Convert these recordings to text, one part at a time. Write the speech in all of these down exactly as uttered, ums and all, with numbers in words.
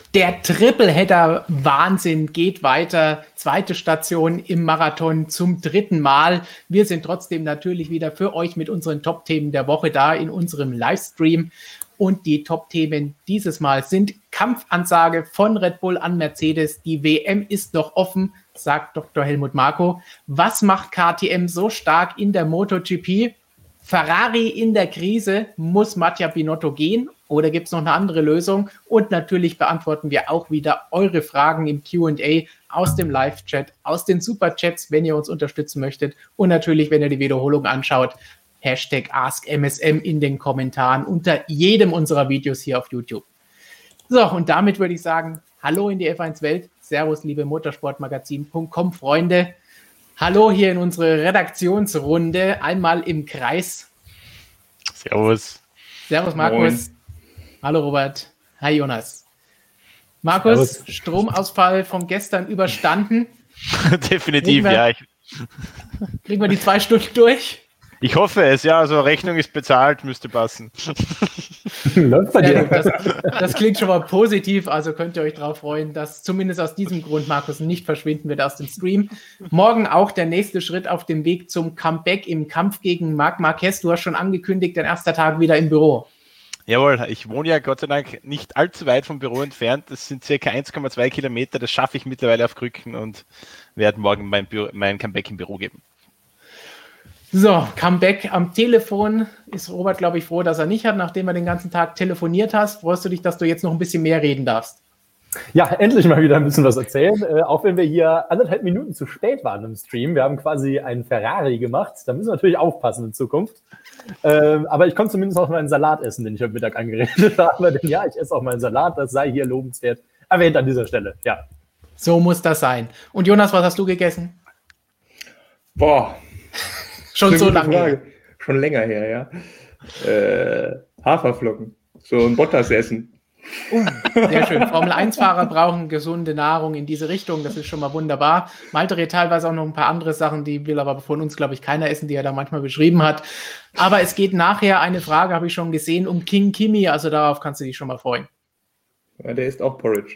Der Tripleheader-Wahnsinn geht weiter. Zweite Station im Marathon zum dritten Mal. Wir sind trotzdem natürlich wieder für euch mit unseren Top-Themen der Woche da in unserem Livestream. Und die Top-Themen dieses Mal sind Kampfansage von Red Bull an Mercedes. Die W M ist noch offen, sagt Doktor Helmut Marko. Was macht K T M so stark in der MotoGP? Ferrari in der Krise, muss Mattia Binotto gehen oder gibt es noch eine andere Lösung? Und natürlich beantworten wir auch wieder eure Fragen im Q und A aus dem Live-Chat, aus den Superchats, wenn ihr uns unterstützen möchtet. Und natürlich, wenn ihr die Wiederholung anschaut, Hashtag AskMSM in den Kommentaren unter jedem unserer Videos hier auf YouTube. So, und damit würde ich sagen, hallo in die F eins Welt. Servus, liebe Motorsportmagazin Punkt com Freunde. Hallo hier in unsere Redaktionsrunde, einmal im Kreis. Servus. Servus, Markus. Moin. Hallo, Robert. Hi, Jonas. Markus, Servus. Stromausfall von gestern überstanden? Definitiv, wir, ja. Ich... Kriegen wir die zwei Stunden durch? Ich hoffe es, ja. Also Rechnung ist bezahlt, müsste passen. Läuft bei dir. Das, das klingt schon mal positiv, also könnt ihr euch darauf freuen, dass zumindest aus diesem Grund Markus nicht verschwinden wird aus dem Stream. Morgen auch der nächste Schritt auf dem Weg zum Comeback im Kampf gegen Marc Marquez. Du hast schon angekündigt, dein erster Tag wieder im Büro. Jawohl, ich wohne ja Gott sei Dank nicht allzu weit vom Büro entfernt. Das sind circa eins Komma zwei Kilometer. Das schaffe ich mittlerweile auf Krücken und werde morgen mein, Büro, mein Comeback im Büro geben. So, Comeback am Telefon ist Robert, glaube ich, froh, dass er nicht hat, nachdem er den ganzen Tag telefoniert hast. Freust du dich, dass du jetzt noch ein bisschen mehr reden darfst? Ja, endlich mal wieder ein bisschen was erzählen, äh, auch wenn wir hier anderthalb Minuten zu spät waren im Stream. Wir haben quasi einen Ferrari gemacht, da müssen wir natürlich aufpassen in Zukunft. Ähm, aber ich konnte zumindest auch mal einen Salat essen, den ich heute Mittag angeredet habe. Denn ja, ich esse auch mal einen Salat, das sei hier lobenswert erwähnt an dieser Stelle, ja. So muss das sein. Und Jonas, was hast du gegessen? Boah, schon so lange her. Schon länger her, ja. Äh, Haferflocken, so ein Bottas-Essen. Uh, sehr schön. Formel eins Fahrer brauchen gesunde Nahrung in diese Richtung. Das ist schon mal wunderbar. Malte redet teilweise auch noch ein paar andere Sachen, die will aber von uns, glaube ich, keiner essen, die er da manchmal beschrieben hat. Aber es geht nachher, eine Frage habe ich schon gesehen, um King Kimi. Also darauf kannst du dich schon mal freuen. Ja, der isst auch Porridge.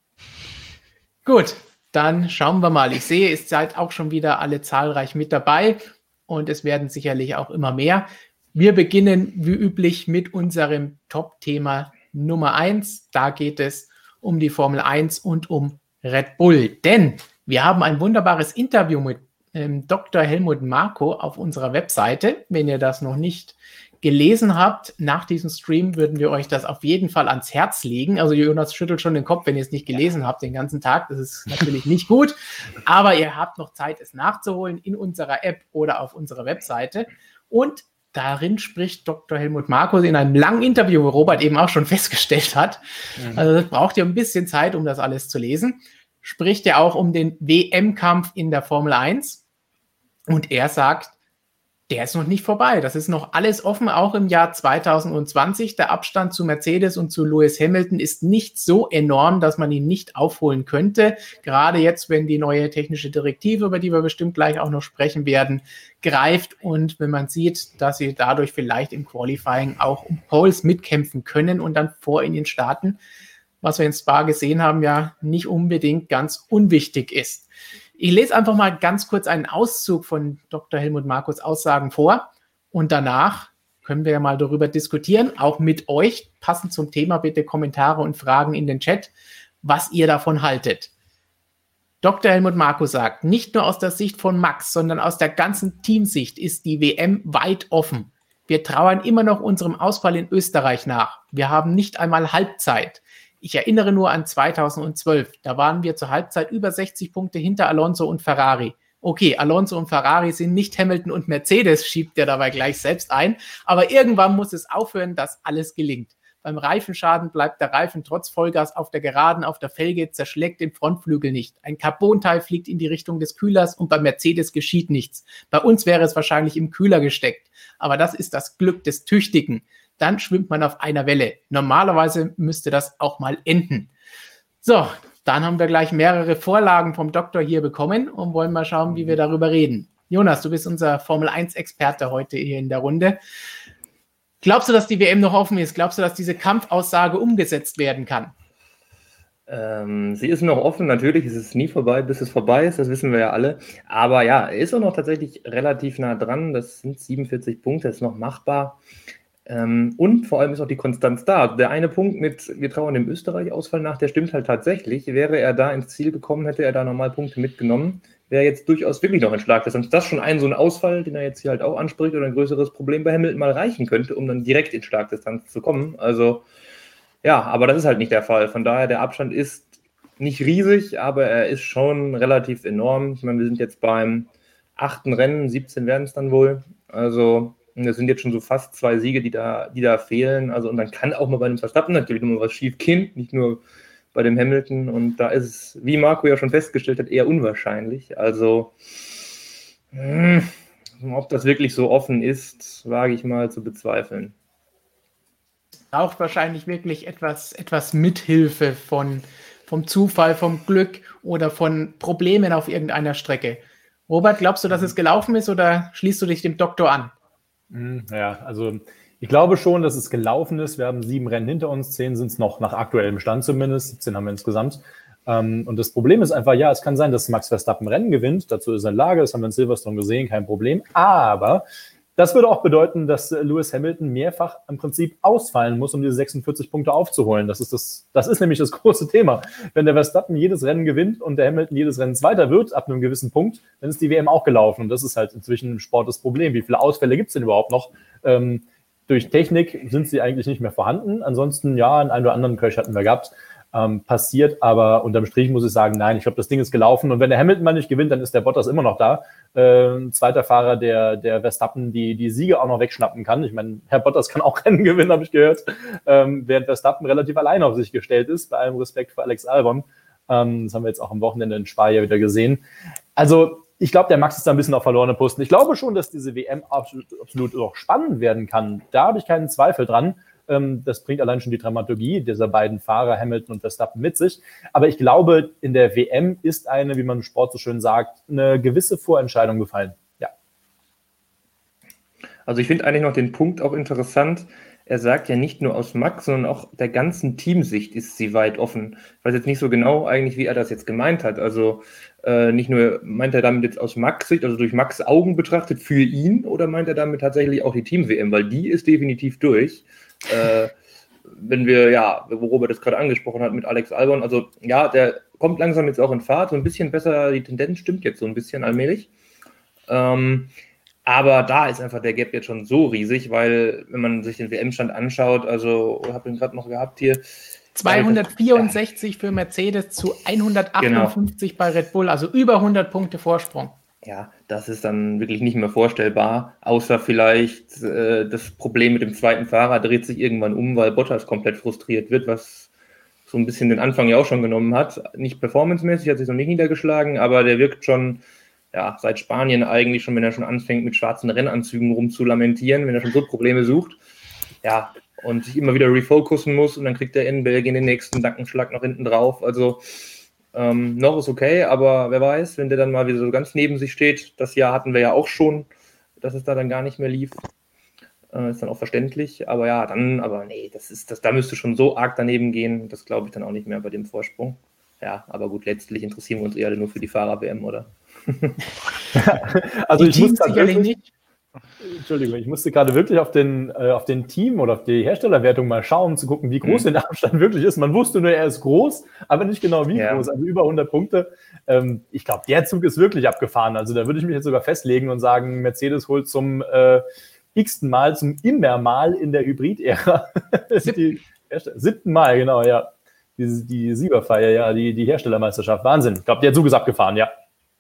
Gut, dann schauen wir mal. Ich sehe, ihr seid auch schon wieder alle zahlreich mit dabei und es werden sicherlich auch immer mehr. Wir beginnen wie üblich mit unserem Top-Thema Nummer eins, da geht es um die Formel eins und um Red Bull. Denn wir haben ein wunderbares Interview mit ähm, Doktor Helmut Marko auf unserer Webseite. Wenn ihr das noch nicht gelesen habt, nach diesem Stream würden wir euch das auf jeden Fall ans Herz legen. Also Jonas schüttelt schon den Kopf, wenn ihr es nicht gelesen habt den ganzen Tag. Das ist natürlich nicht gut. Aber ihr habt noch Zeit, es nachzuholen in unserer App oder auf unserer Webseite. Und darin spricht Doktor Helmut Marko in einem langen Interview, wo Robert eben auch schon festgestellt hat, mhm. also das braucht ja ein bisschen Zeit, um das alles zu lesen, spricht er auch um den W M-Kampf in der Formel eins und er sagt, der ist noch nicht vorbei. Das ist noch alles offen, auch im Jahr zwanzig zwanzig. Der Abstand zu Mercedes und zu Lewis Hamilton ist nicht so enorm, dass man ihn nicht aufholen könnte. Gerade jetzt, wenn die neue technische Direktive, über die wir bestimmt gleich auch noch sprechen werden, greift und wenn man sieht, dass sie dadurch vielleicht im Qualifying auch um Poles mitkämpfen können und dann vor ihnen starten, was wir in Spa gesehen haben, ja nicht unbedingt ganz unwichtig ist. Ich lese einfach mal ganz kurz einen Auszug von Doktor Helmut Markos Aussagen vor und danach können wir ja mal darüber diskutieren, auch mit euch, passend zum Thema bitte Kommentare und Fragen in den Chat, was ihr davon haltet. Doktor Helmut Marko sagt, nicht nur aus der Sicht von Max, sondern aus der ganzen Teamsicht ist die W M weit offen. Wir trauern immer noch unserem Ausfall in Österreich nach. Wir haben nicht einmal Halbzeit. Ich erinnere nur an zweitausendzwölf, da waren wir zur Halbzeit über sechzig Punkte hinter Alonso und Ferrari. Okay, Alonso und Ferrari sind nicht Hamilton und Mercedes, schiebt er dabei gleich selbst ein, aber irgendwann muss es aufhören, dass alles gelingt. Beim Reifenschaden bleibt der Reifen trotz Vollgas auf der Geraden, auf der Felge, zerschlägt den Frontflügel nicht. Ein Carbonteil fliegt in die Richtung des Kühlers und bei Mercedes geschieht nichts. Bei uns wäre es wahrscheinlich im Kühler gesteckt, aber das ist das Glück des Tüchtigen. Dann schwimmt man auf einer Welle. Normalerweise müsste das auch mal enden. So, dann haben wir gleich mehrere Vorlagen vom Doktor hier bekommen und wollen mal schauen, wie wir darüber reden. Jonas, du bist unser Formel eins Experte heute hier in der Runde. Glaubst du, dass die W M noch offen ist? Glaubst du, dass diese Kampfaussage umgesetzt werden kann? Ähm, sie ist noch offen, natürlich, es ist nie vorbei, bis es vorbei ist, das wissen wir ja alle. Aber ja, er ist auch noch tatsächlich relativ nah dran, das sind siebenundvierzig Punkte, das ist noch machbar. Ähm, und vor allem ist auch die Konstanz da. Der eine Punkt mit, wir trauern dem Österreich-Ausfall nach, der stimmt halt tatsächlich. Wäre er da ins Ziel gekommen, hätte er da nochmal Punkte mitgenommen, wäre jetzt durchaus wirklich noch ein Schlagdistanz. Das ist schon ein so ein Ausfall, den er jetzt hier halt auch anspricht, oder ein größeres Problem bei Hamilton mal reichen könnte, um dann direkt in Schlagdistanz zu kommen. Also ja, aber das ist halt nicht der Fall. Von daher, der Abstand ist nicht riesig, aber er ist schon relativ enorm. Ich meine, wir sind jetzt beim achten Rennen, siebzehn werden es dann wohl. Also, das sind jetzt schon so fast zwei Siege, die da, die da fehlen. Also, und dann kann auch mal bei einem Verstappen natürlich nochmal was schief gehen, nicht nur bei dem Hamilton. Und da ist es, wie Marco ja schon festgestellt hat, eher unwahrscheinlich. Also, mh, ob das wirklich so offen ist, wage ich mal zu bezweifeln. Braucht wahrscheinlich wirklich etwas, etwas Mithilfe von, vom Zufall, vom Glück oder von Problemen auf irgendeiner Strecke. Robert, glaubst du, dass es gelaufen ist oder schließt du dich dem Doktor an? Ja, also ich glaube schon, dass es gelaufen ist. Wir haben sieben Rennen hinter uns, zehn sind es noch nach aktuellem Stand zumindest, siebzehn haben wir insgesamt. Und das Problem ist einfach, ja, es kann sein, dass Max Verstappen Rennen gewinnt, dazu ist er in Lage, das haben wir in Silverstone gesehen, kein Problem, aber das würde auch bedeuten, dass Lewis Hamilton mehrfach im Prinzip ausfallen muss, um diese sechsundvierzig Punkte aufzuholen. Das ist, das, das ist nämlich das große Thema. Wenn der Verstappen jedes Rennen gewinnt und der Hamilton jedes Rennen Zweiter wird, ab einem gewissen Punkt, dann ist die W M auch gelaufen. Und das ist halt inzwischen im Sport das Problem. Wie viele Ausfälle gibt es denn überhaupt noch? Ähm, durch Technik sind sie eigentlich nicht mehr vorhanden. Ansonsten, ja, einen oder anderen Crash hatten wir gehabt. Ähm, passiert, aber unterm Strich muss ich sagen, nein, ich glaube, das Ding ist gelaufen und wenn der Hamilton mal nicht gewinnt, dann ist der Bottas immer noch da. Äh, zweiter Fahrer, der, der Verstappen die, die Siege auch noch wegschnappen kann. Ich meine, Herr Bottas kann auch Rennen gewinnen, habe ich gehört, ähm, während Verstappen relativ allein auf sich gestellt ist, bei allem Respekt für Alex Albon. Ähm, das haben wir jetzt auch am Wochenende in Spa ja wieder gesehen. Also, ich glaube, der Max ist da ein bisschen auf verlorene Posten. Ich glaube schon, dass diese W M absolut, absolut auch spannend werden kann. Da habe ich keinen Zweifel dran. Das bringt allein schon die Dramaturgie dieser beiden Fahrer, Hamilton und Verstappen, mit sich. Aber ich glaube, in der W M ist eine, wie man im Sport so schön sagt, eine gewisse Vorentscheidung gefallen. Ja. Also ich finde eigentlich noch den Punkt auch interessant. Er sagt ja nicht nur aus Max, sondern auch der ganzen Teamsicht ist sie weit offen. Ich weiß jetzt nicht so genau eigentlich, wie er das jetzt gemeint hat. Also äh, nicht nur meint er damit jetzt aus Max Sicht, also durch Max Augen betrachtet für ihn, oder meint er damit tatsächlich auch die Team-W M, weil die ist definitiv durch. Äh, wenn wir, ja, wo Robert das gerade angesprochen hat mit Alex Albon, also ja, der kommt langsam jetzt auch in Fahrt, so ein bisschen besser, die Tendenz stimmt jetzt so ein bisschen allmählich. Ähm, aber da ist einfach der Gap jetzt schon so riesig, weil, wenn man sich den W M-Stand anschaut, also, ich habe ihn gerade noch gehabt hier. zweihundertvierundsechzig für Mercedes zu hundertachtundfünfzig genau. Bei Red Bull, also über hundert Punkte Vorsprung. Ja, das ist dann wirklich nicht mehr vorstellbar, außer vielleicht äh, das Problem mit dem zweiten Fahrer dreht sich irgendwann um, weil Bottas komplett frustriert wird, was so ein bisschen den Anfang ja auch schon genommen hat. Nicht performancemäßig, hat sich noch nicht niedergeschlagen, aber der wirkt schon, ja, seit Spanien eigentlich schon, wenn er schon anfängt, mit schwarzen Rennanzügen rumzulamentieren, wenn er schon so Probleme sucht, ja, und sich immer wieder refokussen muss und dann kriegt er in Belgien den nächsten Nackenschlag noch hinten drauf, also Ähm, noch ist okay, aber wer weiß, wenn der dann mal wieder so ganz neben sich steht, das Jahr hatten wir ja auch schon, dass es da dann gar nicht mehr lief, äh, ist dann auch verständlich, aber ja, dann, aber nee, das ist, das, da müsste schon so arg daneben gehen, das glaube ich dann auch nicht mehr bei dem Vorsprung. Ja, aber gut, letztlich interessieren wir uns eher nur für die Fahrer-W M, oder? Also die ich muss sicherlich nicht. Entschuldigung, ich musste gerade wirklich auf den, äh, auf den Team oder auf die Herstellerwertung mal schauen, um zu gucken, wie groß mhm. der Abstand wirklich ist. Man wusste nur, er ist groß, aber nicht genau wie ja. groß, also über hundert Punkte. Ähm, ich glaube, der Zug ist wirklich abgefahren. Also da würde ich mich jetzt sogar festlegen und sagen, Mercedes holt zum äh, x-ten Mal, zum immer Mal in der Hybrid-Ära. die siebten Mal, genau, ja. Die, die Siegerfeier, ja, die, die Herstellermeisterschaft. Wahnsinn. Ich glaube, der Zug ist abgefahren, ja.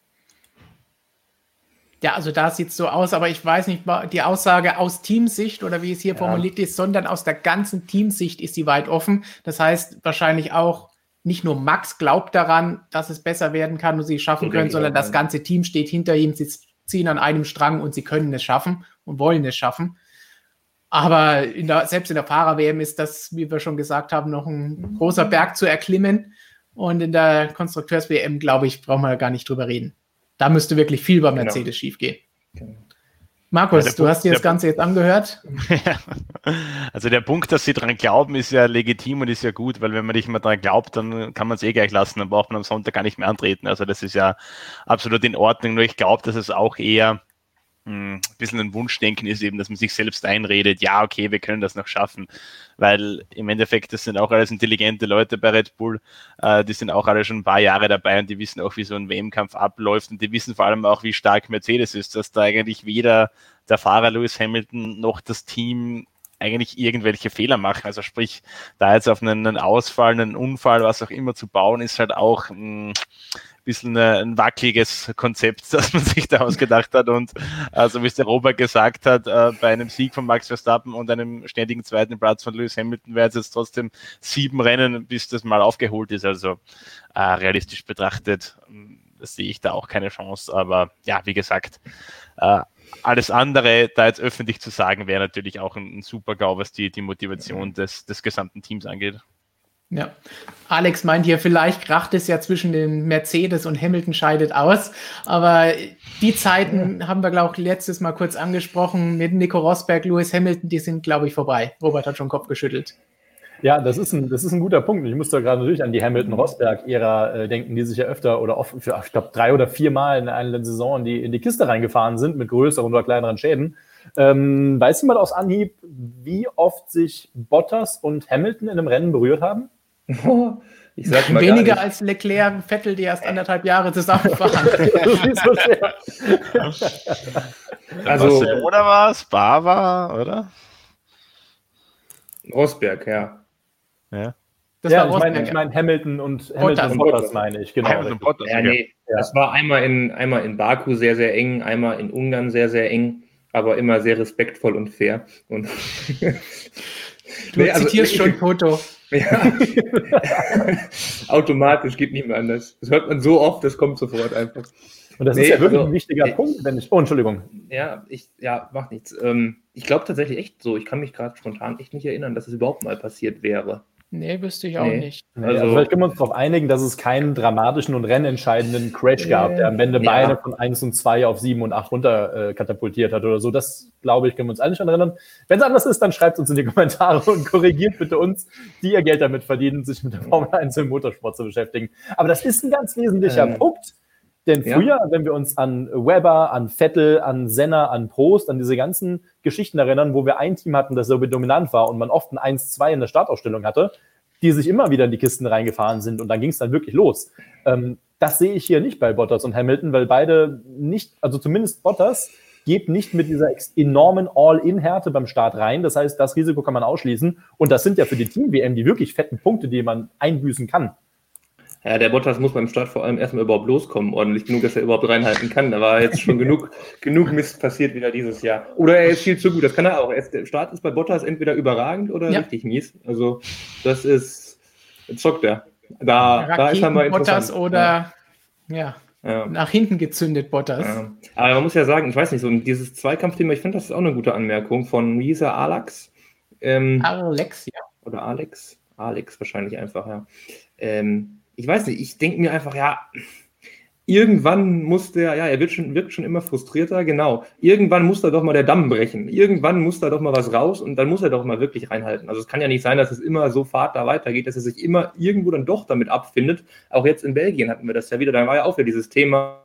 Ja, also da sieht es so aus, aber ich weiß nicht, die Aussage aus Teamsicht oder wie es hier ja. formuliert ist, sondern aus der ganzen Teamsicht ist sie weit offen. Das heißt wahrscheinlich auch, nicht nur Max glaubt daran, dass es besser werden kann und sie es schaffen können, sondern das ganze Team steht hinter ihm, sie ziehen an einem Strang und sie können es schaffen und wollen es schaffen. Aber in der, selbst in der Fahrer-W M ist das, wie wir schon gesagt haben, noch ein großer Berg zu erklimmen. Und in der Konstrukteurs-W M, glaube ich, brauchen wir gar nicht drüber reden. Da müsste wirklich viel bei Mercedes genau. schief gehen. Markus, Ja, du Punkt, hast dir das Ganze jetzt angehört. Also der Punkt, dass sie dran glauben, ist ja legitim und ist ja gut, weil wenn man nicht mehr dran glaubt, dann kann man es eh gleich lassen, dann braucht man am Sonntag gar nicht mehr antreten. Also das ist ja absolut in Ordnung, nur ich glaube, dass es auch eher ein bisschen ein Wunschdenken ist eben, dass man sich selbst einredet, ja, okay, wir können das noch schaffen, weil im Endeffekt, das sind auch alles intelligente Leute bei Red Bull, äh, die sind auch alle schon ein paar Jahre dabei und die wissen auch, wie so ein W M-Kampf abläuft und die wissen vor allem auch, wie stark Mercedes ist, dass da eigentlich weder der Fahrer Lewis Hamilton noch das Team eigentlich irgendwelche Fehler machen, also sprich, da jetzt auf einen, einen Ausfall, einen Unfall, was auch immer zu bauen, ist halt auch mh, bisschen ein wackeliges Konzept, das man sich da ausgedacht hat und äh, so wie es der Robert gesagt hat, äh, bei einem Sieg von Max Verstappen und einem ständigen zweiten Platz von Lewis Hamilton wäre es jetzt trotzdem sieben Rennen, bis das mal aufgeholt ist, also äh, realistisch betrachtet äh, sehe ich da auch keine Chance, aber ja, wie gesagt, äh, alles andere, da jetzt öffentlich zu sagen, wäre natürlich auch ein, ein Super-GAU, was die, die Motivation des, des gesamten Teams angeht. Ja, Alex meint hier, vielleicht kracht es ja zwischen den Mercedes und Hamilton scheidet aus, aber die Zeiten ja. haben wir, glaube ich, letztes Mal kurz angesprochen mit Nico Rosberg, Lewis Hamilton, die sind, glaube ich, vorbei. Robert hat schon den Kopf geschüttelt. Ja, das ist ein, das ist ein guter Punkt. Ich musste gerade natürlich an die Hamilton-Rosberg-Ära äh, denken, die sich ja öfter oder oft, für, ich glaube, drei oder vier Mal in einer Saison in die, in die Kiste reingefahren sind mit größeren oder kleineren Schäden. Ähm, weiß jemand aus Anhieb, wie oft sich Bottas und Hamilton in einem Rennen berührt haben? Ich sag mal weniger als Leclerc, Vettel, die erst anderthalb Jahre zusammenfahren. Also, oder war es? Spa war, oder? Rosberg, ja. Ja, das ja war ich meine ich mein Hamilton und Hamilton und Bottas, meine ich. Genau. Hamilton Bottas, ja, nee, ja. Das war einmal in, einmal in Baku sehr, sehr eng, einmal in Ungarn sehr, sehr eng, aber immer sehr respektvoll und fair. Und du nee, also, zitierst ich, schon Foto. Ja. Automatisch, geht nicht mehr anders. Das hört man so oft, das kommt sofort einfach. Und das nee, ist ja wirklich also, ein wichtiger ich, Punkt, wenn ich. Oh, Entschuldigung. Ja, ich, ja, macht nichts. Ähm, ich glaube tatsächlich echt so, ich kann mich gerade spontan echt nicht erinnern, dass es überhaupt mal passiert wäre. Nee, wüsste ich auch nee. nicht. Nee, also, also vielleicht können wir uns darauf einigen, dass es keinen dramatischen und rennentscheidenden Crash gab, nee. der am Ende ja. beide von eins und zwei auf sieben und acht runter äh, katapultiert hat oder so. Das, glaube ich, können wir uns alle nicht erinnern. Wenn es anders ist, dann schreibt es uns in die Kommentare und korrigiert bitte uns, die ihr Geld damit verdienen, sich mit der Formel eins im Motorsport zu beschäftigen. Aber das ist ein ganz wesentlicher ähm. Punkt. Denn früher, ja. wenn wir uns an Webber, an Vettel, an Senna, an Prost, an diese ganzen Geschichten erinnern, wo wir ein Team hatten, das so dominant war und man oft ein eins zwei in der Startausstellung hatte, die sich immer wieder in die Kisten reingefahren sind und dann ging es dann wirklich los. Ähm, das sehe ich hier nicht bei Bottas und Hamilton, weil beide nicht, also zumindest Bottas, geht nicht mit dieser enormen All-In-Härte beim Start rein. Das heißt, das Risiko kann man ausschließen und das sind ja für die Team-W M die wirklich fetten Punkte, die man einbüßen kann. Ja, der Bottas muss beim Start vor allem erstmal überhaupt loskommen, ordentlich genug, dass er überhaupt reinhalten kann. Da war jetzt schon genug, genug Mist passiert wieder dieses Jahr. Oder er ist viel zu gut, das kann er auch. Der Start ist bei Bottas entweder überragend oder ja. richtig mies. Also das ist, jetzt zockt er. Da, da ist er mal interessant. Bottas oder ja. Ja. nach hinten gezündet, Bottas. Ja. Aber man muss ja sagen, ich weiß nicht, so dieses Zweikampfthema, ich finde, das ist auch eine gute Anmerkung von, wie hieß er, Alex? Ähm, Alex, ja. Oder Alex? Alex wahrscheinlich einfach, ja. Ähm, Ich weiß nicht, ich denke mir einfach, ja, irgendwann muss der, ja, er wird schon, wirkt schon immer frustrierter, genau. Irgendwann muss da doch mal der Damm brechen. Irgendwann muss da doch mal was raus und dann muss er doch mal wirklich reinhalten. Also es kann ja nicht sein, dass es immer so Fahrt da weitergeht, dass er sich immer irgendwo dann doch damit abfindet. Auch jetzt in Belgien hatten wir das ja wieder, da war ja auch wieder dieses Thema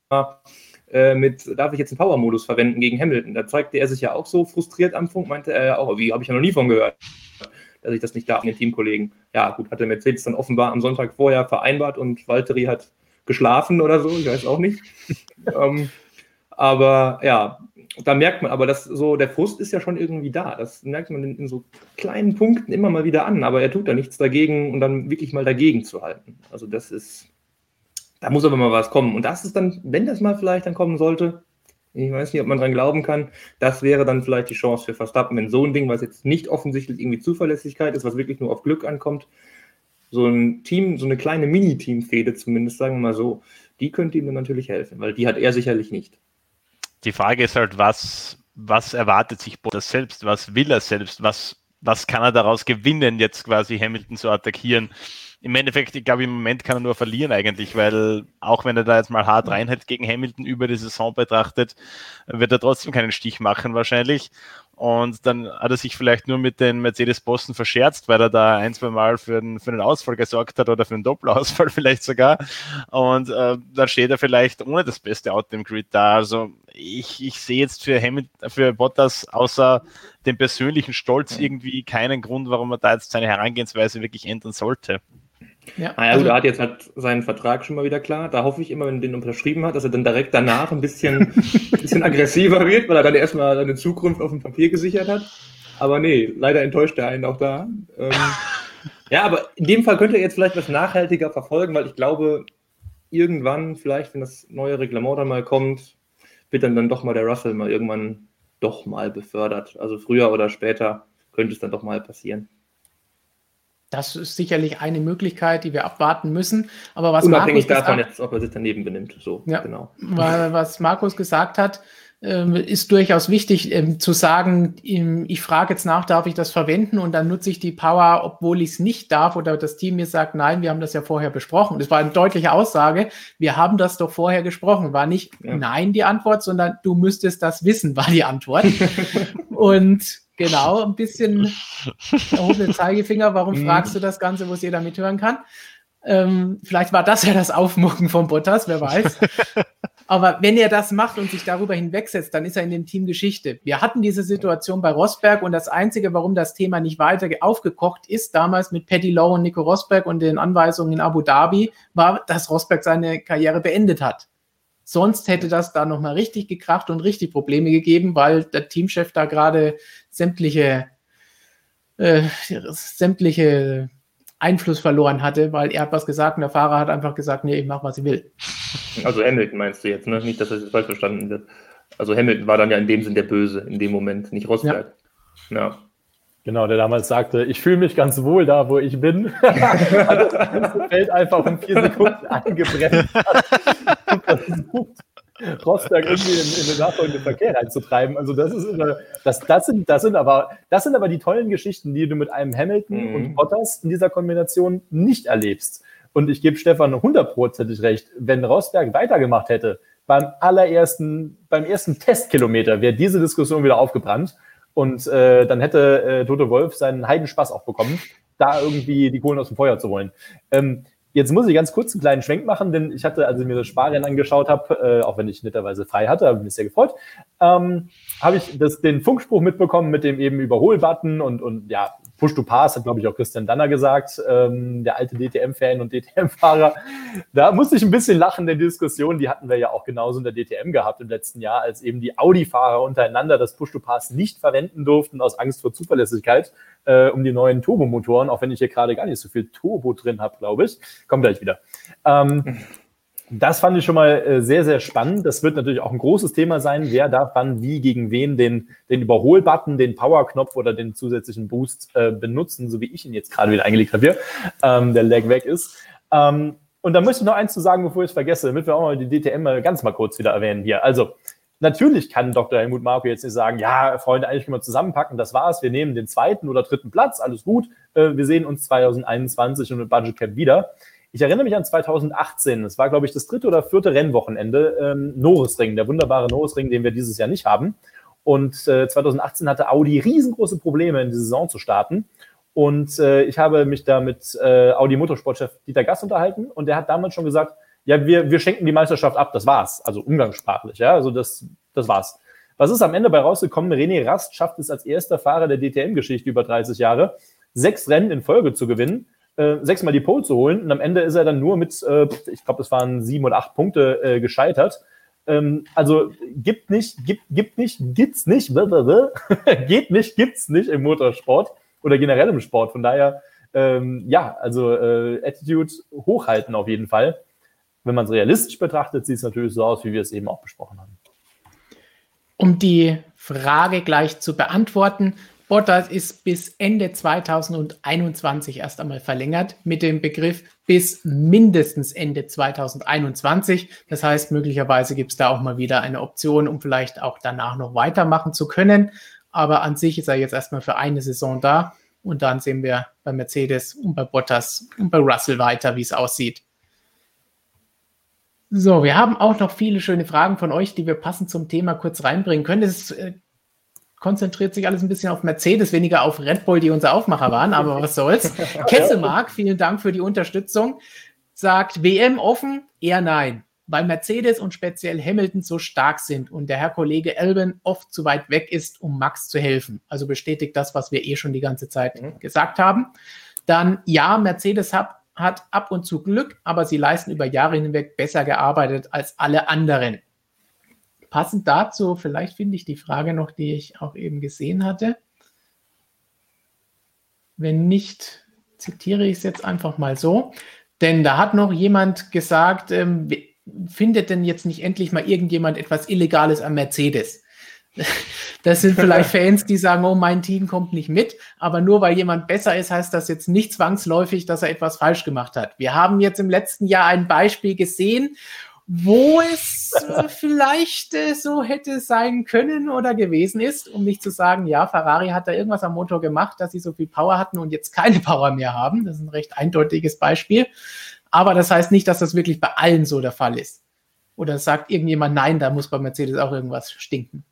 äh, mit, darf ich jetzt einen Power-Modus verwenden gegen Hamilton? Da zeigte er sich ja auch so frustriert am Funk, meinte er auch, wie, habe ich ja noch nie von gehört, dass ich das nicht darf, den Teamkollegen. Ja, gut, hat der Mercedes dann offenbar am Sonntag vorher vereinbart und Valtteri hat geschlafen oder so, ich weiß auch nicht. ähm, aber ja, da merkt man, aber das so, der Frust ist ja schon irgendwie da. Das merkt man in, in so kleinen Punkten immer mal wieder an, aber er tut da nichts dagegen und um dann wirklich mal dagegen zu halten. Also das ist, da muss aber mal was kommen. Und das ist dann, wenn das mal vielleicht dann kommen sollte, ich weiß nicht, ob man dran glauben kann, das wäre dann vielleicht die Chance für Verstappen, wenn so ein Ding, was jetzt nicht offensichtlich irgendwie Zuverlässigkeit ist, was wirklich nur auf Glück ankommt, so ein Team, so eine kleine Mini-Team-Fehde zumindest, sagen wir mal so, die könnte ihm dann natürlich helfen, weil die hat er sicherlich nicht. Die Frage ist halt, was, was erwartet sich Bottas selbst, was will er selbst, was, was kann er daraus gewinnen, jetzt quasi Hamilton zu attackieren? im Endeffekt, ich glaube, im Moment kann er nur verlieren eigentlich, weil auch wenn er da jetzt mal hart reinhält gegen Hamilton über die Saison betrachtet, wird er trotzdem keinen Stich machen wahrscheinlich. Und dann hat er sich vielleicht nur mit den Mercedes-Bossen verscherzt, weil er da ein, zwei Mal für den, für den Ausfall gesorgt hat oder für einen Doppelausfall vielleicht sogar. Und äh, dann steht er vielleicht ohne das beste Auto im Grid da. Also ich, ich sehe jetzt für, Hamilton, für Bottas außer dem persönlichen Stolz irgendwie keinen Grund, warum er da jetzt seine Herangehensweise wirklich ändern sollte. Ja, ah ja, also, er hat jetzt halt seinen Vertrag schon mal wieder klar. Da hoffe ich immer, wenn er den unterschrieben hat, dass er dann direkt danach ein bisschen, bisschen aggressiver wird, weil er dann erstmal seine Zukunft auf dem Papier gesichert hat. Aber nee, leider enttäuscht er einen auch da. Ähm, ja, aber in dem Fall könnte er jetzt vielleicht was nachhaltiger verfolgen, weil ich glaube, irgendwann, vielleicht, wenn das neue Reglement dann mal kommt, wird dann, dann doch mal der Russell mal irgendwann doch mal befördert. Also früher oder später könnte es dann doch mal passieren. Das ist sicherlich eine Möglichkeit, die wir abwarten müssen. Aber was Unabhängig Markus davon gesagt, jetzt, ob er sich daneben benimmt. So, ja, genau. Weil, was Markus gesagt hat, ähm, ist durchaus wichtig ähm, zu sagen, ähm, ich frage jetzt nach, darf ich das verwenden? Und dann nutze ich die Power, obwohl ich es nicht darf oder das Team mir sagt, nein, wir haben das ja vorher besprochen. Das war eine deutliche Aussage. Wir haben das doch vorher gesprochen. War nicht ja. Nein die Antwort, sondern du müsstest das wissen, war die Antwort. Und genau, ein bisschen erhobene Zeigefinger. Warum fragst du das Ganze, wo es jeder mithören kann? Ähm, vielleicht war das ja das Aufmucken von Bottas, wer weiß. Aber wenn er das macht und sich darüber hinwegsetzt, dann ist er in dem Team Geschichte. Wir hatten diese Situation bei Rosberg und das Einzige, warum das Thema nicht weiter aufgekocht ist, damals mit Paddy Lowe und Nico Rosberg und den Anweisungen in Abu Dhabi, war, dass Rosberg seine Karriere beendet hat. Sonst hätte das da nochmal richtig gekracht und richtig Probleme gegeben, weil der Teamchef da gerade sämtliche, äh, sämtliche Einfluss verloren hatte, weil er hat was gesagt und der Fahrer hat einfach gesagt, nee, ich mach, was ich will. Also Hamilton meinst du jetzt, ne? Nicht, dass das jetzt falsch verstanden wird. Also Hamilton war dann ja in dem Sinn der Böse, in dem Moment, nicht Rosberg. Ja. ja. Genau, der damals sagte, ich fühle mich ganz wohl da, wo ich bin. Also das ganze Feld einfach um vier Sekunden eingebremst hat und versucht, Rosberg irgendwie in, in den nachfolgenden Verkehr reinzutreiben. Also das ist immer, das, das sind, das sind aber, das sind aber die tollen Geschichten, die du mit einem Hamilton mhm. und Bottas in dieser Kombination nicht erlebst. Und ich gebe Stefan hundertprozentig recht, wenn Rosberg weitergemacht hätte, beim allerersten, beim ersten Testkilometer wäre diese Diskussion wieder aufgebrannt. Und äh, dann hätte äh, Toto Wolff seinen Heidenspaß auch bekommen, da irgendwie die Kohlen aus dem Feuer zu holen. Ähm, jetzt muss ich ganz kurz einen kleinen Schwenk machen, denn ich hatte, als ich mir das Sparrennen angeschaut habe, äh, auch wenn ich netterweise frei hatte, habe ich mich sehr gefreut, ähm, habe ich das, den Funkspruch mitbekommen mit dem eben Überholbutton und, und ja, Push to Pass, hat, glaube ich, auch Christian Danner gesagt, ähm, der alte D T M-Fan und D T M-Fahrer. Da musste ich ein bisschen lachen, denn die Diskussion, die hatten wir ja auch genauso in der D T M gehabt im letzten Jahr, als eben die Audi-Fahrer untereinander das Push to Pass nicht verwenden durften aus Angst vor Zuverlässigkeit, äh, um die neuen Turbomotoren, auch wenn ich hier gerade gar nicht so viel Turbo drin habe, glaube ich. Kommt gleich wieder. Ähm, Das fand ich schon mal äh, sehr, sehr spannend. Das wird natürlich auch ein großes Thema sein. Wer darf wann wie gegen wen den, den Überholbutton, den Powerknopf oder den zusätzlichen Boost äh, benutzen, so wie ich ihn jetzt gerade wieder eingelegt habe hier, ähm, der Lag weg ist. Ähm, und da möchte ich noch eins zu sagen, bevor ich es vergesse, damit wir auch mal die D T M mal ganz mal kurz wieder erwähnen hier. Also, natürlich kann Doktor Helmut Marko jetzt nicht sagen, ja, Freunde, eigentlich können wir zusammenpacken, das war's, wir nehmen den zweiten oder dritten Platz, alles gut, äh, wir sehen uns zwanzig einundzwanzig und mit Budget Cap wieder. Ich erinnere mich an zwanzig achtzehn, das war, glaube ich, das dritte oder vierte Rennwochenende, ähm, Norrisring, der wunderbare Norrisring, den wir dieses Jahr nicht haben. Und äh, zwanzig achtzehn hatte Audi riesengroße Probleme, in die Saison zu starten. Und äh, ich habe mich da mit äh, Audi-Motorsportchef Dieter Gass unterhalten und der hat damals schon gesagt, ja, wir, wir schenken die Meisterschaft ab, das war's. Also umgangssprachlich, ja, also das, das war's. Was ist am Ende bei rausgekommen? René Rast schafft es als erster Fahrer der D T M-Geschichte über dreißig Jahre, sechs Rennen in Folge zu gewinnen, Äh, sechsmal die Pole zu holen und am Ende ist er dann nur mit, äh, ich glaube, es waren sieben oder acht Punkte äh, gescheitert. Ähm, also gibt nicht, gibt, gibt nicht, gibt's nicht, geht nicht, gibt's nicht im Motorsport oder generell im Sport. Von daher, ähm, ja, also äh, Attitude hochhalten auf jeden Fall. Wenn man es realistisch betrachtet, sieht es natürlich so aus, wie wir es eben auch besprochen haben. Um die Frage gleich zu beantworten, Bottas ist bis Ende zwanzig einundzwanzig erst einmal verlängert mit dem Begriff bis mindestens Ende zwanzig einundzwanzig. Das heißt, möglicherweise gibt es da auch mal wieder eine Option, um vielleicht auch danach noch weitermachen zu können. Aber an sich ist er jetzt erstmal für eine Saison da. Und dann sehen wir bei Mercedes und bei Bottas und bei Russell weiter, wie es aussieht. So, wir haben auch noch viele schöne Fragen von euch, die wir passend zum Thema kurz reinbringen können. Es äh, konzentriert sich alles ein bisschen auf Mercedes, weniger auf Red Bull, die unser Aufmacher waren, aber was soll's. Kesselmark, vielen Dank für die Unterstützung, sagt, W M offen? Eher nein, weil Mercedes und speziell Hamilton so stark sind und der Herr Kollege Albon oft zu weit weg ist, um Max zu helfen. Also bestätigt das, was wir eh schon die ganze Zeit mhm. gesagt haben. Dann, ja, Mercedes hat, hat ab und zu Glück, aber sie leisten über Jahre hinweg besser gearbeitet als alle anderen. Passend dazu, vielleicht finde ich die Frage noch, die ich auch eben gesehen hatte. Wenn nicht, zitiere ich es jetzt einfach mal so. Denn da hat noch jemand gesagt, ähm, findet denn jetzt nicht endlich mal irgendjemand etwas Illegales am Mercedes? Das sind vielleicht Fans, die sagen, oh, mein Team kommt nicht mit. Aber nur weil jemand besser ist, heißt das jetzt nicht zwangsläufig, dass er etwas falsch gemacht hat. Wir haben jetzt im letzten Jahr ein Beispiel gesehen, wo es äh, vielleicht äh, so hätte sein können oder gewesen ist, um nicht zu sagen, ja, Ferrari hat da irgendwas am Motor gemacht, dass sie so viel Power hatten und jetzt keine Power mehr haben. Das ist ein recht eindeutiges Beispiel. Aber das heißt nicht, dass das wirklich bei allen so der Fall ist. Oder sagt irgendjemand, nein, da muss bei Mercedes auch irgendwas stinken.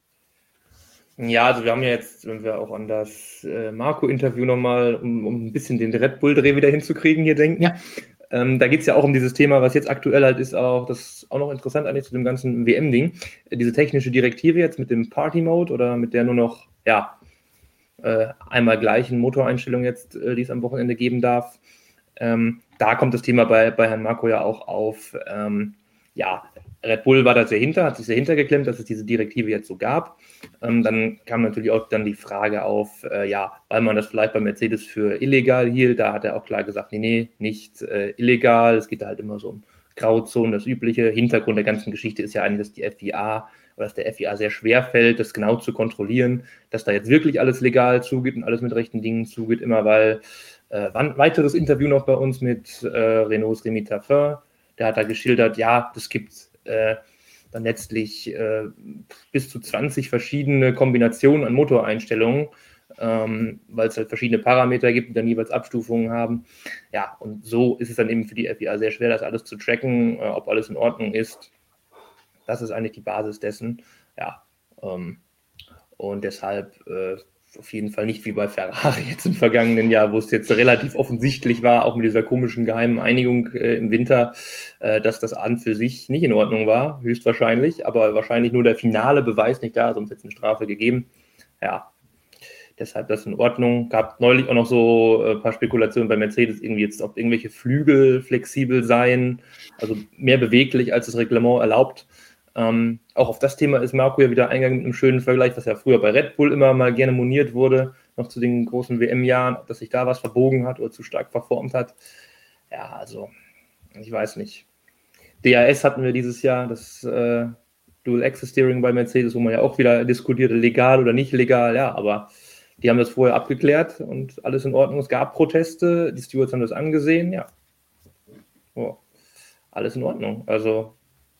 Ja, also wir haben ja jetzt, wenn wir auch an das äh, Marco-Interview nochmal, um, um ein bisschen den Red Bull-Dreh wieder hinzukriegen, hier denken. Ja. Ähm, da geht es ja auch um dieses Thema, was jetzt aktuell halt ist, auch das ist auch noch interessant eigentlich zu dem ganzen W M-Ding, diese technische Direktive jetzt mit dem Party-Mode oder mit der nur noch, ja, äh, einmal gleichen Motoreinstellung jetzt, äh, die es am Wochenende geben darf. Ähm, da kommt das Thema bei, bei Herrn Marco ja auch auf, ähm, ja, Red Bull war da sehr hinter, hat sich sehr hintergeklemmt, dass es diese Direktive jetzt so gab. Ähm, dann kam natürlich auch dann die Frage auf, äh, ja, weil man das vielleicht bei Mercedes für illegal hielt, da hat er auch klar gesagt, nee, nee, nicht äh, illegal, es geht da halt immer so um Grauzonen, das Übliche. Hintergrund der ganzen Geschichte ist ja eigentlich, dass die F I A oder dass der F I A sehr schwer fällt, das genau zu kontrollieren, dass da jetzt wirklich alles legal zugeht und alles mit rechten Dingen zugeht, immer weil äh, ein weiteres Interview noch bei uns mit äh, Renaults Rémi Taffin, der hat da geschildert, ja, das gibt's Äh, dann letztlich äh, bis zu zwanzig verschiedene Kombinationen an Motoreinstellungen, ähm, weil es halt verschiedene Parameter gibt, die dann jeweils Abstufungen haben. Ja, und so ist es dann eben für die F I A sehr schwer, das alles zu tracken, äh, ob alles in Ordnung ist. Das ist eigentlich die Basis dessen. Ja, ähm, und deshalb äh, auf jeden Fall nicht wie bei Ferrari jetzt im vergangenen Jahr, wo es jetzt relativ offensichtlich war, auch mit dieser komischen geheimen Einigung äh, im Winter, äh, dass das an für sich nicht in Ordnung war, höchstwahrscheinlich, aber wahrscheinlich nur der finale Beweis nicht da, sonst hätte es eine Strafe gegeben. Ja, deshalb das in Ordnung. Gab neulich auch noch so ein paar Spekulationen bei Mercedes, irgendwie jetzt, ob irgendwelche Flügel flexibel seien, also mehr beweglich, als das Reglement erlaubt. Ähm, auch auf das Thema ist Marco ja wieder eingegangen mit einem schönen Vergleich, was ja früher bei Red Bull immer mal gerne moniert wurde, noch zu den großen W M-Jahren, ob das sich da was verbogen hat oder zu stark verformt hat. Ja, also, ich weiß nicht. D R S hatten wir dieses Jahr, das äh, Dual Access Steering bei Mercedes, wo man ja auch wieder diskutierte, legal oder nicht legal, ja, aber die haben das vorher abgeklärt und alles in Ordnung. Es gab Proteste, die Stewards haben das angesehen, ja. Oh, alles in Ordnung, also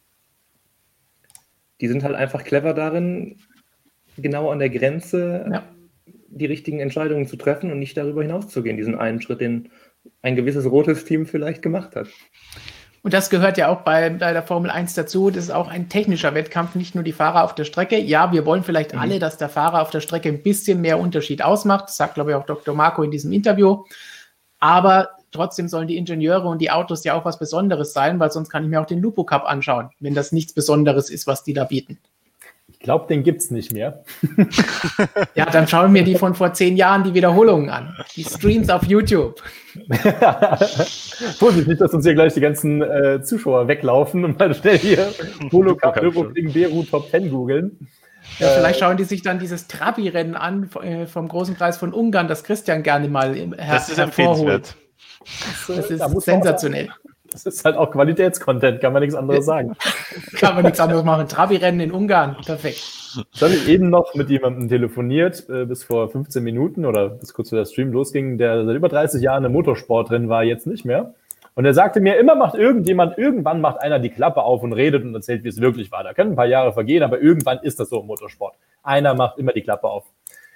die sind halt einfach clever darin, genau an der Grenze ja. die richtigen Entscheidungen zu treffen und nicht darüber hinaus zu gehen, diesen einen Schritt, den ein gewisses rotes Team vielleicht gemacht hat. Und das gehört ja auch bei, bei der Formel eins dazu. Das ist auch ein technischer Wettkampf, nicht nur die Fahrer auf der Strecke. Ja, wir wollen vielleicht mhm. alle, dass der Fahrer auf der Strecke ein bisschen mehr Unterschied ausmacht. Das sagt, glaube ich, auch Doktor Marco in diesem Interview. Aber trotzdem sollen die Ingenieure und die Autos ja auch was Besonderes sein, weil sonst kann ich mir auch den Lupo Cup anschauen, wenn das nichts Besonderes ist, was die da bieten. Ich glaube, den gibt es nicht mehr. Ja, dann schauen wir die von vor zehn Jahren die Wiederholungen an. Die Streams auf YouTube. Vorsicht, nicht, dass uns hier gleich die ganzen äh, Zuschauer weglaufen und mal schnell hier Polo Cup Nürburgring Beru Top zehn googeln. Ja, vielleicht schauen die sich dann dieses Trabi-Rennen an äh, vom Großen Preis von Ungarn, das Christian gerne mal her- Das ist hervorholt. Das, Das ist da muss sensationell. Sagen, das ist halt auch Qualitätscontent, kann man nichts anderes sagen. Kann man nichts anderes machen. Trabi-Rennen in Ungarn, perfekt. Ich habe eben noch mit jemandem telefoniert, äh, bis vor fünfzehn Minuten oder bis kurz vor der Stream losging, der seit über dreißig Jahren im Motorsport drin war, jetzt nicht mehr. Und er sagte mir, immer macht irgendjemand, irgendwann macht einer die Klappe auf und redet und erzählt, wie es wirklich war. Da können ein paar Jahre vergehen, aber irgendwann ist das so im Motorsport. Einer macht immer die Klappe auf.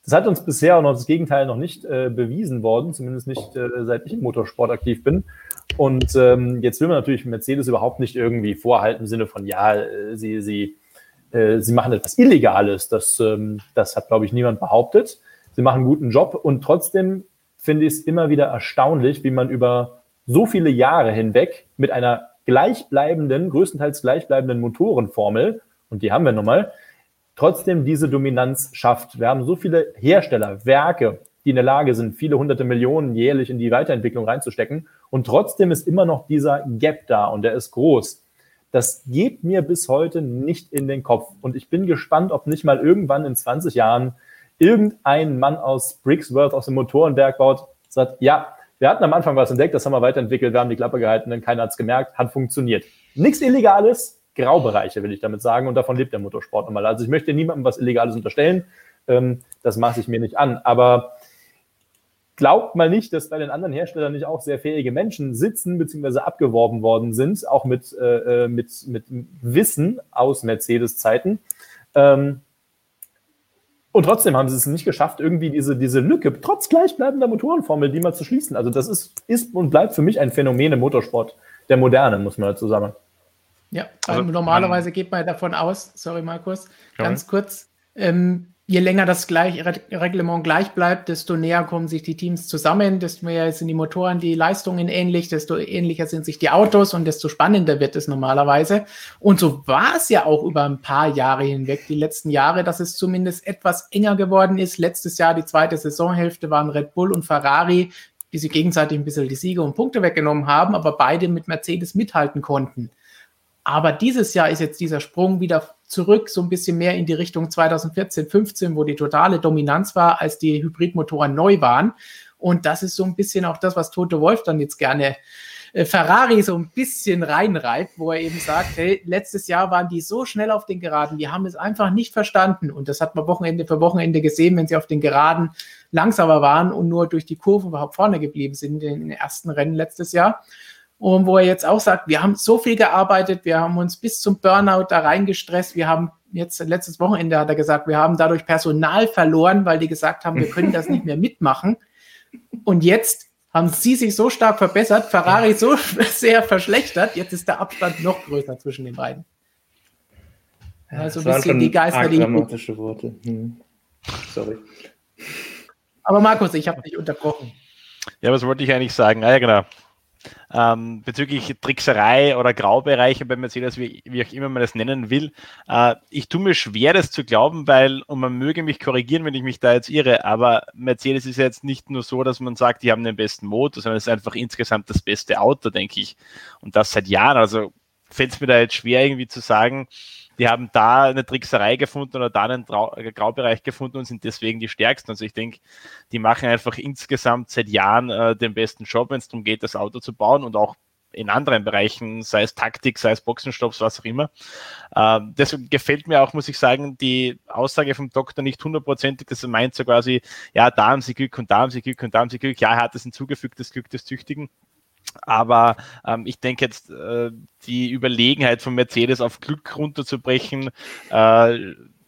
Das hat uns bisher auch noch das Gegenteil noch nicht äh, bewiesen worden, zumindest nicht äh, seit ich im Motorsport aktiv bin. Und ähm, jetzt will man natürlich Mercedes überhaupt nicht irgendwie vorhalten im Sinne von, ja, äh, sie, sie, äh, sie machen etwas Illegales. Das, ähm, das hat, glaube ich, niemand behauptet. Sie machen einen guten Job und trotzdem finde ich es immer wieder erstaunlich, wie man über so viele Jahre hinweg mit einer gleichbleibenden, größtenteils gleichbleibenden Motorenformel, und die haben wir nun mal, trotzdem diese Dominanz schafft. Wir haben so viele Hersteller, Werke, die in der Lage sind, viele hunderte Millionen jährlich in die Weiterentwicklung reinzustecken. Und trotzdem ist immer noch dieser Gap da und der ist groß. Das geht mir bis heute nicht in den Kopf. Und ich bin gespannt, ob nicht mal irgendwann in zwanzig Jahren irgendein Mann aus Brixworth, aus dem Motorenbergbau, sagt, ja, wir hatten am Anfang was entdeckt, das haben wir weiterentwickelt, wir haben die Klappe gehalten, denn keiner hat es gemerkt, hat funktioniert. Nichts Illegales, Graubereiche, will ich damit sagen, und davon lebt der Motorsport nochmal. Also ich möchte niemandem was Illegales unterstellen, ähm, das maße ich mir nicht an, aber glaubt mal nicht, dass bei den anderen Herstellern nicht auch sehr fähige Menschen sitzen bzw. abgeworben worden sind, auch mit, äh, mit, mit Wissen aus Mercedes-Zeiten. Ähm, und trotzdem haben sie es nicht geschafft, irgendwie diese, diese Lücke, trotz gleichbleibender Motorenformel, die mal zu schließen. Also das ist, ist und bleibt für mich ein Phänomen im Motorsport der Moderne, muss man dazu sagen. Ja, also normalerweise geht man davon aus, sorry Markus, ganz ja. kurz, ähm, je länger das gleich, Reglement gleich bleibt, desto näher kommen sich die Teams zusammen, desto mehr sind die Motoren, die Leistungen ähnlich, desto ähnlicher sind sich die Autos und desto spannender wird es normalerweise. Und so war es ja auch über ein paar Jahre hinweg, die letzten Jahre, dass es zumindest etwas enger geworden ist. Letztes Jahr, die zweite Saisonhälfte, waren Red Bull und Ferrari, die sich gegenseitig ein bisschen die Siege und Punkte weggenommen haben, aber beide mit Mercedes mithalten konnten. Aber dieses Jahr ist jetzt dieser Sprung wieder zurück, so ein bisschen mehr in die Richtung zweitausendvierzehn, fünfzehn, wo die totale Dominanz war, als die Hybridmotoren neu waren. Und das ist so ein bisschen auch das, was Toto Wolff dann jetzt gerne äh, Ferrari so ein bisschen reinreibt, wo er eben sagt, hey, letztes Jahr waren die so schnell auf den Geraden, die haben es einfach nicht verstanden. Und das hat man Wochenende für Wochenende gesehen, wenn sie auf den Geraden langsamer waren und nur durch die Kurve überhaupt vorne geblieben sind in den ersten Rennen letztes Jahr. Und wo er jetzt auch sagt, wir haben so viel gearbeitet, wir haben uns bis zum Burnout da reingestresst, wir haben jetzt, letztes Wochenende hat er gesagt, wir haben dadurch Personal verloren, weil die gesagt haben, wir können das nicht mehr mitmachen. Und jetzt haben sie sich so stark verbessert, Ferrari so sehr verschlechtert, jetzt ist der Abstand noch größer zwischen den beiden. Also ein bisschen die Geister, die... dramatische Worte. Hm. Sorry. Aber Markus, ich habe dich unterbrochen. Ja, was wollte ich eigentlich sagen? Ah ja, genau. Ähm, bezüglich Trickserei oder Graubereiche bei Mercedes, wie, wie auch immer man das nennen will. Äh, ich tue mir schwer, das zu glauben, weil, und man möge mich korrigieren, wenn ich mich da jetzt irre, aber Mercedes ist ja jetzt nicht nur so, dass man sagt, die haben den besten Motor, sondern es ist einfach insgesamt das beste Auto, denke ich. Und das seit Jahren. Also fällt es mir da jetzt schwer, irgendwie zu sagen, die haben da eine Trickserei gefunden oder da einen Trau- Graubereich gefunden und sind deswegen die stärksten. Also ich denke, die machen einfach insgesamt seit Jahren äh, den besten Job, wenn es darum geht, das Auto zu bauen und auch in anderen Bereichen, sei es Taktik, sei es Boxenstopps, was auch immer. Ähm, deswegen gefällt mir auch, muss ich sagen, die Aussage vom Doktor nicht hundertprozentig, dass er meint so quasi, ja, da haben sie Glück und da haben sie Glück und da haben sie Glück. Ja, er hat es hinzugefügt, das Glück des Tüchtigen. Aber ähm, ich denke jetzt, äh, die Überlegenheit von Mercedes auf Glück runterzubrechen, äh,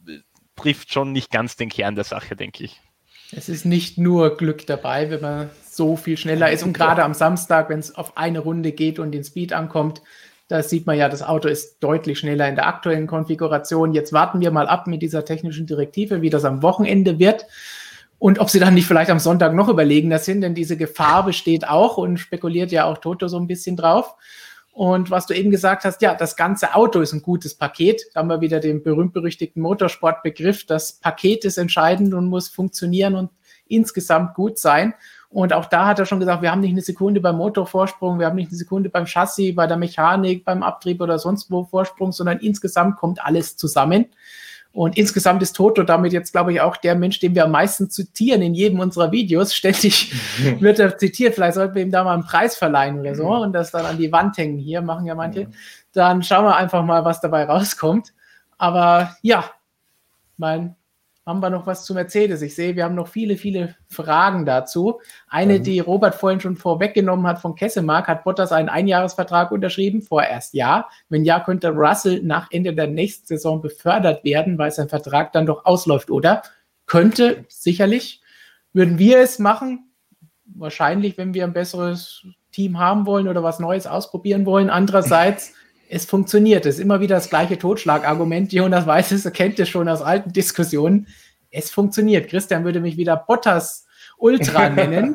trifft schon nicht ganz den Kern der Sache, denke ich. Es ist nicht nur Glück dabei, wenn man so viel schneller ist. Und gerade am Samstag, wenn es auf eine Runde geht und den Speed ankommt, da sieht man ja, das Auto ist deutlich schneller in der aktuellen Konfiguration. Jetzt warten wir mal ab mit dieser technischen Direktive, wie das am Wochenende wird. Und ob sie dann nicht vielleicht am Sonntag noch überlegener sind, denn diese Gefahr besteht auch und spekuliert ja auch Toto so ein bisschen drauf. Und was du eben gesagt hast, ja, das ganze Auto ist ein gutes Paket. Da haben wir wieder den berühmt-berüchtigten Motorsportbegriff. Das Paket ist entscheidend und muss funktionieren und insgesamt gut sein. Und auch da hat er schon gesagt, wir haben nicht eine Sekunde beim Motorvorsprung, wir haben nicht eine Sekunde beim Chassis, bei der Mechanik, beim Abtrieb oder sonst wo Vorsprung, sondern insgesamt kommt alles zusammen. Und insgesamt ist Toto damit jetzt, glaube ich, auch der Mensch, den wir am meisten zitieren in jedem unserer Videos. Ständig wird er zitiert. Vielleicht sollten wir ihm da mal einen Preis verleihen oder so und das dann an die Wand hängen. Hier machen ja manche. Dann schauen wir einfach mal, was dabei rauskommt. Aber ja, mein, haben wir noch was zu Mercedes? Ich sehe, wir haben noch viele, viele Fragen dazu. Eine, die Robert vorhin schon vorweggenommen hat von Kessemark, hat Bottas einen Einjahresvertrag unterschrieben? Vorerst ja. Wenn ja, könnte Russell nach Ende der nächsten Saison befördert werden, weil sein Vertrag dann doch ausläuft, oder? könnte, sicherlich. Würden wir es machen? Wahrscheinlich, wenn wir ein besseres Team haben wollen oder was Neues ausprobieren wollen. Andererseits, es funktioniert. Es ist immer wieder das gleiche Totschlagargument. Jonas weiß es, er kennt es schon aus alten Diskussionen. Es funktioniert. Christian würde mich wieder Bottas Ultra nennen.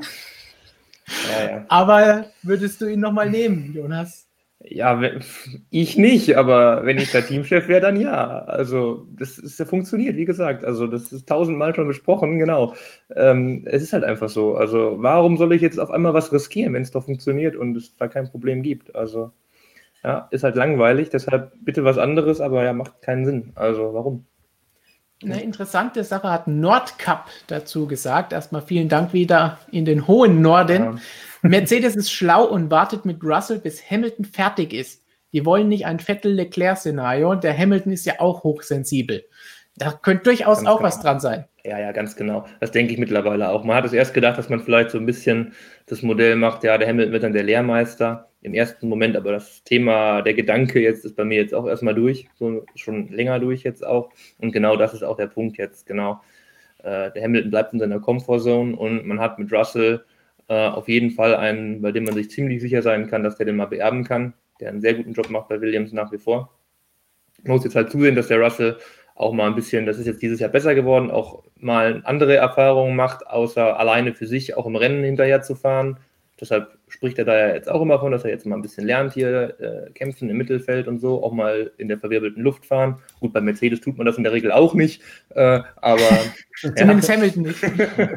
Ja, ja. Aber würdest du ihn nochmal nehmen, Jonas? Ja, ich nicht, aber wenn ich der Teamchef wäre, dann ja. Also das ist ja funktioniert, wie gesagt. Also das ist tausendmal schon besprochen, genau. Ähm, es ist halt einfach so. Also warum soll ich jetzt auf einmal was riskieren, wenn es doch funktioniert und es da kein Problem gibt? Also ja, ist halt langweilig, deshalb bitte was anderes, aber ja, macht keinen Sinn. Also warum? Eine interessante Sache hat Nordcup dazu gesagt. Erstmal vielen Dank wieder in den hohen Norden. Ja. Mercedes ist schlau und wartet mit Russell, bis Hamilton fertig ist. Die wollen nicht ein Vettel-Leclerc-Szenario. Der Hamilton ist ja auch hochsensibel. Da könnte durchaus ganz auch genau. was dran sein. Ja, ja, ganz genau. Das denke ich mittlerweile auch. Man hat es erst gedacht, dass man vielleicht so ein bisschen das Modell macht, ja, der Hamilton wird dann der Lehrmeister im ersten Moment, aber das Thema, der Gedanke jetzt ist bei mir jetzt auch erstmal durch, so schon länger durch jetzt auch. Und genau das ist auch der Punkt jetzt, genau. Äh, der Hamilton bleibt in seiner Comfortzone und man hat mit Russell äh, auf jeden Fall einen, bei dem man sich ziemlich sicher sein kann, dass der den mal beerben kann, der einen sehr guten Job macht bei Williams nach wie vor. Man muss jetzt halt zusehen, dass der Russell auch mal ein bisschen, das ist jetzt dieses Jahr besser geworden, auch mal andere Erfahrungen macht, außer alleine für sich auch im Rennen hinterher zu fahren. Deshalb spricht er da ja jetzt auch immer von, dass er jetzt mal ein bisschen lernt hier, äh, kämpfen im Mittelfeld und so, auch mal in der verwirbelten Luft fahren. Gut, bei Mercedes tut man das in der Regel auch nicht, äh, aber... Zumindest ja. Hamilton nicht.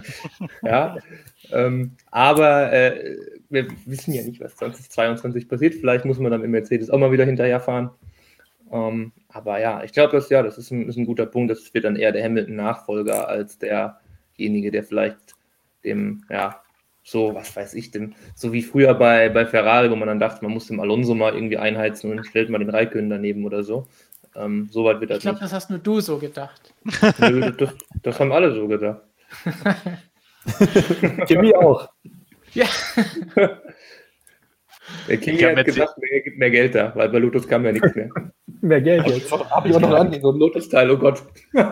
ja, ähm, aber äh, wir wissen ja nicht, was zwanzig zweiundzwanzig passiert. Vielleicht muss man dann im Mercedes auch mal wieder hinterher fahren. Um, aber ja, ich glaube, das, ja, das ist ein, ist ein guter Punkt. Das wird dann eher der Hamilton-Nachfolger als derjenige, der vielleicht dem, ja, so, was weiß ich, dem, so wie früher bei, bei Ferrari, wo man dann dachte, man muss dem Alonso mal irgendwie einheizen und stellt mal den Raikkonen daneben oder so. Um, so weit wird das Ich glaube, das hast nur du so gedacht. Nö, das, das haben alle so gedacht. Kimi auch. Ja. Der Kimi hat gedacht, er gibt mehr Geld da, weil bei Lotus kam ja nichts mehr. Mehr Geld jetzt. Habe ich auch noch an, so ein Lotus-Teil, oh Gott.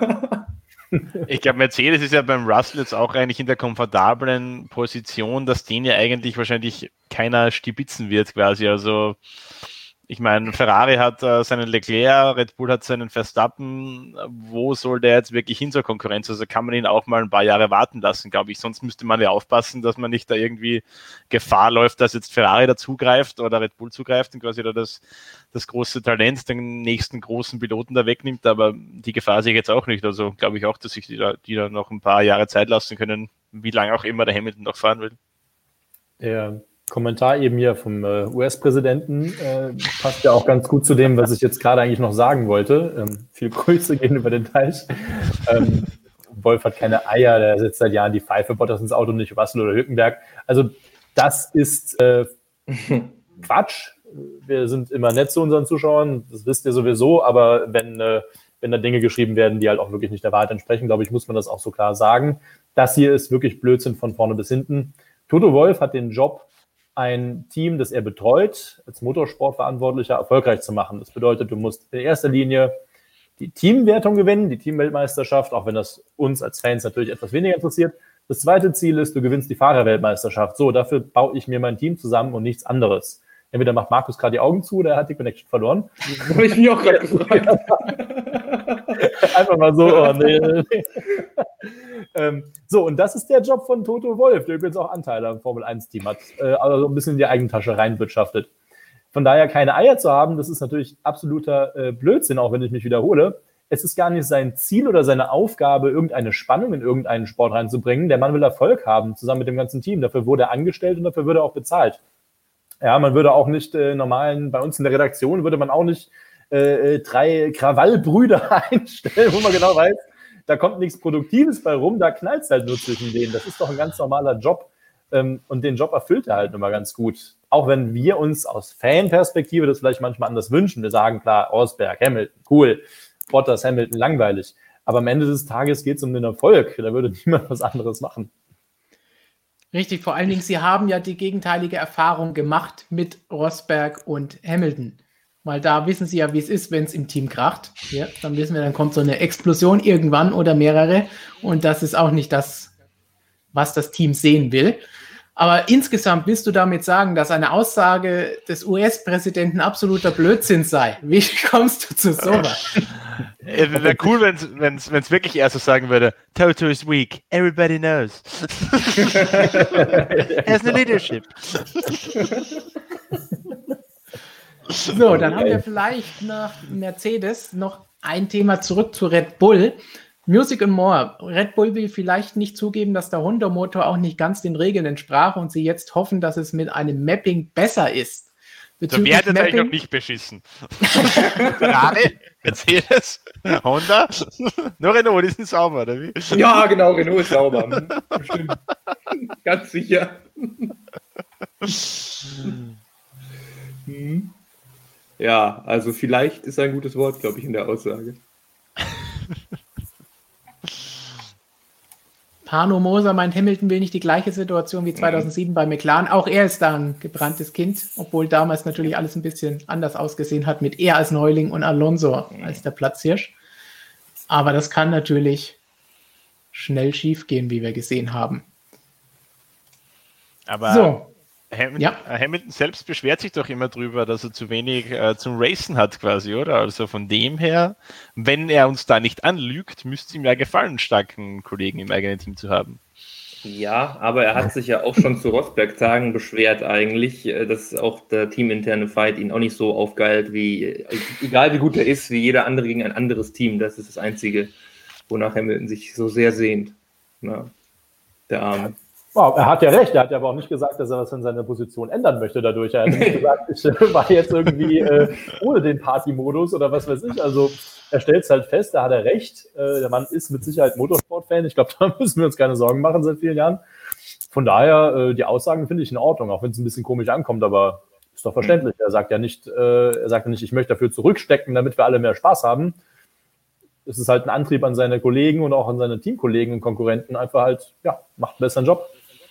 Ich glaube, Mercedes ist ja beim Russell jetzt auch eigentlich in der komfortablen Position, dass den ja eigentlich wahrscheinlich keiner stibitzen wird quasi. Also ich meine, Ferrari hat äh, seinen Leclerc, Red Bull hat seinen Verstappen. Wo soll der jetzt wirklich hin zur Konkurrenz? Also kann man ihn auch mal ein paar Jahre warten lassen, glaube ich. Sonst müsste man ja aufpassen, dass man nicht da irgendwie Gefahr läuft, dass jetzt Ferrari dazugreift oder Red Bull zugreift und quasi da das, das große Talent, den nächsten großen Piloten da wegnimmt. Aber die Gefahr sehe ich jetzt auch nicht. Also glaube ich auch, dass sich die da, die da noch ein paar Jahre Zeit lassen können, wie lange auch immer der Hamilton noch fahren will. Der Kommentar eben hier vom äh, U S-Präsidenten äh, passt ja auch ganz gut zu dem, was ich jetzt gerade eigentlich noch sagen wollte. Ähm, viel Grüße gehen über den Teich. Ähm, Wolf hat keine Eier, der setzt seit Jahren die Pfeife Bottas ins Auto, nicht Russell oder Hülkenberg. Also das ist äh, Quatsch. Wir sind immer nett zu unseren Zuschauern, das wisst ihr sowieso, aber wenn, äh, wenn da Dinge geschrieben werden, die halt auch wirklich nicht der Wahrheit entsprechen, glaube ich, muss man das auch so klar sagen. Das hier ist wirklich Blödsinn von vorne bis hinten. Toto Wolff hat den Job, ein Team, das er betreut, als Motorsportverantwortlicher erfolgreich zu machen. Das bedeutet, du musst in erster Linie die Teamwertung gewinnen, die Teamweltmeisterschaft, auch wenn das uns als Fans natürlich etwas weniger interessiert. Das zweite Ziel ist, du gewinnst die Fahrerweltmeisterschaft. So, dafür baue ich mir mein Team zusammen und nichts anderes. Entweder macht Markus gerade die Augen zu oder er hat die Connection verloren. Das habe ich mich auch gerade gefragt. Einfach mal so. Oh, nee, nee. ähm, so, und das ist der Job von Toto Wolff, der übrigens auch Anteile am Formel eins Team hat, äh, also ein bisschen in die Eigentasche reinwirtschaftet. Von daher keine Eier zu haben, das ist natürlich absoluter äh, Blödsinn, auch wenn ich mich wiederhole. Es ist gar nicht sein Ziel oder seine Aufgabe, irgendeine Spannung in irgendeinen Sport reinzubringen. Der Mann will Erfolg haben, zusammen mit dem ganzen Team. Dafür wurde er angestellt und dafür würde er auch bezahlt. Ja, man würde auch nicht äh, normalen, bei uns in der Redaktion würde man auch nicht äh, drei Krawallbrüder einstellen, wo man genau weiß, da kommt nichts Produktives bei rum, da knallt es halt nur zwischen denen. Das ist doch ein ganz normaler Job ähm, und den Job erfüllt er halt immer ganz gut. Auch wenn wir uns aus Fanperspektive das vielleicht manchmal anders wünschen. Wir sagen klar, Rosberg, Hamilton, cool, Bottas, Hamilton, langweilig. Aber am Ende des Tages geht es um den Erfolg. Da würde niemand was anderes machen. Richtig, vor allen Dingen, Sie haben ja die gegenteilige Erfahrung gemacht mit Rosberg und Hamilton. weil da wissen sie ja, wie es ist, wenn es im Team kracht. Ja, dann wissen wir, dann kommt so eine Explosion irgendwann oder mehrere und das ist auch nicht das, was das Team sehen will. Aber insgesamt willst du damit sagen, dass eine Aussage des U S-Präsidenten absoluter Blödsinn sei? Wie kommst du zu sowas? Wäre cool, wenn es wirklich er so sagen würde, Toto is weak, everybody knows. Has no leadership. So, dann haben wir vielleicht nach Mercedes noch ein Thema zurück zu Red Bull. Music and More. Red Bull will vielleicht nicht zugeben, dass der Honda-Motor auch nicht ganz den Regeln entsprach und sie jetzt hoffen, dass es mit einem Mapping besser ist. So wer hat jetzt eigentlich noch nicht beschissen? Ferrari, Mercedes, Honda, nur Renault, die sind sauber, oder wie? Ja, genau, Renault ist sauber. Stimmt. Ganz sicher. Hm. Ja, also vielleicht ist ein gutes Wort, glaube ich, in der Aussage. Pano Moser meint, Hamilton will nicht die gleiche Situation wie zweitausendsieben mhm. bei McLaren. Auch er ist da ein gebranntes Kind, obwohl damals natürlich alles ein bisschen anders ausgesehen hat mit er als Neuling und Alonso mhm. als der Platzhirsch. Aber das kann natürlich schnell schief gehen, wie wir gesehen haben. Aber so. Hamilton, ja. Hamilton selbst beschwert sich doch immer drüber, dass er zu wenig äh, zum Racen hat quasi, oder? Also von dem her, wenn er uns da nicht anlügt, müsste es ihm ja gefallen, einen starken Kollegen im eigenen Team zu haben. Ja, aber er hat sich ja auch schon zu Rosberg-Tagen beschwert eigentlich, dass auch der teaminterne Fight ihn auch nicht so aufgeilt, wie, egal wie gut er ist, wie jeder andere gegen ein anderes Team. Das ist das Einzige, wonach Hamilton sich so sehr sehnt. Na, der Arme. Wow, er hat ja recht, er hat ja aber auch nicht gesagt, dass er was in seiner Position ändern möchte dadurch. Er hat nicht gesagt, ich äh, war jetzt irgendwie äh, ohne den Party-Modus oder was weiß ich. Also er stellt es halt fest, da hat er recht. Äh, der Mann ist mit Sicherheit Motorsport-Fan. Ich glaube, da müssen wir uns keine Sorgen machen seit vielen Jahren. Von daher, äh, die Aussagen finde ich in Ordnung, auch wenn es ein bisschen komisch ankommt, aber ist doch verständlich. Er sagt ja nicht, äh, er sagt ja nicht, ich möchte dafür zurückstecken, damit wir alle mehr Spaß haben. Es ist halt ein Antrieb an seine Kollegen und auch an seine Teamkollegen und Konkurrenten, einfach halt, ja, macht einen besseren Job.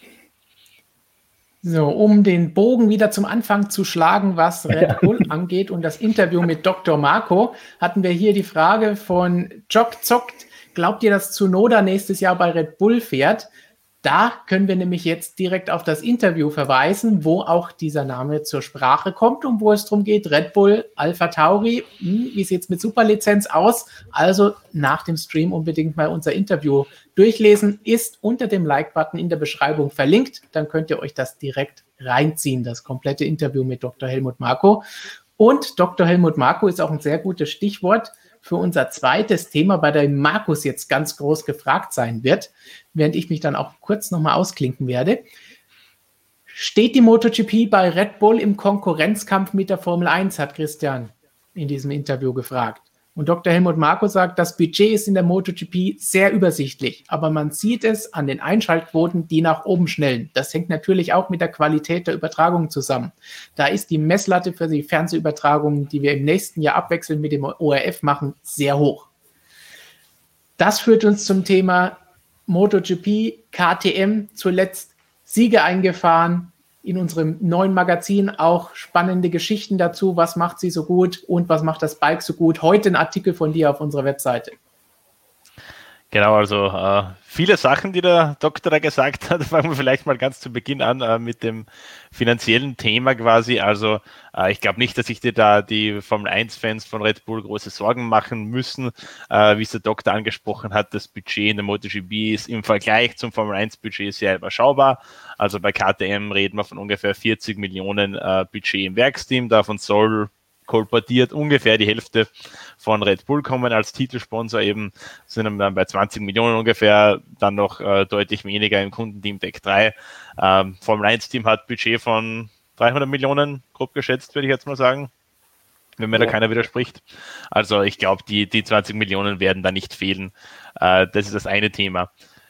So, um den Bogen wieder zum Anfang zu schlagen, was Red Bull ja. angeht und das Interview mit Doktor Marco, hatten wir hier die Frage von Jock Zockt. Glaubt ihr, dass Tsunoda nächstes Jahr bei Red Bull fährt? Da können wir nämlich jetzt direkt auf das Interview verweisen, wo auch dieser Name zur Sprache kommt und wo es darum geht, Red Bull, AlphaTauri, hm, wie sieht es mit Superlizenz aus? Also nach dem Stream unbedingt mal unser Interview durchlesen, ist unter dem Like-Button in der Beschreibung verlinkt. Dann könnt ihr euch das direkt reinziehen, das komplette Interview mit Doktor Helmut Marko. Und Doktor Helmut Marko ist auch ein sehr gutes Stichwort für unser zweites Thema, bei dem Markus jetzt ganz groß gefragt sein wird, während ich mich dann auch kurz nochmal ausklinken werde. Steht die MotoGP bei Red Bull im Konkurrenzkampf mit der Formel eins, hat Christian in diesem Interview gefragt. Und Doktor Helmut Marko sagt, das Budget ist in der MotoGP sehr übersichtlich, aber man sieht es an den Einschaltquoten, die nach oben schnellen. Das hängt natürlich auch mit der Qualität der Übertragung zusammen. Da ist die Messlatte für die Fernsehübertragungen, die wir im nächsten Jahr abwechselnd mit dem O R F machen, sehr hoch. Das führt uns zum Thema MotoGP, K T M, zuletzt Siege eingefahren, in unserem neuen Magazin auch spannende Geschichten dazu, was macht sie so gut und was macht das Bike so gut. Heute ein Artikel von dir auf unserer Webseite. Genau, also äh, viele Sachen, die der Doktor da gesagt hat. Fangen wir vielleicht mal ganz zu Beginn an äh, mit dem finanziellen Thema quasi. Also äh, ich glaube nicht, dass sich dir da die Formel eins Fans von Red Bull große Sorgen machen müssen. Äh, wie es der Doktor angesprochen hat, das Budget in der MotoGP ist im Vergleich zum Formel eins Budget sehr überschaubar. Also bei K T M reden wir von ungefähr vierzig Millionen äh, Budget im Werksteam. Davon soll kolportiert ungefähr die Hälfte von Red Bull kommen als Titelsponsor, eben sind dann bei zwanzig Millionen ungefähr, dann noch äh, deutlich weniger im Kundenteam Deck drei. Ähm, Formel eins Team hat Budget von dreihundert Millionen, grob geschätzt, würde ich jetzt mal sagen, wenn mir ja. da keiner widerspricht. Also ich glaube, die, die zwanzig Millionen werden da nicht fehlen. Äh, das ist das eine Thema.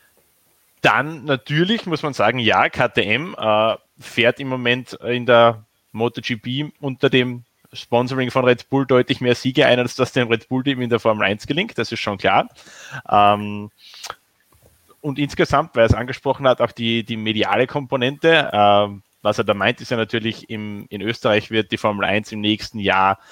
Dann natürlich muss man sagen, ja, K T M äh, fährt im Moment in der MotoGP unter dem Sponsoring von Red Bull deutlich mehr Siege ein, als das dem Red Bull-Team in der Formel eins gelingt, das ist schon klar. Ähm, und insgesamt, weil er es angesprochen hat, auch die, die mediale Komponente, ähm, was er da meint, ist ja natürlich, im, in Österreich wird die Formel eins im nächsten Jahr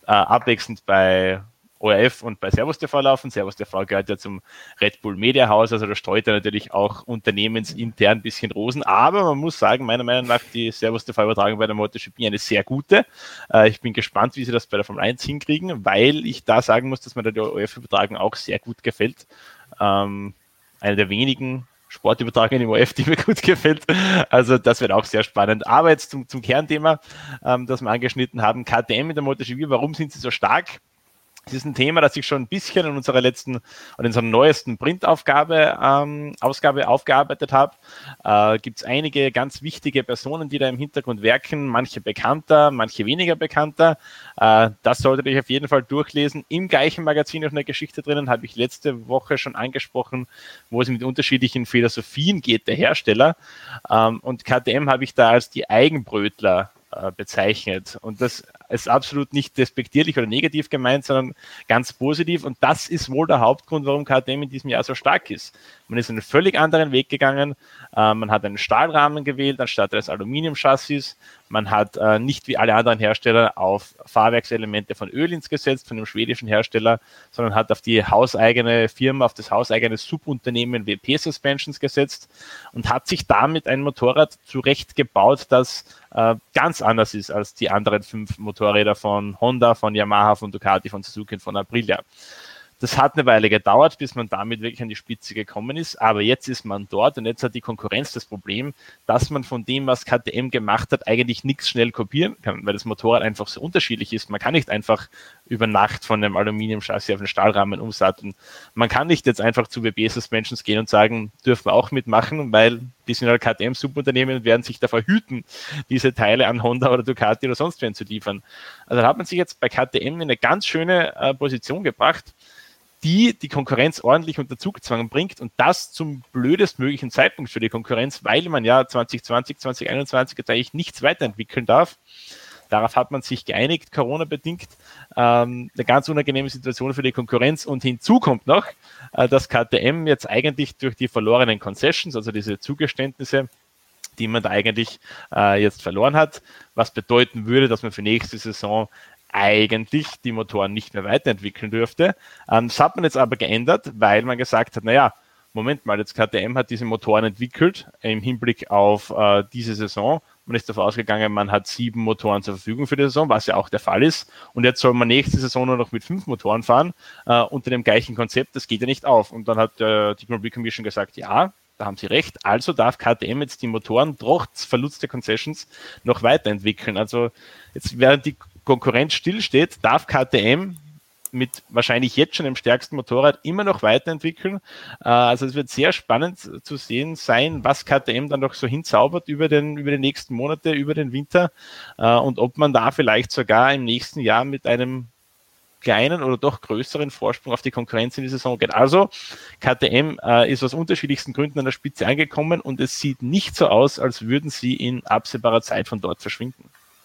äh, abwechselnd bei O R F und bei Servus T V laufen. Servus T V gehört ja zum Red Bull Media House, also da streut er natürlich auch unternehmensintern ein bisschen Rosen, aber man muss sagen, meiner Meinung nach die Servus T V-Übertragung bei der MotoGP eine sehr gute. Äh, ich bin gespannt, wie sie das bei der Formel eins hinkriegen, weil ich da sagen muss, dass mir die O R F-Übertragung auch sehr gut gefällt. Ähm, eine der wenigen Sportübertragungen im O R F, die mir gut gefällt. Also das wird auch sehr spannend. Aber jetzt zum, zum Kernthema, ähm, das wir angeschnitten haben, K T M in der MotoGP, warum sind sie so stark? Das ist ein Thema, das ich schon ein bisschen in unserer letzten oder in unserer neuesten Printaufgabe ähm, Ausgabe aufgearbeitet habe. Äh, gibt es einige ganz wichtige Personen, die da im Hintergrund werken, manche bekannter, manche weniger bekannter. Äh, das solltet ihr euch auf jeden Fall durchlesen. Im gleichen Magazin noch eine Geschichte drinnen, habe ich letzte Woche schon angesprochen, wo es mit unterschiedlichen Philosophien geht, der Hersteller. Ähm, und K T M habe ich da als die Eigenbrötler äh, bezeichnet. Und das ist absolut nicht despektierlich oder negativ gemeint, sondern ganz positiv. Und das ist wohl der Hauptgrund, warum K T M in diesem Jahr so stark ist. Man ist einen völlig anderen Weg gegangen. Äh, man hat einen Stahlrahmen gewählt anstatt eines Aluminiumchassis. Man hat äh, nicht wie alle anderen Hersteller auf Fahrwerkselemente von Öhlins gesetzt, von dem schwedischen Hersteller, sondern hat auf die hauseigene Firma, auf das hauseigene Subunternehmen W P Suspensions gesetzt und hat sich damit ein Motorrad zurechtgebaut, das äh, ganz anders ist als die anderen fünf Motorräder von Honda, von Yamaha, von Ducati, von Suzuki und von Aprilia. Das hat eine Weile gedauert, bis man damit wirklich an die Spitze gekommen ist, aber jetzt ist man dort und jetzt hat die Konkurrenz das Problem, dass man von dem, was K T M gemacht hat, eigentlich nichts schnell kopieren kann, weil das Motorrad einfach so unterschiedlich ist. Man kann nicht einfach über Nacht von einem Aluminiumchassis auf einen Stahlrahmen umsatteln. Man kann nicht jetzt einfach zu W P Suspensions gehen und sagen, dürfen wir auch mitmachen, weil die sind halt K T M-Subunternehmen und werden sich davor hüten, diese Teile an Honda oder Ducati oder sonst wen zu liefern. Also da hat man sich jetzt bei K T M in eine ganz schöne äh, Position gebracht, die die Konkurrenz ordentlich unter Zugzwang bringt und das zum blödestmöglichen Zeitpunkt für die Konkurrenz, weil man ja zwanzig zwanzig, zwanzig einundzwanzig jetzt eigentlich nichts weiterentwickeln darf. Darauf hat man sich geeinigt, Corona-bedingt. Ähm, eine ganz unangenehme Situation für die Konkurrenz und hinzu kommt noch, äh, dass K T M jetzt eigentlich durch die verlorenen Concessions, also diese Zugeständnisse, die man da eigentlich äh, jetzt verloren hat, was bedeuten würde, dass man für nächste Saison eigentlich die Motoren nicht mehr weiterentwickeln dürfte. Ähm, das hat man jetzt aber geändert, weil man gesagt hat, naja, Moment mal, jetzt K T M hat diese Motoren entwickelt im Hinblick auf äh, diese Saison. Man ist davon ausgegangen, man hat sieben Motoren zur Verfügung für die Saison, was ja auch der Fall ist. Und jetzt soll man nächste Saison nur noch mit fünf Motoren fahren, äh, unter dem gleichen Konzept. Das geht ja nicht auf. Und dann hat äh, die Grand Prix Commission gesagt, ja, da haben sie recht. Also darf K T M jetzt die Motoren trotz Verlust der Concessions noch weiterentwickeln. Also jetzt, während die Konkurrenz stillsteht, darf K T M mit wahrscheinlich jetzt schon dem stärksten Motorrad immer noch weiterentwickeln. Also es wird sehr spannend zu sehen sein, was K T M dann noch so hinzaubert über, den, über die nächsten Monate, über den Winter und ob man da vielleicht sogar im nächsten Jahr mit einem kleinen oder doch größeren Vorsprung auf die Konkurrenz in die Saison geht. Also K T M äh, ist aus unterschiedlichsten Gründen an der Spitze angekommen und es sieht nicht so aus, als würden sie in absehbarer Zeit von dort verschwinden.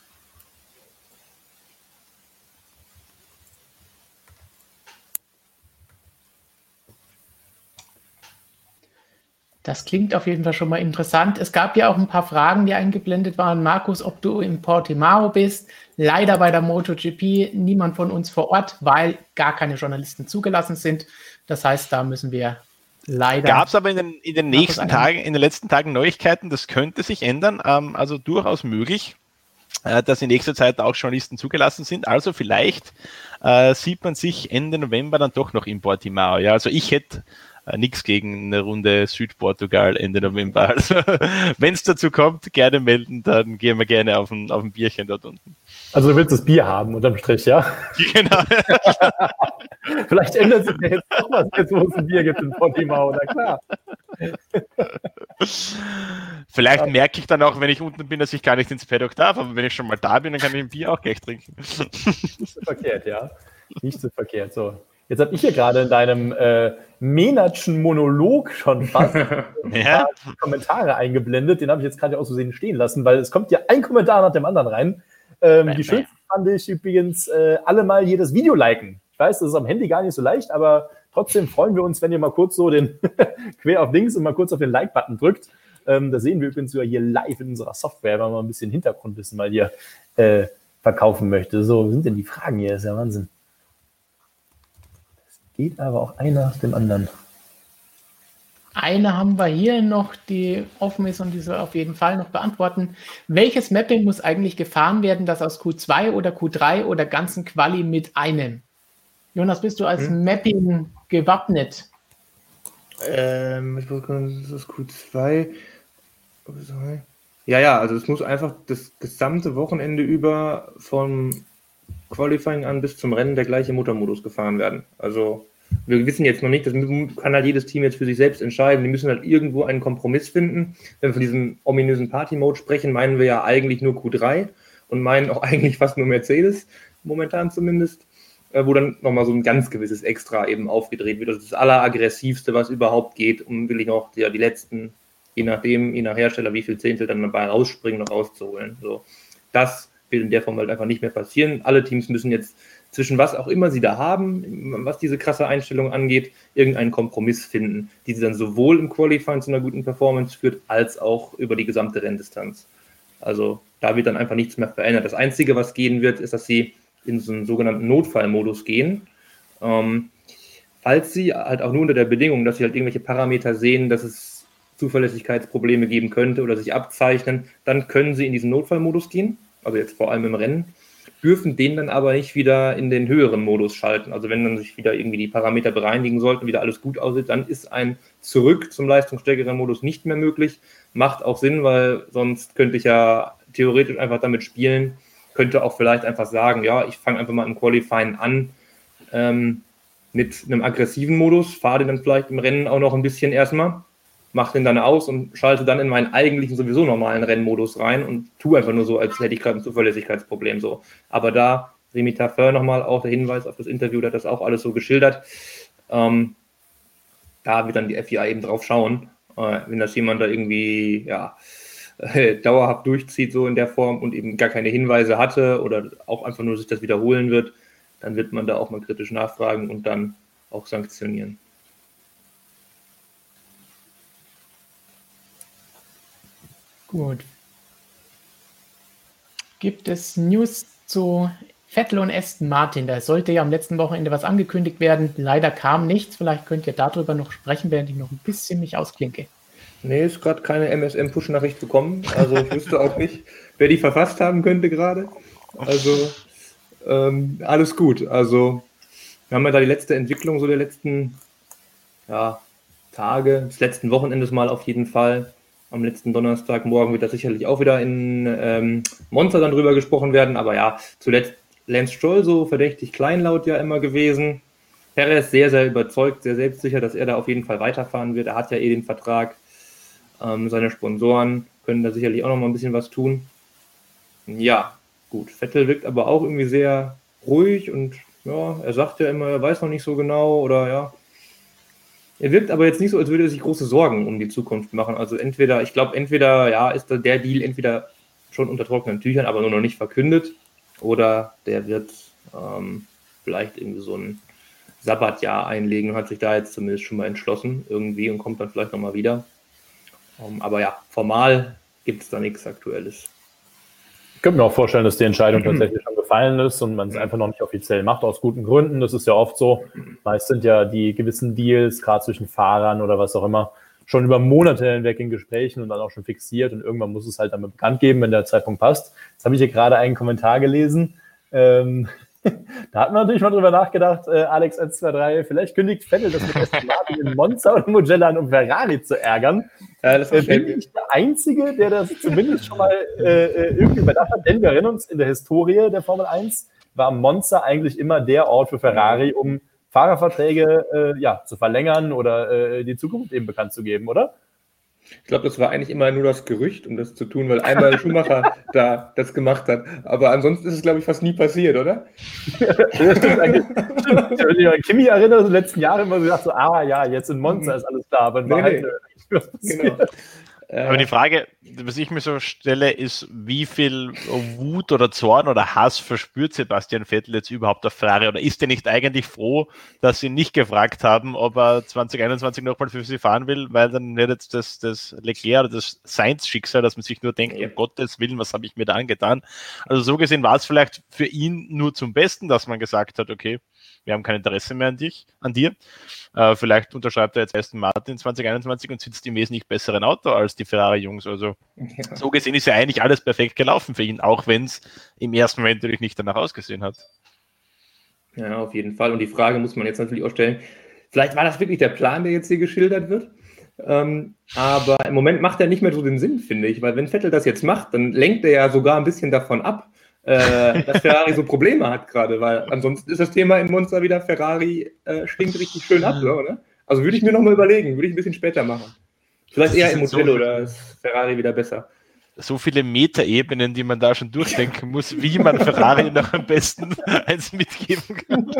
Das klingt auf jeden Fall schon mal interessant. Es gab ja auch ein paar Fragen, die eingeblendet waren. Markus, ob du in Portimao bist. Leider bei der MotoGP niemand von uns vor Ort, weil gar keine Journalisten zugelassen sind. Das heißt, da müssen wir leider... Gab es aber in den, in den nächsten Tagen, in den letzten Tagen Neuigkeiten, das könnte sich ändern. Ähm, also durchaus möglich, äh, dass in nächster Zeit auch Journalisten zugelassen sind. Also vielleicht äh, sieht man sich Ende November dann doch noch in Portimao. Ja, also ich hätte... Äh, nichts gegen eine Runde Südportugal Ende November. Also wenn es dazu kommt, gerne melden, dann gehen wir gerne auf ein, auf ein Bierchen dort unten. Also du willst das Bier haben, unterm Strich, ja? Genau. Vielleicht ändert sich ja jetzt doch was, jetzt wo es ein Bier gibt in Portimao, na klar. Vielleicht merke ich dann auch, wenn ich unten bin, dass ich gar nicht ins Paddock darf, aber wenn ich schon mal da bin, dann kann ich ein Bier auch gleich trinken. Nicht so verkehrt, ja. Nicht so verkehrt, so. Jetzt habe ich hier gerade in deinem äh, Menatschen Monolog schon fast ja. Kommentare eingeblendet. Den habe ich jetzt gerade aus Versehen stehen lassen, weil es kommt ja ein Kommentar nach dem anderen rein. Ähm, bam, die schönste fand ich übrigens, äh, alle mal hier das Video liken. Ich weiß, das ist am Handy gar nicht so leicht, aber trotzdem freuen wir uns, wenn ihr mal kurz so den quer auf links und mal kurz auf den Like-Button drückt. Ähm, da sehen wir übrigens sogar hier live in unserer Software, wenn wir mal ein bisschen Hintergrundwissen mal hier äh, verkaufen möchte. So, was sind denn die Fragen hier? Das ist ja Wahnsinn. Das geht aber auch einer nach dem anderen. Eine haben wir hier noch, die offen ist und die soll auf jeden Fall noch beantworten. Welches Mapping muss eigentlich gefahren werden, das aus Q zwei oder Q drei oder ganzen Quali mit einem? Jonas, bist du als hm? Mapping gewappnet? Ähm, ich weiß, das ist Q zwei. Ja, ja, also es muss einfach das gesamte Wochenende über vom Qualifying an bis zum Rennen der gleiche Motormodus gefahren werden. Also wir wissen jetzt noch nicht, das kann halt jedes Team jetzt für sich selbst entscheiden. Die müssen halt irgendwo einen Kompromiss finden. Wenn wir von diesem ominösen Party-Mode sprechen, meinen wir ja eigentlich nur Q drei und meinen auch eigentlich fast nur Mercedes, momentan zumindest, wo dann nochmal so ein ganz gewisses Extra eben aufgedreht wird. Das ist das Alleraggressivste, was überhaupt geht, um wirklich auch die, die letzten, je nachdem, je nach Hersteller, wie viel Zehntel dann dabei rausspringen, noch rauszuholen. So, das wird in der Form halt einfach nicht mehr passieren. Alle Teams müssen jetzt zwischen was auch immer sie da haben, was diese krasse Einstellung angeht, irgendeinen Kompromiss finden, die sie dann sowohl im Qualifying zu einer guten Performance führt, als auch über die gesamte Renndistanz. Also da wird dann einfach nichts mehr verändert. Das Einzige, was gehen wird, ist, dass sie in so einen sogenannten Notfallmodus gehen. Ähm, falls sie halt auch nur unter der Bedingung, dass sie halt irgendwelche Parameter sehen, dass es Zuverlässigkeitsprobleme geben könnte oder sich abzeichnen, dann können sie in diesen Notfallmodus gehen, also jetzt vor allem im Rennen, dürfen den dann aber nicht wieder in den höheren Modus schalten. Also wenn dann sich wieder irgendwie die Parameter bereinigen sollten, wieder alles gut aussieht, dann ist ein Zurück zum leistungsstärkeren Modus nicht mehr möglich. Macht auch Sinn, weil sonst könnte ich ja theoretisch einfach damit spielen, könnte auch vielleicht einfach sagen, ja, ich fange einfach mal im Qualifying an ähm, mit einem aggressiven Modus, fahre den dann vielleicht im Rennen auch noch ein bisschen erstmal, mache den dann aus und schalte dann in meinen eigentlichen sowieso normalen Rennmodus rein und tue einfach nur so, als hätte ich gerade ein Zuverlässigkeitsproblem. So. Aber da, Remy Taffeur nochmal auch der Hinweis auf das Interview, der hat das auch alles so geschildert. Ähm, da wird dann die F I A eben drauf schauen, äh, wenn das jemand da irgendwie ja, äh, dauerhaft durchzieht, so in der Form und eben gar keine Hinweise hatte oder auch einfach nur sich das wiederholen wird, dann wird man da auch mal kritisch nachfragen und dann auch sanktionieren. Gut. Gibt es News zu Vettel und Aston Martin? Da sollte ja am letzten Wochenende was angekündigt werden. Leider kam nichts. Vielleicht könnt ihr darüber noch sprechen, während ich noch ein bisschen mich ausklinke. Nee, ist gerade keine M S M-Push-Nachricht gekommen. Also ich wüsste auch nicht, wer die verfasst haben könnte gerade. Also ähm, alles gut. Also wir haben ja da die letzte Entwicklung so der letzten ja, Tage, des letzten Wochenendes mal auf jeden Fall. Am letzten Donnerstagmorgen wird da sicherlich auch wieder in ähm, Monza dann drüber gesprochen werden. Aber ja, zuletzt Lance Stroll so verdächtig kleinlaut ja immer gewesen. Perez sehr, sehr überzeugt, sehr selbstsicher, dass er da auf jeden Fall weiterfahren wird. Er hat ja eh den Vertrag. Ähm, seine Sponsoren können da sicherlich auch noch mal ein bisschen was tun. Ja, gut. Vettel wirkt aber auch irgendwie sehr ruhig und ja, er sagt ja immer, er weiß noch nicht so genau oder ja. Er wirkt aber jetzt nicht so, als würde er sich große Sorgen um die Zukunft machen. Also entweder, ich glaube, entweder ja, ist da der Deal entweder schon unter trockenen Tüchern, aber nur noch nicht verkündet, oder der wird ähm, vielleicht irgendwie so ein Sabbatjahr einlegen und hat sich da jetzt zumindest schon mal entschlossen irgendwie und kommt dann vielleicht nochmal wieder. Um, aber ja, formal gibt es da nichts Aktuelles. Ich könnte mir auch vorstellen, dass die Entscheidung tatsächlich schon gefallen ist und man es einfach noch nicht offiziell macht, aus guten Gründen. Das ist ja oft so. Meist sind ja die gewissen Deals, gerade zwischen Fahrern oder was auch immer, schon über Monate hinweg in Gesprächen und dann auch schon fixiert und irgendwann muss es halt dann bekannt geben, wenn der Zeitpunkt passt. Jetzt habe ich hier gerade einen Kommentar gelesen. Ähm, da hat man natürlich mal drüber nachgedacht, äh, Alex eins zwei drei, vielleicht kündigt Vettel das mit Aston Martin in Monza und Mugello an, um Ferrari zu ärgern. Ja, das äh, bin ich der Einzige, der das zumindest schon mal äh, irgendwie überdacht hat, denn wir erinnern uns, in der Historie der Formel eins war Monza eigentlich immer der Ort für Ferrari, um Fahrerverträge äh, ja, zu verlängern oder äh, die Zukunft eben bekannt zu geben, oder? Ich glaube, das war eigentlich immer nur das Gerücht, um das zu tun, weil einmal Schumacher da das gemacht hat. Aber ansonsten ist es, glaube ich, fast nie passiert, oder? Ja, stimmt eigentlich. Stimmt. Wenn ich mich an Kimi erinnere, die letzten Jahre immer so gedacht, so, ah ja, jetzt in Monza ist alles klar, aber in nee, Wahrheit nee. Genau. Aber die Frage, was ich mir so stelle, ist, wie viel Wut oder Zorn oder Hass verspürt Sebastian Vettel jetzt überhaupt auf Ferrari? Oder ist er nicht eigentlich froh, dass sie ihn nicht gefragt haben, ob er zwanzig einundzwanzig nochmal für sie fahren will, weil dann wird jetzt das, das Leclerc oder das Sainz-Schicksal, dass man sich nur denkt, Ja. um Gottes Willen, was habe ich mir da angetan? Also so gesehen war es vielleicht für ihn nur zum Besten, dass man gesagt hat, okay, wir haben kein Interesse mehr an dich, an dir. Äh, vielleicht unterschreibt er jetzt Aston Martin zwanzig einundzwanzig und sitzt im wesentlich besseren Auto als die Ferrari-Jungs. Also Ja. so gesehen ist ja eigentlich alles perfekt gelaufen für ihn, auch wenn es im ersten Moment natürlich nicht danach ausgesehen hat. Ja, auf jeden Fall. Und die Frage muss man jetzt natürlich auch stellen, vielleicht war das wirklich der Plan, der jetzt hier geschildert wird. Ähm, aber im Moment macht er nicht mehr so den Sinn, finde ich, weil wenn Vettel das jetzt macht, dann lenkt er ja sogar ein bisschen davon ab, äh, dass Ferrari so Probleme hat gerade, weil ansonsten ist das Thema in Monza wieder, Ferrari äh, stinkt richtig schön ab, so, ne? Also würde ich mir nochmal überlegen, würde ich ein bisschen später machen. Vielleicht eher im Mugello, oder ist Ferrari wieder besser. So viele Metaebenen, die man da schon durchdenken muss, wie man Ferrari noch am besten eins mitgeben kann.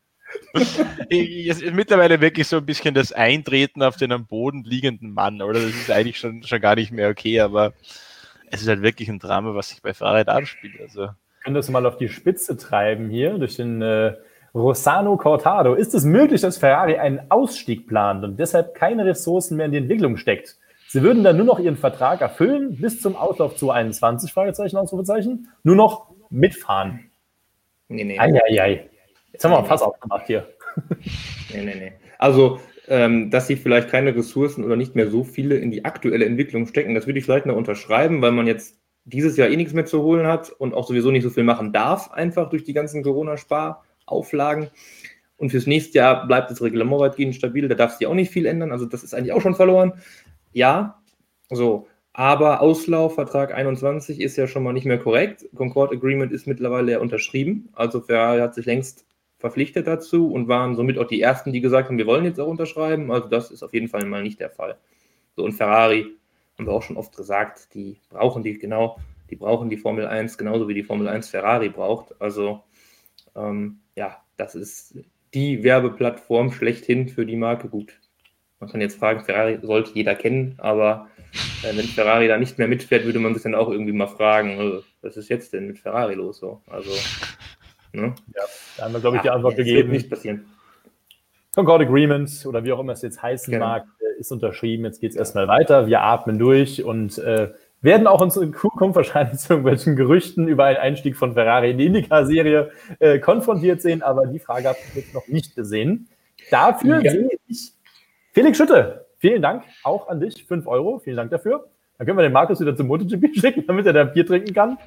Es ist mittlerweile wirklich so ein bisschen das Eintreten auf den am Boden liegenden Mann, oder? Das ist eigentlich schon, schon gar nicht mehr okay, aber es ist halt wirklich ein Drama, was sich bei Ferrari da abspielt. Also. Wir können das mal auf die Spitze treiben hier durch den äh, Rossano Cortado. Ist es möglich, dass Ferrari einen Ausstieg plant und deshalb keine Ressourcen mehr in die Entwicklung steckt? Sie würden dann nur noch ihren Vertrag erfüllen bis zum Auslauf zwanzig einundzwanzig, Fragezeichen, Ausrufezeichen, nur noch mitfahren. Nee, nee. Eieiei. Jetzt haben wir mal Fass aufgemacht hier. Nee, nee, nee. Also, ähm, dass sie vielleicht keine Ressourcen oder nicht mehr so viele in die aktuelle Entwicklung stecken, das würde ich vielleicht noch unterschreiben, weil man jetzt dieses Jahr eh nichts mehr zu holen hat und auch sowieso nicht so viel machen darf, einfach durch die ganzen Corona-Sparauflagen. Und fürs nächste Jahr bleibt das Reglement weitgehend stabil, da darf sich auch nicht viel ändern, also das ist eigentlich auch schon verloren. Ja, so, aber Auslaufvertrag einundzwanzig ist ja schon mal nicht mehr korrekt. Concord Agreement ist mittlerweile ja unterschrieben, also Ferrari hat sich längst verpflichtet dazu und waren somit auch die Ersten, die gesagt haben, wir wollen jetzt auch unterschreiben. Also das ist auf jeden Fall mal nicht der Fall. So, und Ferrari, haben wir auch schon oft gesagt, die brauchen die, genau, die brauchen die Formel eins, genauso wie die Formel eins Ferrari braucht. Also ähm, ja, das ist die Werbeplattform schlechthin für die Marke. Gut, man kann jetzt fragen, Ferrari sollte jeder kennen, aber äh, wenn Ferrari da nicht mehr mitfährt, würde man sich dann auch irgendwie mal fragen, äh, was ist jetzt denn mit Ferrari los? So? Also Ne? Ja, da haben wir, glaube ich, die ja, Antwort ja, gegeben. Das wird nicht passieren. Concord Agreement oder wie auch immer es jetzt heißen Genau. mag, ist unterschrieben. Jetzt geht es erstmal weiter. Wir atmen durch und äh, werden auch in Zukunft wahrscheinlich zu irgendwelchen Gerüchten über einen Einstieg von Ferrari in die IndyCar-Serie äh, konfrontiert sehen. Aber die Frage habe ich jetzt noch nicht gesehen. Dafür Ja. sehe ich Felix Schütte. Vielen Dank auch an dich. fünf Euro. Vielen Dank dafür. Dann können wir den Markus wieder zum MotoGP schicken, damit er da Bier trinken kann.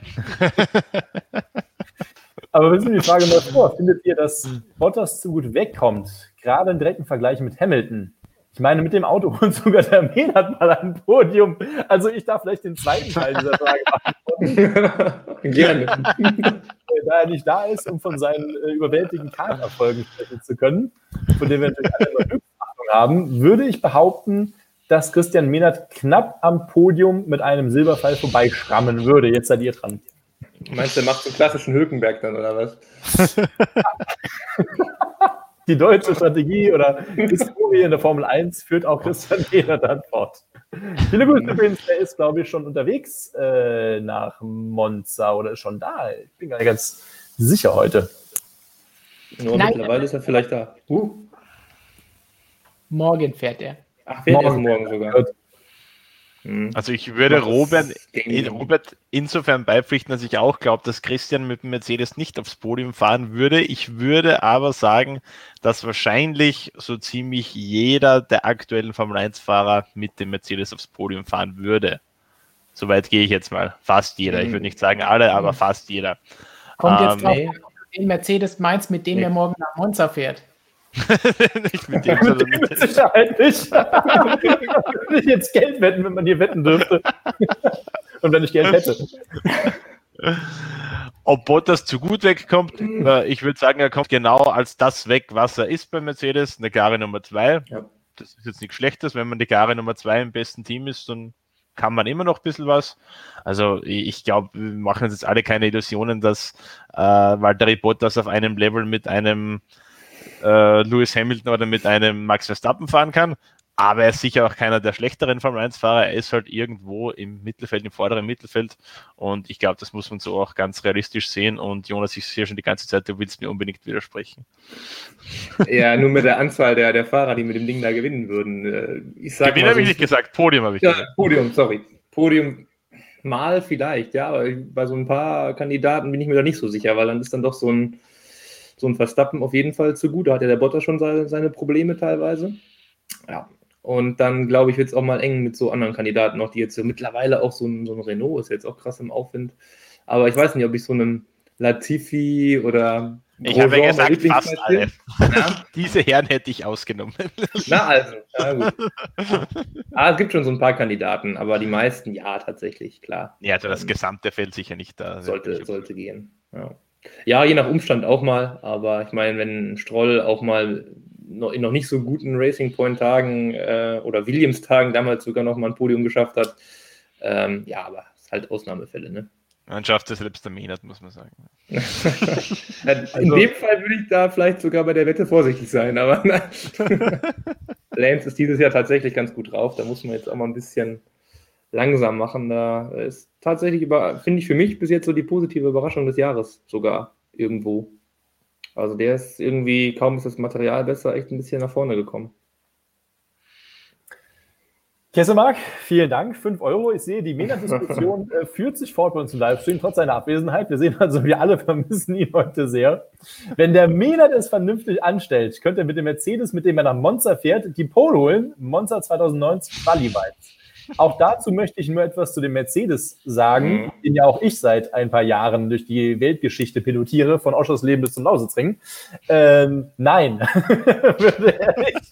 Aber wir sind die Frage mal vor. Findet ihr, dass Bottas zu gut wegkommt? Gerade im direkten Vergleich mit Hamilton. Ich meine, mit dem Auto und sogar der Main hat mal ein Podium. Also ich darf vielleicht den zweiten Teil dieser Frage beantworten. Gerne. Da er nicht da ist, um von seinen äh, überwältigenden Karterfolgen sprechen zu können, von denen wir natürlich alle immer Glücksachtung haben, würde ich behaupten, dass Christian Mehnert knapp am Podium mit einem Silberpfeil vorbeischrammen würde. Jetzt seid ihr dran. Meinst du, der macht so einen klassischen Hülkenberg dann, oder was? Die deutsche Strategie oder Historie in der Formel eins führt auch Christian Mehnert dann fort. Viele Grüße übrigens, der ist, glaube ich, schon unterwegs äh, nach Monza oder ist schon da. Ich bin gar nicht ganz sicher heute. Nur Nein. mittlerweile ist er vielleicht da. Uh. Morgen fährt er. Ach, fährt erst Morgen. morgen sogar. Hm. Also ich würde Macht das Robert, Game- Robert insofern beipflichten, dass ich auch glaube, dass Christian mit dem Mercedes nicht aufs Podium fahren würde. Ich würde aber sagen, dass wahrscheinlich so ziemlich jeder der aktuellen Formel eins Fahrer mit dem Mercedes aufs Podium fahren würde. Soweit gehe ich jetzt mal. Fast jeder. Ich würde nicht sagen alle, aber fast jeder. Kommt jetzt Ähm, drauf nee. an, den Mercedes meinst, mit dem Nee. er morgen nach Monza fährt. nicht mit dem, sondern Mit mit Sicherheit nicht. Wenn ich jetzt Geld wetten, wenn man hier wetten dürfte. Und wenn ich Geld hätte. Ob Bottas zu gut wegkommt, äh, ich würde sagen, er kommt genau als das weg, was er ist bei Mercedes, eine klare Nummer zwei. Ja. Das ist jetzt nichts Schlechtes, wenn man die klare Nummer zwei im besten Team ist, dann kann man immer noch ein bisschen was. Also ich glaube, wir machen uns jetzt alle keine Illusionen, dass äh, Valtteri Bottas auf einem Level mit einem äh, Lewis Hamilton oder mit einem Max Verstappen fahren kann. aber er ist sicher auch keiner der schlechteren Formel eins Fahrer. Er ist halt irgendwo im Mittelfeld, im vorderen Mittelfeld und ich glaube, das muss man so auch ganz realistisch sehen und Jonas, ich sehe schon die ganze Zeit, du willst mir unbedingt widersprechen. Ja, nur mit der Anzahl der, der Fahrer, die mit dem Ding da gewinnen würden. Ich sag Gewinn habe ich nicht gesagt, Podium habe ich ja, gesagt. Podium, sorry. Podium mal vielleicht, ja, aber bei so ein paar Kandidaten bin ich mir da nicht so sicher, weil dann ist dann doch so ein, so ein Verstappen auf jeden Fall zu gut. Da hat ja der Bottas schon seine, seine Probleme teilweise. Ja, und dann glaube ich, wird es auch mal eng mit so anderen Kandidaten noch, die jetzt so mittlerweile auch so ein, so ein Renault ist jetzt auch krass im Aufwind. Aber ich weiß nicht, ob ich so einem Latifi oder ich habe ja gesagt, fast alle. Ja? Diese Herren hätte ich ausgenommen. Na also, ja, gut. Ah, es gibt schon so ein paar Kandidaten, aber die meisten, ja, tatsächlich, klar. Ja, also das gesamte Feld sicher nicht da. Sollte, sollte gehen, ja. Ja, je nach Umstand auch mal, aber ich meine, wenn Stroll auch mal noch, in noch nicht so guten Racing Point-Tagen äh, oder Williams-Tagen damals sogar noch mal ein Podium geschafft hat, ähm, ja, aber es ist halt Ausnahmefälle, ne? Man schafft es selbst der Menard, muss man sagen. In also, dem Fall würde ich da vielleicht sogar bei der Wette vorsichtig sein, aber Lance ist dieses Jahr tatsächlich ganz gut drauf. Da muss man jetzt auch mal ein bisschen langsam machen. Da ist tatsächlich, finde ich für mich bis jetzt so die positive Überraschung des Jahres sogar irgendwo. Also der ist irgendwie, kaum ist das Material besser, echt ein bisschen nach vorne gekommen. Kesselmark, vielen Dank, fünf Euro. Ich sehe, die Menard-Diskussion äh, führt sich fort bei uns im Livestream, trotz seiner Abwesenheit. Wir sehen also, wir alle vermissen ihn heute sehr. Wenn der Menard es vernünftig anstellt, könnte er mit dem Mercedes, mit dem er nach Monza fährt, die Pole holen. Monza zwanzig neunzehn Quali-Vibes. Auch dazu möchte ich nur etwas zu dem Mercedes sagen, mhm. den ja auch ich seit ein paar Jahren durch die Weltgeschichte pilotiere, von Oschersleben bis zum Lausitzring. Ähm, nein, würde er nicht.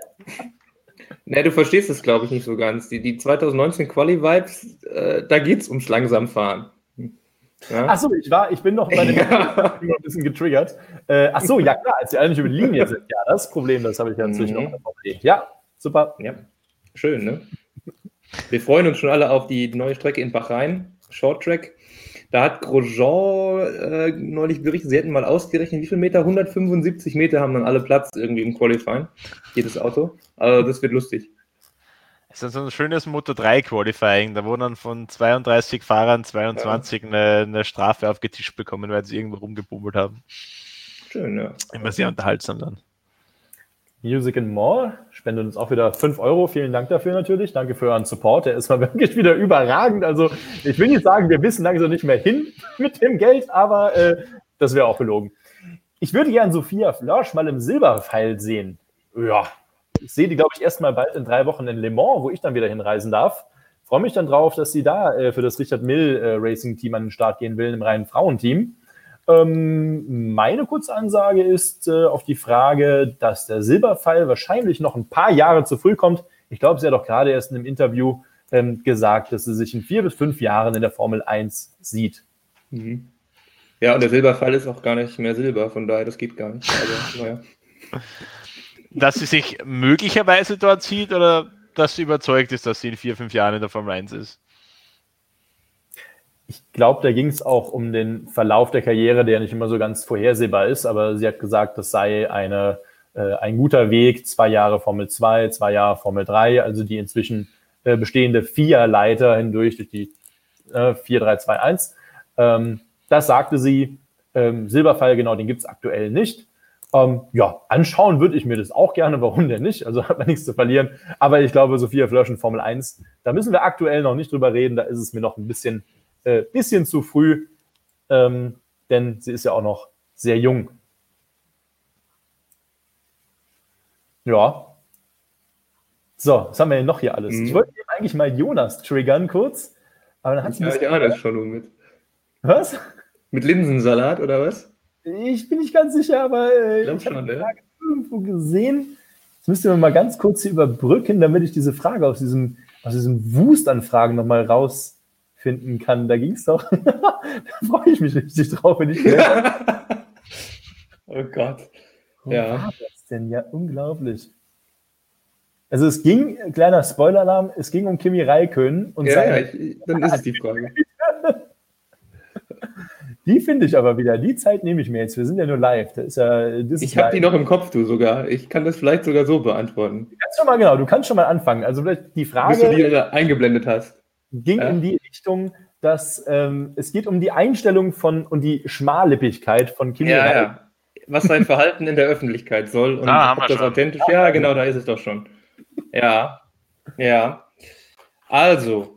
Ne, du verstehst es, glaube ich, nicht so ganz. Die, die zwanzig neunzehn Quali-Vibes, äh, da geht es ums Langsamfahren. Ja? Achso, ich war, ich bin noch bei dem ja. ein bisschen getriggert. Äh, Achso, ja klar, als die alle nicht über die Linie sind. Ja, das Problem, das habe ich ja natürlich mhm. noch überlegt. Ja, super. Ja, schön, ne? Wir freuen uns schon alle auf die neue Strecke in Bahrain, Short Track. Da hat Grosjean äh, neulich berichtet, sie hätten mal ausgerechnet, wie viele Meter? hundertfünfundsiebzig Meter haben dann alle Platz irgendwie im Qualifying, jedes Auto. Also das wird lustig. Es ist so ein schönes Moto drei Qualifying, da wurden dann von zweiunddreißig Fahrern zweiundzwanzig ja. eine, eine Strafe aufgetischt bekommen, weil sie irgendwo rumgebummelt haben. Schön, ja. Immer sehr unterhaltsam dann. Music and More spendet uns auch wieder fünf Euro. Vielen Dank dafür natürlich. Danke für euren Support. Der ist mal wirklich wieder überragend. Also ich will nicht sagen, wir wissen langsam nicht mehr hin mit dem Geld, aber äh, das wäre auch gelogen. Ich würde gern Sophia Flörsch mal im Silberpfeil sehen. Ja, ich sehe die, glaube ich, erst mal bald in drei Wochen in Le Mans, wo ich dann wieder hinreisen darf. Freue mich dann drauf, dass sie da äh, für das Richard Mill äh, Racing Team an den Start gehen will, im reinen Frauenteam. Ähm, meine Kurzansage ist äh, auf die Frage, dass der Silberpfeil wahrscheinlich noch ein paar Jahre zu früh kommt. Ich glaube, sie hat doch gerade erst in einem Interview ähm, gesagt, dass sie sich in vier bis fünf Jahren in der Formel eins sieht. Mhm. Ja, und der Silberpfeil ist auch gar nicht mehr Silber, von daher, das geht gar nicht. Also, naja. Dass sie sich möglicherweise dort sieht oder dass sie überzeugt ist, dass sie in vier, fünf Jahren in der Formel eins ist? Ich glaube, da ging es auch um den Verlauf der Karriere, der nicht immer so ganz vorhersehbar ist, aber sie hat gesagt, das sei eine, äh, ein guter Weg, zwei Jahre Formel zwei, zwei Jahre Formel drei, also die inzwischen äh, bestehende F I A-Leiter hindurch durch die äh, vier drei zwei eins. Ähm, das sagte sie. Ähm, Silberpfeil, genau, den gibt es aktuell nicht. Ähm, ja, anschauen würde ich mir das auch gerne, warum denn nicht? Also hat man nichts zu verlieren. Aber ich glaube, Sophia Flörsch in Formel eins, da müssen wir aktuell noch nicht drüber reden, da ist es mir noch ein bisschen Äh, bisschen zu früh, ähm, denn sie ist ja auch noch sehr jung. Ja. So, was haben wir denn noch hier alles? Mhm. Ich wollte eigentlich mal Jonas triggern kurz, aber dann hat sie ja, ja, das schon mit. Was? Mit Linsensalat oder was? Ich bin nicht ganz sicher, aber äh, ich, ich habe die Frage ja. irgendwo gesehen. Jetzt müsst ihr mal ganz kurz hier überbrücken, damit ich diese Frage aus diesem, aus diesem Wust an Fragen nochmal raus finden kann. Da ging es doch. Da freue ich mich richtig drauf, wenn ich Oh Gott. Wo ja. war das denn? Ja, unglaublich. Also es ging, kleiner Spoiler-Alarm, es ging um Kimi Räikkönen. Und ja, ja ich, dann ist es die Frage. Die finde ich aber wieder. Die Zeit nehme ich mir jetzt. Wir sind ja nur live. Das ist ja, das ich habe die noch im Kopf, du sogar. Ich kann das vielleicht sogar so beantworten. Du kannst schon mal, genau, du kannst schon mal anfangen. Also vielleicht die Frage, bis du die eingeblendet hast, ging ja. in die Richtung, dass ähm, es geht um die Einstellung von und die Schmallippigkeit von Kimi. Ja, ja. Was sein Verhalten in der Öffentlichkeit soll und ah, ob das schon. authentisch. Ja, genau, da ist es doch schon. Ja, ja. Also.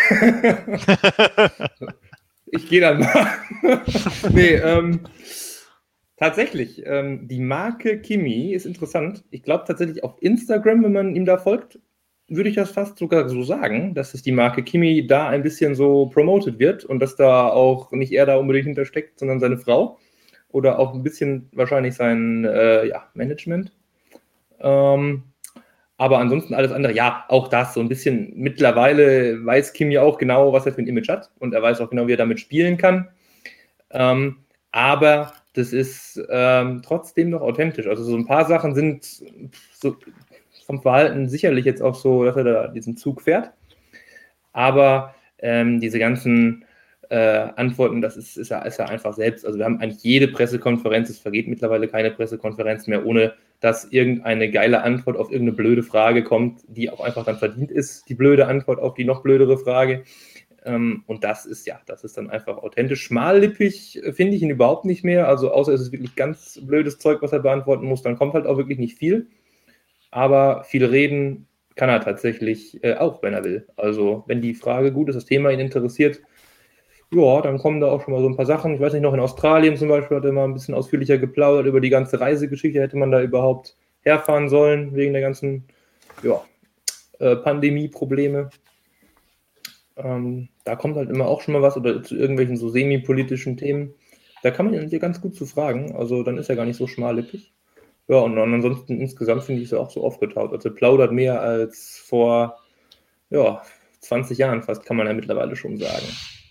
Ich gehe dann mal. nee, ähm, tatsächlich, ähm, die Marke Kimi ist interessant. Ich glaube tatsächlich auf Instagram, wenn man ihm da folgt, würde ich das fast sogar so sagen, dass es die Marke Kimi da ein bisschen so promoted wird und dass da auch nicht er da unbedingt hintersteckt, sondern seine Frau oder auch ein bisschen wahrscheinlich sein äh, ja, Management. Ähm, aber ansonsten alles andere, ja, auch das, so ein bisschen, mittlerweile weiß Kimi auch genau, was er für ein Image hat und er weiß auch genau, wie er damit spielen kann. Ähm, aber das ist ähm, trotzdem noch authentisch. Also so ein paar Sachen sind so vom Verhalten sicherlich jetzt auch so, dass er da diesen Zug fährt. Aber ähm, diese ganzen äh, Antworten, das ist, ist, er, ist er einfach selbst. Also wir haben eigentlich jede Pressekonferenz, es vergeht mittlerweile keine Pressekonferenz mehr, ohne dass irgendeine geile Antwort auf irgendeine blöde Frage kommt, die auch einfach dann verdient ist, die blöde Antwort auf die noch blödere Frage. Ähm, und das ist ja, das ist dann einfach authentisch. Schmallippig finde ich ihn überhaupt nicht mehr. Also außer es ist wirklich ganz blödes Zeug, was er beantworten muss, dann kommt halt auch wirklich nicht viel. Aber viel reden kann er tatsächlich äh, auch, wenn er will. Also wenn die Frage gut ist, das Thema ihn interessiert, ja, dann kommen da auch schon mal so ein paar Sachen. Ich weiß nicht, noch in Australien zum Beispiel hat er mal ein bisschen ausführlicher geplaudert über die ganze Reisegeschichte. Hätte man da überhaupt herfahren sollen wegen der ganzen ja, äh, Pandemie-Probleme. Ähm, da kommt halt immer auch schon mal was oder zu irgendwelchen so semi-politischen Themen. Da kann man ihn hier ganz gut zu fragen. Also dann ist er gar nicht so schmallippig. Ja, und ansonsten insgesamt finde ich es auch so aufgetaut. Also plaudert mehr als vor ja, zwanzig Jahren fast, kann man ja mittlerweile schon sagen.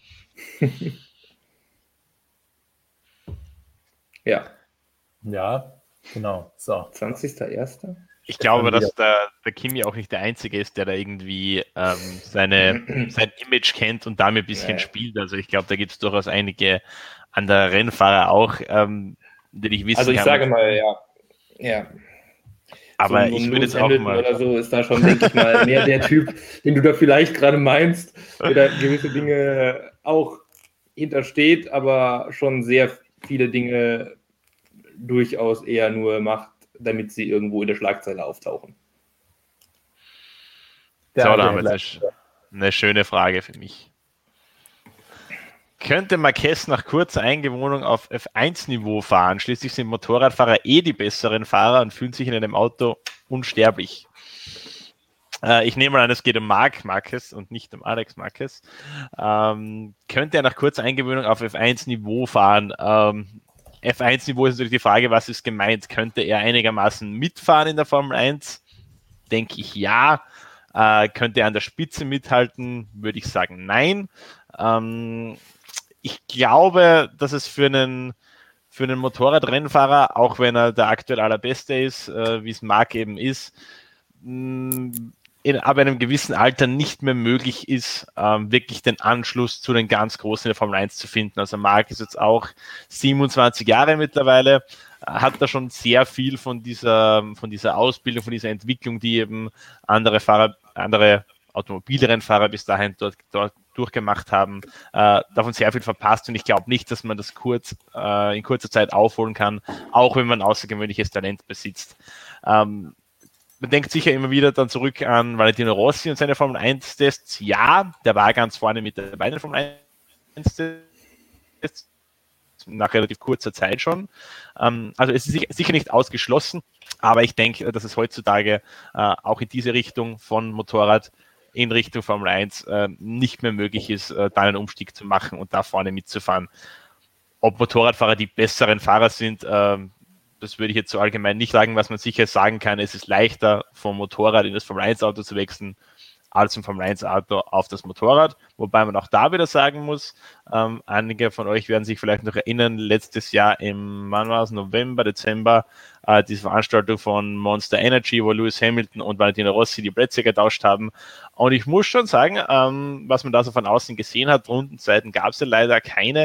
ja. Ja, genau. So. zwanzigster erster Ich glaube, dass der, der Kimi auch nicht der Einzige ist, der da irgendwie ähm, seine, sein Image kennt und damit ein bisschen ja. spielt. Also ich glaube, da gibt es durchaus einige andere Rennfahrer auch, ähm, die ich wissen Also ich kann, sage mal, ja. ja. Aber so ich würde jetzt auch mal... Oder so ist da schon, denke ich mal, mehr der Typ, den du da vielleicht gerade meinst, der da gewisse Dinge auch hintersteht, aber schon sehr viele Dinge durchaus eher nur macht, damit sie irgendwo in der Schlagzeile auftauchen. So, da haben wir jetzt eine schöne Frage für mich. Könnte Marquez nach kurzer Eingewohnung auf F eins Niveau fahren? Schließlich sind Motorradfahrer eh die besseren Fahrer und fühlen sich in einem Auto unsterblich. Äh, ich nehme mal an, es geht um Marc Marquez und nicht um Alex Marquez. Ähm, könnte er nach kurzer Eingewöhnung auf F eins Niveau fahren? Ähm, F eins Niveau ist natürlich die Frage, was ist gemeint? Könnte er einigermaßen mitfahren in der Formel eins? Denke ich ja. Äh, könnte er an der Spitze mithalten? Würde ich sagen, nein. Ähm, ich glaube, dass es für einen, für einen Motorradrennfahrer, auch wenn er der aktuell allerbeste ist, äh, wie es Marc eben ist, mh, in aber einem gewissen Alter nicht mehr möglich ist, ähm, wirklich den Anschluss zu den ganz Großen in der Formel eins zu finden. Also Marc ist jetzt auch siebenundzwanzig Jahre mittlerweile, hat da schon sehr viel von dieser, von dieser Ausbildung, von dieser Entwicklung, die eben andere Fahrer, andere Automobilrennfahrer bis dahin dort, dort durchgemacht haben, äh, davon sehr viel verpasst und ich glaube nicht, dass man das kurz äh, in kurzer Zeit aufholen kann, auch wenn man außergewöhnliches Talent besitzt. Ähm, man denkt sicher immer wieder dann zurück an Valentino Rossi und seine Formel eins Tests. Ja, der war ganz vorne mit dabei in der Formel eins Tests, nach relativ kurzer Zeit schon. Ähm, also es ist sicher nicht ausgeschlossen, aber ich denke, dass es heutzutage äh, auch in diese Richtung von Motorrad in Richtung Formel eins äh, nicht mehr möglich ist, äh, da einen Umstieg zu machen und da vorne mitzufahren. Ob Motorradfahrer die besseren Fahrer sind, äh, das würde ich jetzt so allgemein nicht sagen. Was man sicher sagen kann, es ist leichter, vom Motorrad in das Formel eins Auto zu wechseln, als vom Formel eins Auto auf das Motorrad. Wobei man auch da wieder sagen muss, ähm, einige von euch werden sich vielleicht noch erinnern, letztes Jahr im wann war es, November, Dezember, äh, diese Veranstaltung von Monster Energy, wo Lewis Hamilton und Valentino Rossi die Plätze getauscht haben. Und ich muss schon sagen, ähm, was man da so von außen gesehen hat, Rundenzeiten gab es ja leider keine.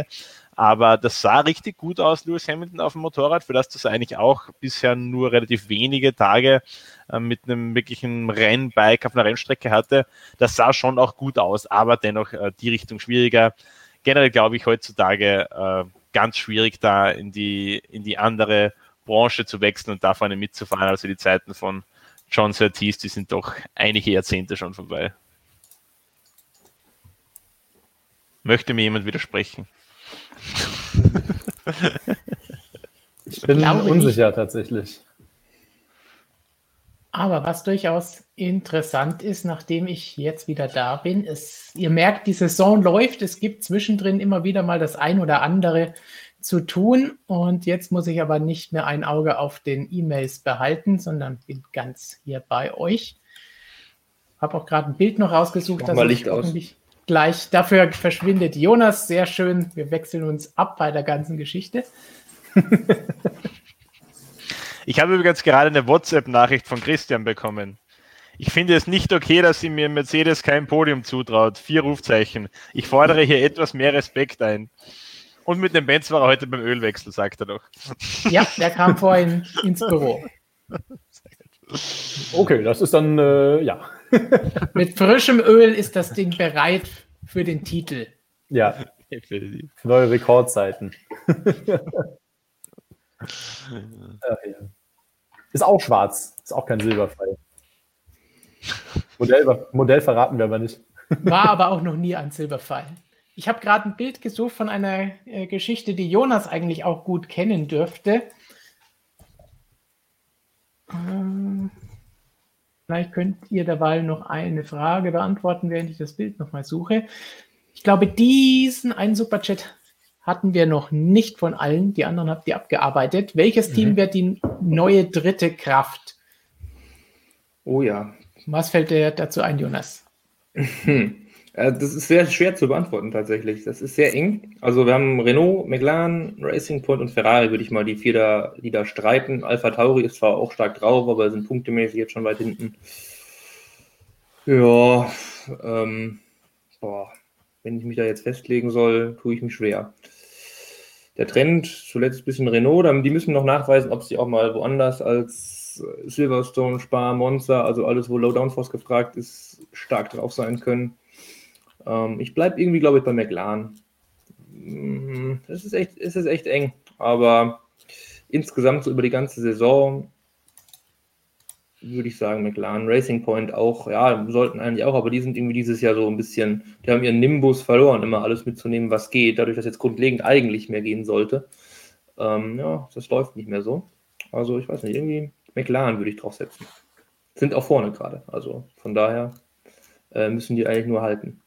Aber das sah richtig gut aus, Lewis Hamilton auf dem Motorrad, für das das eigentlich auch bisher nur relativ wenige Tage äh, mit einem wirklichen Rennbike auf einer Rennstrecke hatte. Das sah schon auch gut aus, aber dennoch äh, die Richtung schwieriger. Generell glaube ich heutzutage äh, ganz schwierig, da in die, in die andere Branche zu wechseln und da vorne mitzufahren. Also die Zeiten von John Surtees, die sind doch einige Jahrzehnte schon vorbei. Möchte mir jemand widersprechen? Ich bin Glaube unsicher nicht. tatsächlich. Aber was durchaus interessant ist, nachdem ich jetzt wieder da bin, ist, ihr merkt, die Saison läuft, es gibt zwischendrin immer wieder mal das ein oder andere zu tun und jetzt muss ich aber nicht mehr ein Auge auf den E-Mails behalten, sondern bin ganz hier bei euch. Habe auch gerade ein Bild noch rausgesucht, Mach mal Licht aus. Gleich. Dafür verschwindet Jonas, sehr schön. Wir wechseln uns ab bei der ganzen Geschichte. Ich habe übrigens gerade eine WhatsApp-Nachricht von Christian bekommen. Ich finde es nicht okay, dass sie mir Mercedes kein Podium zutraut. Vier Rufzeichen. Ich fordere hier etwas mehr Respekt ein. Und mit dem Benz war er heute beim Ölwechsel, sagt er doch. Ja, der kam vorhin ins Büro. Okay, das ist dann, äh, ja. Mit frischem Öl ist das Ding bereit für den Titel. Ja, neue Rekordzeiten. Ach, ja. Ist auch schwarz, ist auch kein Silberpfeil. Modell, Modell verraten wir aber nicht. War aber auch noch nie ein Silberpfeil. Ich habe gerade ein Bild gesucht von einer äh, Geschichte, die Jonas eigentlich auch gut kennen dürfte. Ähm, vielleicht könnt ihr dabei noch eine Frage beantworten, während ich das Bild nochmal suche. Ich glaube, diesen einen Superchat hatten wir noch nicht von allen. Die anderen habt ihr abgearbeitet. Welches mhm. Team wird die neue dritte Kraft? Oh ja. Was fällt dir dazu ein, Jonas? Hm. Das ist sehr schwer zu beantworten tatsächlich. Das ist sehr eng. Also wir haben Renault, McLaren, Racing Point und Ferrari, würde ich mal die vier da, die da streiten. Alpha Tauri ist zwar auch stark drauf, aber sind punktemäßig jetzt schon weit hinten. Ja, ähm, boah, wenn ich mich da jetzt festlegen soll, tue ich mich schwer. Der Trend, zuletzt ein bisschen Renault, die müssen noch nachweisen, ob sie auch mal woanders als Silverstone, Spa, Monza, also alles, wo Low Downforce gefragt ist, stark drauf sein können. Ähm, ich bleibe irgendwie, glaube ich, bei McLaren. Es ist echt, es ist echt eng, aber insgesamt so über die ganze Saison würde ich sagen McLaren. Racing Point auch, ja, sollten eigentlich auch, aber die sind irgendwie dieses Jahr so ein bisschen, die haben ihren Nimbus verloren, immer alles mitzunehmen, was geht, dadurch, dass jetzt grundlegend eigentlich mehr gehen sollte. Ähm, ja, das läuft nicht mehr so. Also ich weiß nicht, irgendwie McLaren würde ich draufsetzen. Sind auch vorne gerade, also von daher äh, müssen die eigentlich nur halten.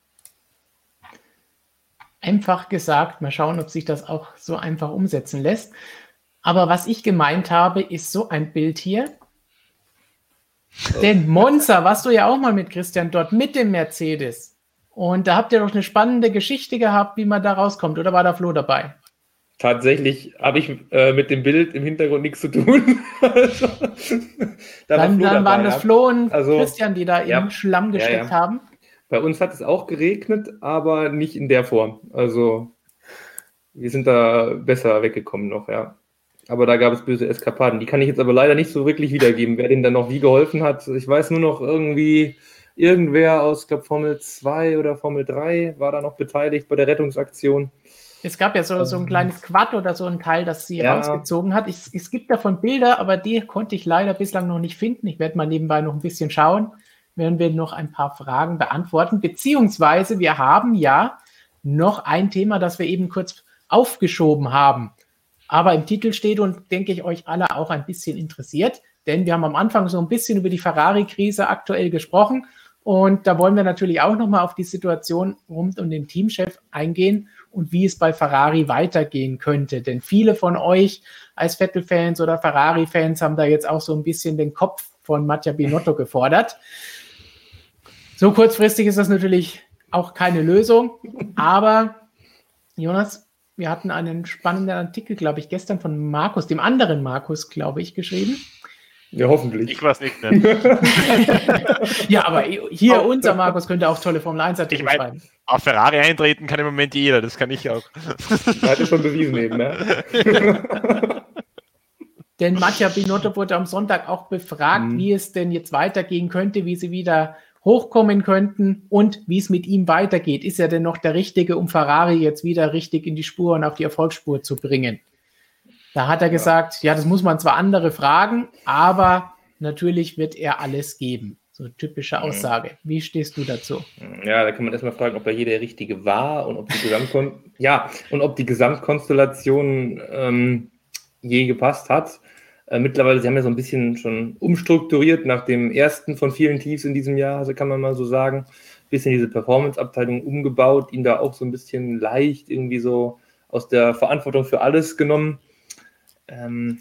Einfach gesagt, mal schauen, ob sich das auch so einfach umsetzen lässt. Aber was ich gemeint habe, ist so ein Bild hier. Oh. Denn Monza, warst du ja auch mal mit Christian dort, mit dem Mercedes. Und da habt ihr doch eine spannende Geschichte gehabt, wie man da rauskommt. Oder war da Flo dabei? Tatsächlich habe ich äh, mit dem Bild im Hintergrund nichts zu tun. also, da dann war dann dabei, waren das Flo und also, Christian, die da ja, im Schlamm gesteckt ja, ja. haben. Bei uns hat es auch geregnet, aber nicht in der Form. Also wir sind da besser weggekommen noch, ja. Aber da gab es böse Eskapaden. Die kann ich jetzt aber leider nicht so wirklich wiedergeben, wer denen dann noch wie geholfen hat. Ich weiß nur noch irgendwie, irgendwer aus, glaube Formel zwei oder Formel drei war da noch beteiligt bei der Rettungsaktion. Es gab ja so, so ein kleines Quad oder so ein Teil, das sie ja. rausgezogen hat. Ich, es gibt davon Bilder, aber die konnte ich leider bislang noch nicht finden. Ich werde mal nebenbei noch ein bisschen schauen, werden wir noch ein paar Fragen beantworten. Beziehungsweise wir haben ja noch ein Thema, das wir eben kurz aufgeschoben haben. Aber im Titel steht und denke ich euch alle auch ein bisschen interessiert, denn wir haben am Anfang so ein bisschen über die Ferrari-Krise aktuell gesprochen und da wollen wir natürlich auch nochmal auf die Situation rund um den Teamchef eingehen und wie es bei Ferrari weitergehen könnte. Denn viele von euch als Vettel-Fans oder Ferrari-Fans haben da jetzt auch so ein bisschen den Kopf von Mattia Binotto gefordert. So kurzfristig ist das natürlich auch keine Lösung, aber Jonas, wir hatten einen spannenden Artikel, glaube ich, gestern von Markus, dem anderen Markus, glaube ich, geschrieben. Ja, hoffentlich. Ich weiß nicht. Ne? Ja, aber hier oh, unser Markus könnte auch tolle Formel eins Artikel ich mein, schreiben. Auf Ferrari eintreten kann im Moment jeder, das kann ich auch. Er hat es schon bewiesen eben, ne? Denn Mattia Binotto wurde am Sonntag auch befragt, mhm. wie es denn jetzt weitergehen könnte, wie sie wieder hochkommen könnten und wie es mit ihm weitergeht. Ist er denn noch der Richtige, um Ferrari jetzt wieder richtig in die Spur und auf die Erfolgsspur zu bringen? Da hat er ja. gesagt, ja, das muss man zwar andere fragen, aber natürlich wird er alles geben. So typische Aussage. Mhm. Wie stehst du dazu? Ja, da kann man erstmal fragen, ob er hier der Richtige war und ob die, Gesamtkon- ja, und ob die Gesamtkonstellation ähm, je gepasst hat. Äh, mittlerweile, sie haben ja so ein bisschen schon umstrukturiert nach dem ersten von vielen Tiefs in diesem Jahr, also kann man mal so sagen. Ein bisschen diese Performance-Abteilung umgebaut, ihn da auch so ein bisschen leicht irgendwie so aus der Verantwortung für alles genommen. Ähm,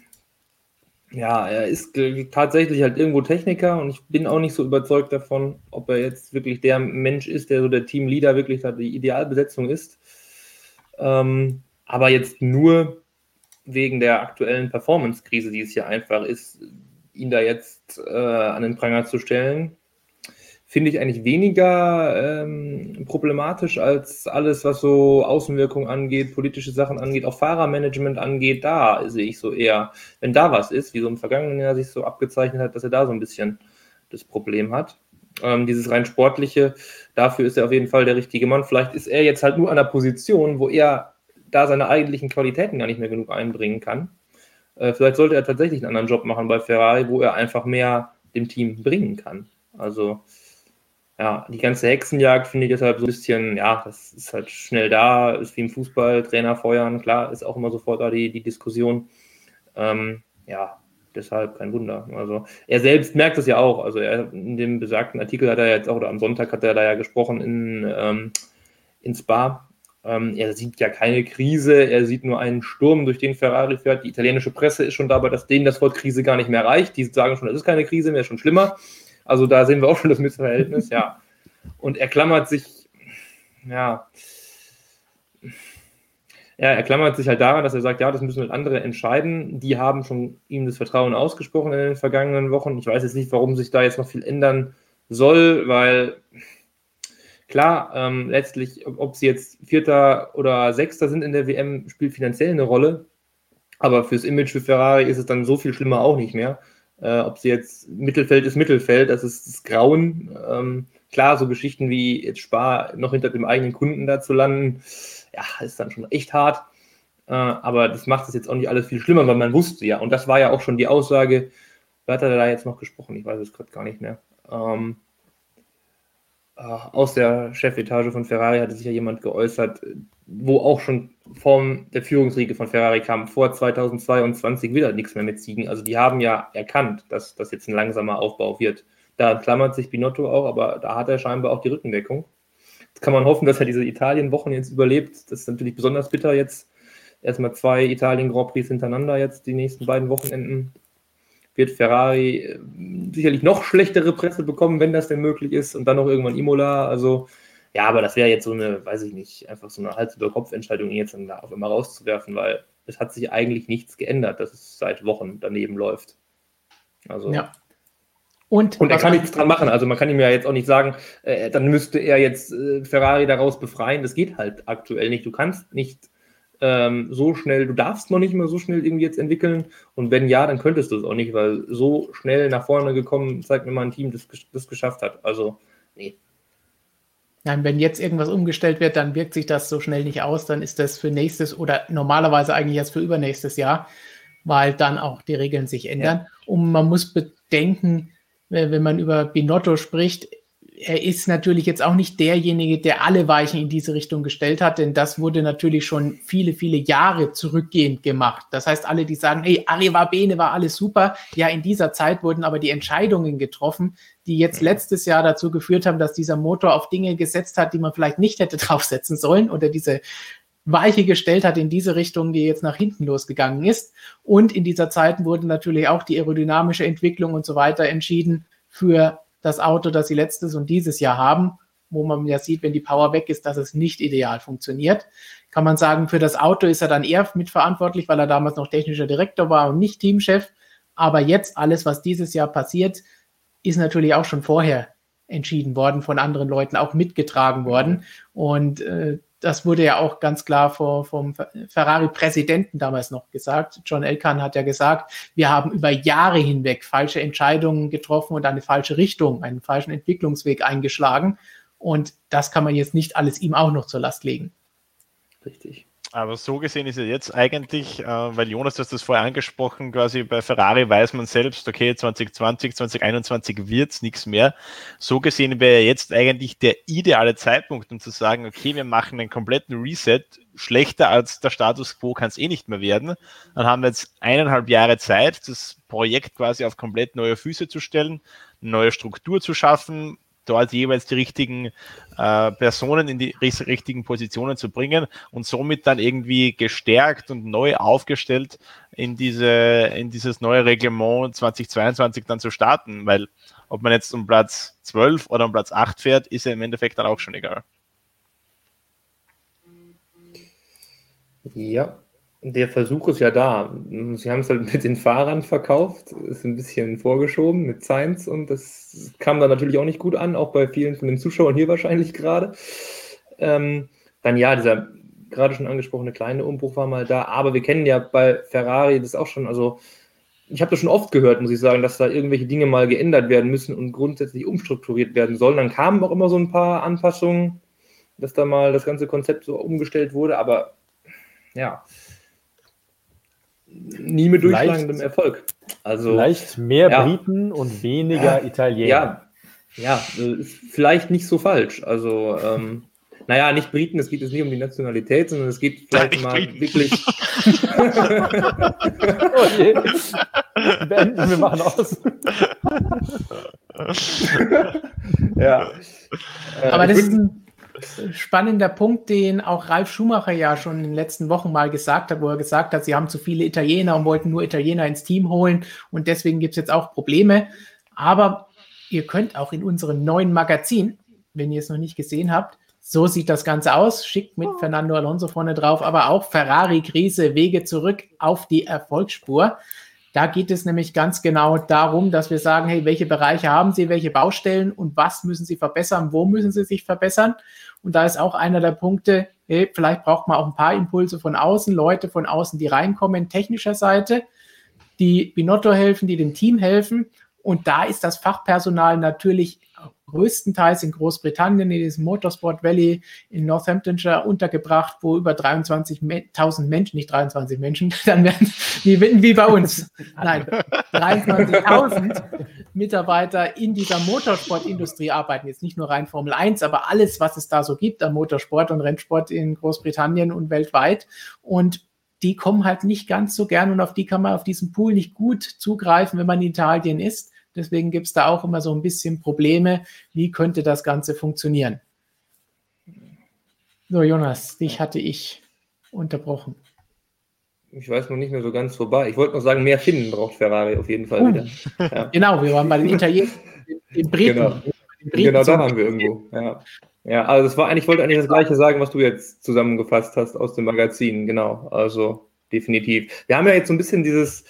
ja, er ist g- tatsächlich halt irgendwo Techniker und ich bin auch nicht so überzeugt davon, ob er jetzt wirklich der Mensch ist, der so der Teamleader wirklich da die Idealbesetzung ist. Ähm, aber jetzt nur wegen der aktuellen Performance-Krise, die es hier einfach ist, ihn da jetzt äh, an den Pranger zu stellen, finde ich eigentlich weniger ähm, problematisch als alles, was so Außenwirkung angeht, politische Sachen angeht, auch Fahrermanagement angeht. Da sehe ich so eher, wenn da was ist, wie so im vergangenen Jahr sich so abgezeichnet hat, dass er da so ein bisschen das Problem hat. Ähm, dieses rein Sportliche, dafür ist er auf jeden Fall der richtige Mann. Vielleicht ist er jetzt halt nur an einer Position, wo er da seine eigentlichen Qualitäten gar nicht mehr genug einbringen kann. Äh, vielleicht sollte er tatsächlich einen anderen Job machen bei Ferrari, wo er einfach mehr dem Team bringen kann. Also ja, die ganze Hexenjagd finde ich deshalb so ein bisschen, ja, das ist halt schnell da, ist wie im Fußball, Trainer feuern, klar, ist auch immer sofort da die, die Diskussion. Ähm, ja, deshalb kein Wunder. Also er selbst merkt es ja auch, also er, in dem besagten Artikel hat er jetzt auch, oder am Sonntag hat er da ja gesprochen in, ähm, in Spa. Ähm, er sieht ja keine Krise, er sieht nur einen Sturm, durch den Ferrari fährt. Die italienische Presse ist schon dabei, dass denen das Wort Krise gar nicht mehr reicht. Die sagen schon, das ist keine Krise mehr, schon schlimmer. Also da sehen wir auch schon das Missverhältnis, ja. Und er klammert sich, ja, ja, er klammert sich halt daran, dass er sagt, ja, das müssen halt andere entscheiden. Die haben schon ihm das Vertrauen ausgesprochen in den vergangenen Wochen. Ich weiß jetzt nicht, warum sich da jetzt noch viel ändern soll, weil klar, ähm, letztlich, ob, ob sie jetzt Vierter oder Sechster sind in der W M, spielt finanziell eine Rolle. Aber fürs Image für Ferrari ist es dann so viel schlimmer auch nicht mehr. Äh, ob sie jetzt Mittelfeld ist Mittelfeld, das ist das Grauen. Ähm, klar, so Geschichten wie jetzt Spa noch hinter dem eigenen Kunden da zu landen, ja, ist dann schon echt hart. Äh, aber das macht es jetzt auch nicht alles viel schlimmer, weil man wusste ja, und das war ja auch schon die Aussage, wer hat er da jetzt noch gesprochen? Ich weiß es gerade gar nicht mehr. Ähm, äh, aus der Chefetage von Ferrari hatte sich ja jemand geäußert, wo auch schon von der Führungsriege von Ferrari kam, vor zweitausendzweiundzwanzig wieder nichts mehr mit Siegen. Also die haben ja erkannt, dass das jetzt ein langsamer Aufbau wird. Da klammert sich Binotto auch, aber da hat er scheinbar auch die Rückendeckung. Jetzt kann man hoffen, dass er diese Italien-Wochen jetzt überlebt. Das ist natürlich besonders bitter jetzt. Erstmal zwei Italien-Grand Prix hintereinander jetzt, die nächsten beiden Wochenenden. Wird Ferrari sicherlich noch schlechtere Presse bekommen, wenn das denn möglich ist. Und dann noch irgendwann Imola. Also ja, aber das wäre jetzt so eine, weiß ich nicht, einfach so eine Hals-über-Kopf-Entscheidung, ihn jetzt dann da auf einmal rauszuwerfen, weil es hat sich eigentlich nichts geändert, dass es seit Wochen daneben läuft. Also ja. Und, und er kann nichts dran machen. Also man kann ihm ja jetzt auch nicht sagen, äh, dann müsste er jetzt äh, Ferrari daraus befreien. Das geht halt aktuell nicht. Du kannst nicht ähm, so schnell, du darfst noch nicht mehr so schnell irgendwie jetzt entwickeln. Und wenn ja, dann könntest du es auch nicht, weil so schnell nach vorne gekommen, zeigt mir mal ein Team, das das geschafft hat. Also, nee. Nein, wenn jetzt irgendwas umgestellt wird, dann wirkt sich das so schnell nicht aus. Dann ist das für nächstes oder normalerweise eigentlich erst für übernächstes Jahr, weil dann auch die Regeln sich ändern. Ja. Und man muss bedenken, wenn man über Binotto spricht, er ist natürlich jetzt auch nicht derjenige, der alle Weichen in diese Richtung gestellt hat, denn das wurde natürlich schon viele, viele Jahre zurückgehend gemacht. Das heißt, alle, die sagen, hey, Arriva Bene war alles super, ja, in dieser Zeit wurden aber die Entscheidungen getroffen, die jetzt letztes Jahr dazu geführt haben, dass dieser Motor auf Dinge gesetzt hat, die man vielleicht nicht hätte draufsetzen sollen oder diese Weiche gestellt hat in diese Richtung, die jetzt nach hinten losgegangen ist. Und in dieser Zeit wurde natürlich auch die aerodynamische Entwicklung und so weiter entschieden für das Auto, das sie letztes und dieses Jahr haben, wo man ja sieht, wenn die Power weg ist, dass es nicht ideal funktioniert. Kann man sagen, für das Auto ist er dann eher mitverantwortlich, weil er damals noch technischer Direktor war und nicht Teamchef. Aber jetzt alles, was dieses Jahr passiert, ist natürlich auch schon vorher entschieden worden, von anderen Leuten auch mitgetragen worden. Und äh, das wurde ja auch ganz klar vor, vom Ferrari-Präsidenten damals noch gesagt. John Elkann hat ja gesagt, wir haben über Jahre hinweg falsche Entscheidungen getroffen und eine falsche Richtung, einen falschen Entwicklungsweg eingeschlagen. Und das kann man jetzt nicht alles ihm auch noch zur Last legen. Richtig. Aber so gesehen ist ja jetzt eigentlich, äh, weil Jonas, du hast das vorher angesprochen, quasi bei Ferrari weiß man selbst, okay, zwanzig zwanzig, zwanzig einundzwanzig wird es nichts mehr. So gesehen wäre jetzt eigentlich der ideale Zeitpunkt, um zu sagen, okay, wir machen einen kompletten Reset. Schlechter als der Status Quo kann es eh nicht mehr werden. Dann haben wir jetzt eineinhalb Jahre Zeit, das Projekt quasi auf komplett neue Füße zu stellen, eine neue Struktur zu schaffen, dort jeweils die richtigen äh, Personen in die richtigen Positionen zu bringen und somit dann irgendwie gestärkt und neu aufgestellt in diese in dieses neue Reglement zwanzig zweiundzwanzig dann zu starten, weil ob man jetzt um Platz zwölf oder um Platz acht fährt, ist ja im Endeffekt dann auch schon egal. Ja, der Versuch ist ja da. Sie haben es halt mit den Fahrern verkauft, ist ein bisschen vorgeschoben mit Sainz und das kam dann natürlich auch nicht gut an, auch bei vielen von den Zuschauern hier wahrscheinlich gerade. Ähm, dann ja, dieser gerade schon angesprochene kleine Umbruch war mal da, aber wir kennen ja bei Ferrari das auch schon, also ich habe das schon oft gehört, muss ich sagen, dass da irgendwelche Dinge mal geändert werden müssen und grundsätzlich umstrukturiert werden sollen. Dann kamen auch immer so ein paar Anpassungen, dass da mal das ganze Konzept so umgestellt wurde, aber ja, nie mit durchschlagendem Erfolg. Also, vielleicht mehr ja. Briten und weniger ja, Italiener. Ja, ja, ist vielleicht nicht so falsch. Also, ähm, naja, nicht Briten, es geht jetzt nicht um die Nationalität, sondern es geht vielleicht mal Briten. wirklich... Oh je. Beenden, wir machen aus. ja. Aber das ist ein spannender Punkt, den auch Ralf Schumacher ja schon in den letzten Wochen mal gesagt hat, wo er gesagt hat, sie haben zu viele Italiener und wollten nur Italiener ins Team holen und deswegen gibt es jetzt auch Probleme. Aber ihr könnt auch in unserem neuen Magazin, wenn ihr es noch nicht gesehen habt, so sieht das Ganze aus, schickt mit Fernando Alonso vorne drauf, aber auch Ferrari-Krise, Wege zurück auf die Erfolgsspur. Da geht es nämlich ganz genau darum, dass wir sagen, hey, welche Bereiche haben Sie, welche Baustellen und was müssen Sie verbessern, wo müssen Sie sich verbessern? Und da ist auch einer der Punkte, hey, vielleicht braucht man auch ein paar Impulse von außen, Leute von außen, die reinkommen, technischer Seite, die Binotto helfen, die dem Team helfen. Und da ist das Fachpersonal natürlich größtenteils in Großbritannien, in diesem Motorsport Valley in Northamptonshire untergebracht, wo über dreiundzwanzigtausend Menschen, nicht dreiundzwanzig Menschen, dann werden wie, wie bei uns, nein, dreiundzwanzigtausend Mitarbeiter in dieser Motorsportindustrie arbeiten. Jetzt nicht nur rein Formel eins, aber alles, was es da so gibt an Motorsport und Rennsport in Großbritannien und weltweit. Und die kommen halt nicht ganz so gern und auf die kann man auf diesen Pool nicht gut zugreifen, wenn man in Italien ist. Deswegen gibt es da auch immer so ein bisschen Probleme. Wie könnte das Ganze funktionieren? So, Jonas, dich hatte ich unterbrochen. Ich weiß noch nicht mehr so ganz vorbei. Ich wollte noch sagen, mehr Finnen braucht Ferrari auf jeden Fall uh, wieder. Ja. Genau, wir waren bei den Italienern, den Briten. Genau, den Briten genau da waren wir irgendwo. Ja, ja, also das war eigentlich, ich wollte eigentlich das Gleiche sagen, was du jetzt zusammengefasst hast aus dem Magazin. Genau, also definitiv. Wir haben ja jetzt so ein bisschen dieses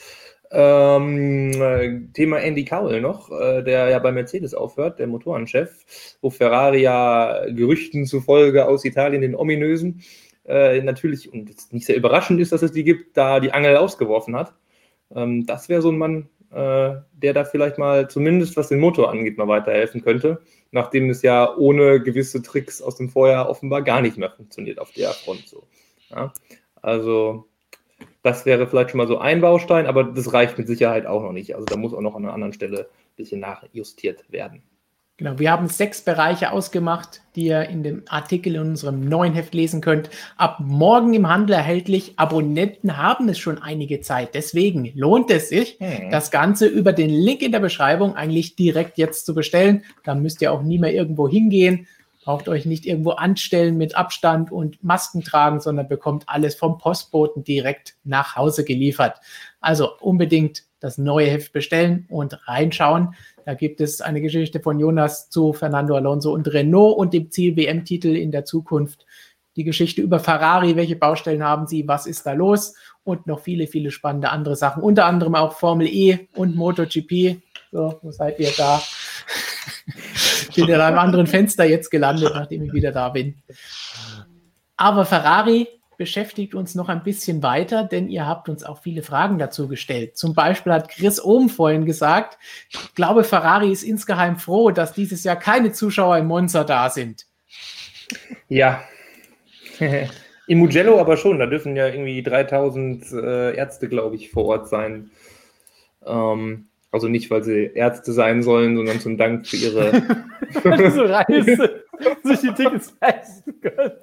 Ähm, Thema Andy Cowell noch, äh, der ja bei Mercedes aufhört, der Motorenchef, wo Ferrari ja Gerüchten zufolge aus Italien, den ominösen, äh, natürlich, und jetzt nicht sehr überraschend ist, dass es die gibt, da die Angel ausgeworfen hat. Ähm, das wäre so ein Mann, äh, der da vielleicht mal, zumindest was den Motor angeht, mal weiterhelfen könnte, nachdem es ja ohne gewisse Tricks aus dem Vorjahr offenbar gar nicht mehr funktioniert auf der Front. So. Ja, also das wäre vielleicht schon mal so ein Baustein, aber das reicht mit Sicherheit auch noch nicht. Also da muss auch noch an einer anderen Stelle ein bisschen nachjustiert werden. Genau, wir haben sechs Bereiche ausgemacht, die ihr in dem Artikel in unserem neuen Heft lesen könnt. Ab morgen im Handel erhältlich. Abonnenten haben es schon einige Zeit. Deswegen lohnt es sich, hm. das Ganze über den Link in der Beschreibung eigentlich direkt jetzt zu bestellen. Da müsst ihr auch nie mehr irgendwo hingehen. Braucht euch nicht irgendwo anstellen mit Abstand und Masken tragen, sondern bekommt alles vom Postboten direkt nach Hause geliefert. Also unbedingt das neue Heft bestellen und reinschauen. Da gibt es eine Geschichte von Jonas zu Fernando Alonso und Renault und dem Ziel-W M-Titel in der Zukunft. die Geschichte über Ferrari, welche Baustellen haben sie, was ist da los und noch viele, viele spannende andere Sachen, unter anderem auch Formel E und MotoGP. So, wo seid ihr da? Ich bin in einem anderen Fenster jetzt gelandet, nachdem ich wieder da bin. Aber Ferrari beschäftigt uns noch ein bisschen weiter, denn ihr habt uns auch viele Fragen dazu gestellt. Zum Beispiel hat Chris Ohm vorhin gesagt, ich glaube, Ferrari ist insgeheim froh, dass dieses Jahr keine Zuschauer im Monza da sind. Ja, im Mugello aber schon, da dürfen ja irgendwie dreitausend äh, Ärzte, glaube ich, vor Ort sein. Ähm, also nicht, weil sie Ärzte sein sollen, sondern zum Dank für ihre diese Reise, sich die Tickets leisten können.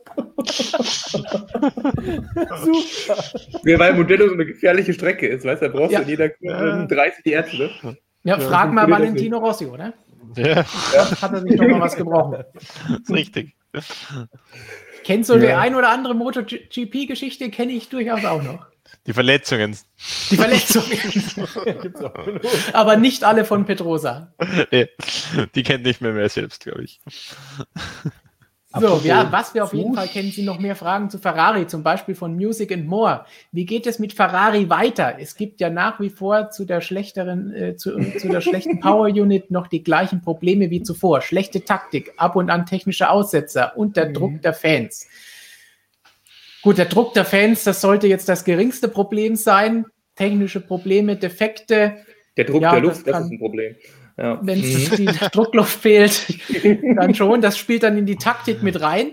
Super. Ja, weil Mugello so eine gefährliche Strecke ist, weißt du, da brauchst ja. du in jeder Kurve dreißig Ärzte. Ja, frag ja, mal Valentino Rossi, oder? Ja. Ja. Hat er sich noch mal was gebrochen. Das ist richtig. Kennst du ja. die ein oder andere MotoGP-Geschichte? Kenne ich durchaus auch noch. Die Verletzungen. Die Verletzungen. Aber nicht alle von Pedrosa. Nee, die kennt nicht mehr mehr selbst, glaube ich. So, ja, was wir auf jeden Fall kennen, sind noch mehr Fragen zu Ferrari, zum Beispiel von Music and More. Wie geht es mit Ferrari weiter? Es gibt ja nach wie vor zu der schlechteren, äh, zu, zu der schlechten Power Unit noch die gleichen Probleme wie zuvor. Schlechte Taktik, ab und an technische Aussetzer und der mhm. Druck der Fans. Gut, der Druck der Fans, das sollte jetzt das geringste Problem sein. Technische Probleme, Defekte. Der Druck ja, der Luft, das, das ist ein Problem. Ja. Wenn mhm. die Druckluft fehlt, dann schon. Das spielt dann in die Taktik mit rein.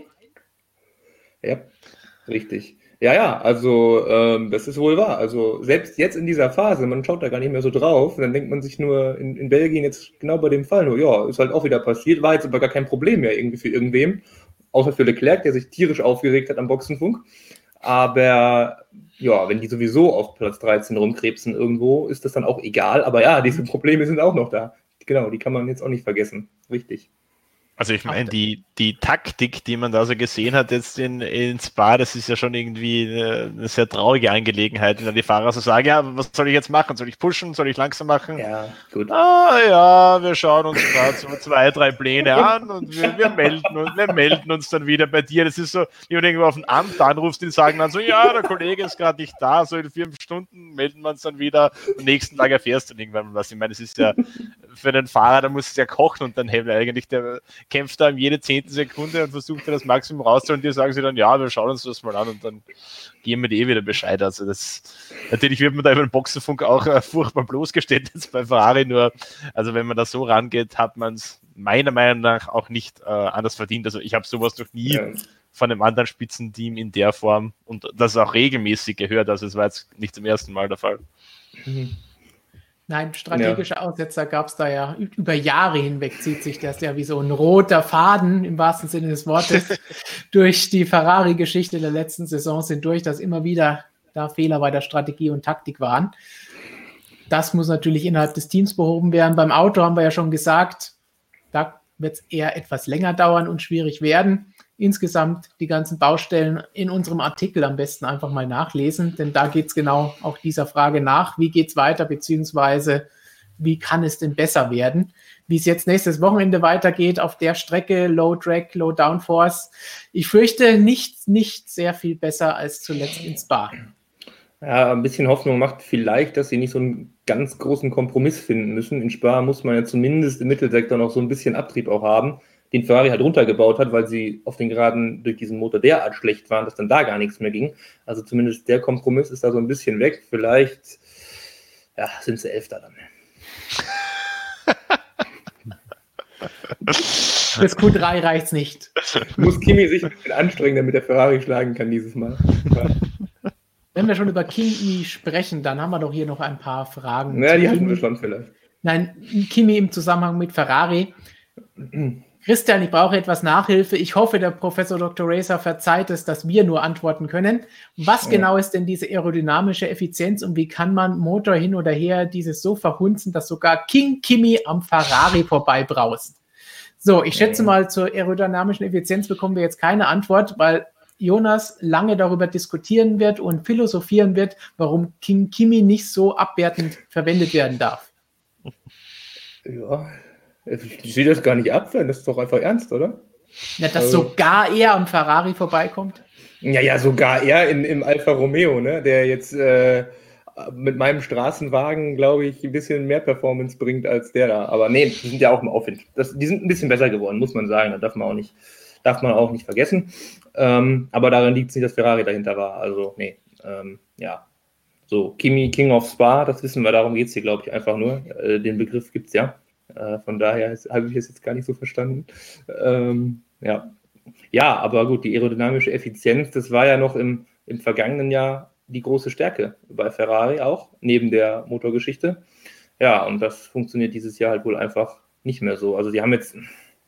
Ja, richtig. Ja, ja, also ähm, das ist wohl wahr. Also selbst jetzt in dieser Phase, man schaut da gar nicht mehr so drauf, dann denkt man sich nur in, in Belgien jetzt genau bei dem Fall nur, ja, ist halt auch wieder passiert, war jetzt aber gar kein Problem mehr irgendwie für irgendwem, außer für Leclerc, der sich tierisch aufgeregt hat am Boxenfunk. Aber ja, wenn die sowieso auf Platz dreizehn rumkrebsen irgendwo, ist das dann auch egal. Aber ja, diese Probleme sind auch noch da. Genau, die kann man jetzt auch nicht vergessen. Richtig. Also ich meine, die, die Taktik, die man da so gesehen hat jetzt in, in Spa, das ist ja schon irgendwie eine, eine sehr traurige Angelegenheit, wenn dann die Fahrer so sagen, ja, was soll ich jetzt machen? Soll ich pushen? Soll ich langsam machen? Ja, gut. Ah ja, wir schauen uns gerade so zwei, drei Pläne an und wir, wir, melden uns, wir melden uns dann wieder bei dir. Das ist so, wie wenn du irgendwo auf ein Amt anrufst, die sagen dann so, ja, der Kollege ist gerade nicht da, so in vier Stunden melden wir uns dann wieder. Am nächsten Tag erfährst du dann irgendwann was. Ich meine, das ist ja für den Fahrer, da muss es ja kochen und dann hält eigentlich der kämpft da um jede zehnte Sekunde und versucht da das Maximum rauszuholen und die sagen sie dann, ja, wir schauen uns das mal an und dann geben wir dir eh wieder Bescheid. Also das, natürlich wird man da über den Boxenfunk auch äh, furchtbar bloßgestellt jetzt bei Ferrari, nur, also wenn man da so rangeht, hat man es meiner Meinung nach auch nicht äh, anders verdient. Also ich habe sowas noch nie ja. von einem anderen Spitzenteam in der Form und das auch regelmäßig gehört, also es war jetzt nicht zum ersten Mal der Fall. Mhm. Nein, strategische ja. Aussetzer gab es da ja über Jahre hinweg, zieht sich das ja wie so ein roter Faden im wahrsten Sinne des Wortes durch die Ferrari-Geschichte der letzten Saison sind durch, dass immer wieder da Fehler bei der Strategie und Taktik waren. Das muss natürlich innerhalb des Teams behoben werden. Beim Auto haben wir ja schon gesagt, da wird es eher etwas länger dauern und schwierig werden. Insgesamt die ganzen Baustellen in unserem Artikel am besten einfach mal nachlesen, denn da geht es genau auch dieser Frage nach, wie geht es weiter, beziehungsweise wie kann es denn besser werden? Wie es jetzt nächstes Wochenende weitergeht auf der Strecke, Low Drag, Low Downforce. Ich fürchte nicht, nicht sehr viel besser als zuletzt in Spa. Ja, ein bisschen Hoffnung macht vielleicht, dass sie nicht so einen ganz großen Kompromiss finden müssen. In Spa muss man ja zumindest im Mittelsektor noch so ein bisschen Abtrieb auch haben, den Ferrari halt runtergebaut hat, weil sie auf den Geraden durch diesen Motor derart schlecht waren, dass dann da gar nichts mehr ging. Also zumindest der Kompromiss ist da so ein bisschen weg. Vielleicht ja, sind sie Elfter dann. Bis Q drei reicht's nicht. Muss Kimi sich ein bisschen anstrengen, damit der Ferrari schlagen kann dieses Mal. Ja. Wenn wir schon über Kimi sprechen, dann haben wir doch hier noch ein paar Fragen. Ja, die hatten wir schon vielleicht. Nein, Kimi im Zusammenhang mit Ferrari. Christian, ich brauche etwas Nachhilfe. Ich hoffe, der Professor Doktor Racer verzeiht es, dass wir nur antworten können. Was ja. genau ist denn diese aerodynamische Effizienz und wie kann man Motor hin oder her dieses so verhunzen, dass sogar King Kimi am Ferrari vorbei braust? So, ich schätze ja. mal, zur aerodynamischen Effizienz bekommen wir jetzt keine Antwort, weil Jonas lange darüber diskutieren wird und philosophieren wird, warum King Kimi nicht so abwertend verwendet werden darf. Ja, ich sehe das gar nicht abwehren, das ist doch einfach ernst, oder? Ja, dass also, sogar er am Ferrari vorbeikommt? Ja, ja, sogar er in, im Alfa Romeo, ne, der jetzt äh, mit meinem Straßenwagen, glaube ich, ein bisschen mehr Performance bringt als der da. Aber nee, die sind ja auch im Aufwind. Das, die sind ein bisschen besser geworden, muss man sagen. Da darf man auch nicht, darf man auch nicht vergessen. Ähm, aber daran liegt es nicht, dass Ferrari dahinter war. Also, nee, ähm, ja. So, Kimi, King of Spa, das wissen wir, darum geht es hier, glaube ich, einfach nur. Äh, den Begriff gibt es ja. Äh, von daher habe ich es jetzt gar nicht so verstanden. Ähm, ja. ja, aber gut, die aerodynamische Effizienz, das war ja noch im, im vergangenen Jahr die große Stärke bei Ferrari auch, neben der Motorgeschichte. Ja, und das funktioniert dieses Jahr halt wohl einfach nicht mehr so. Also die haben jetzt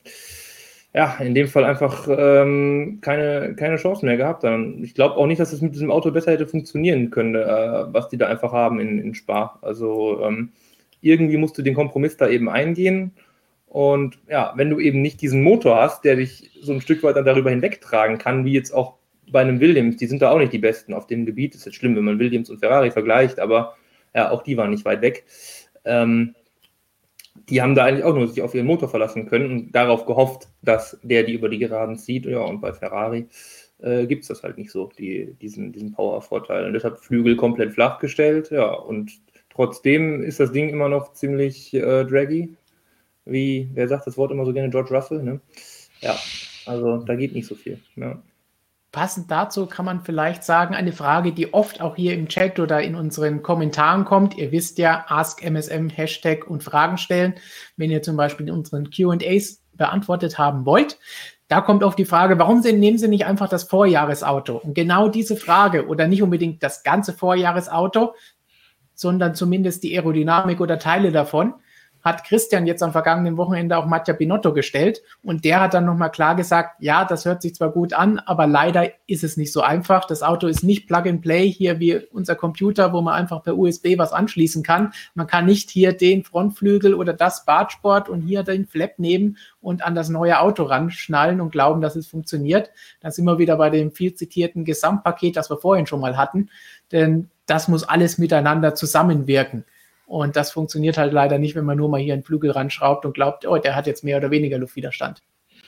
ja in dem Fall einfach ähm, keine, keine Chance mehr gehabt. Ich glaube auch nicht, dass es mit diesem Auto besser hätte funktionieren können, äh, was die da einfach haben in, in Spa. Also ähm, irgendwie musst du den Kompromiss da eben eingehen. Und ja, wenn du eben nicht diesen Motor hast, der dich so ein Stück weit dann darüber hinwegtragen kann, wie jetzt auch bei einem Williams, die sind da auch nicht die Besten auf dem Gebiet. Das ist jetzt schlimm, wenn man Williams und Ferrari vergleicht, aber ja, auch die waren nicht weit weg. Ähm, die haben da eigentlich auch nur sich auf ihren Motor verlassen können und darauf gehofft, dass der die über die Geraden zieht. Ja, und bei Ferrari äh, gibt es das halt nicht so, die, diesen, diesen Power-Vorteil. Und deshalb Flügel komplett flach gestellt, ja, und trotzdem ist das Ding immer noch ziemlich äh, draggy. Wie, wer sagt das Wort immer so gerne, George Russell, ne? Ja, also da geht nicht so viel, ja. Passend dazu kann man vielleicht sagen, eine Frage, die oft auch hier im Chat oder in unseren Kommentaren kommt. Ihr wisst ja, Ask M S M, Hashtag und Fragen stellen, wenn ihr zum Beispiel unseren Q and A's beantwortet haben wollt. Da kommt oft die Frage, warum nehmen Sie nicht einfach das Vorjahresauto? Und genau diese Frage, oder nicht unbedingt das ganze Vorjahresauto, sondern zumindest die Aerodynamik oder Teile davon, hat Christian jetzt am vergangenen Wochenende auch Mattia Binotto gestellt. Und der hat dann nochmal klar gesagt, ja, das hört sich zwar gut an, aber leider ist es nicht so einfach. Das Auto ist nicht Plug-and-Play hier wie unser Computer, wo man einfach per U S B was anschließen kann. Man kann nicht hier den Frontflügel oder das Bartsport und hier den Flap nehmen und an das neue Auto ranschnallen und glauben, dass es funktioniert. Da sind wir wieder bei dem viel zitierten Gesamtpaket, das wir vorhin schon mal hatten. Denn das muss alles miteinander zusammenwirken. Und das funktioniert halt leider nicht, wenn man nur mal hier einen Flügel ranschraubt und glaubt, oh, der hat jetzt mehr oder weniger Luftwiderstand.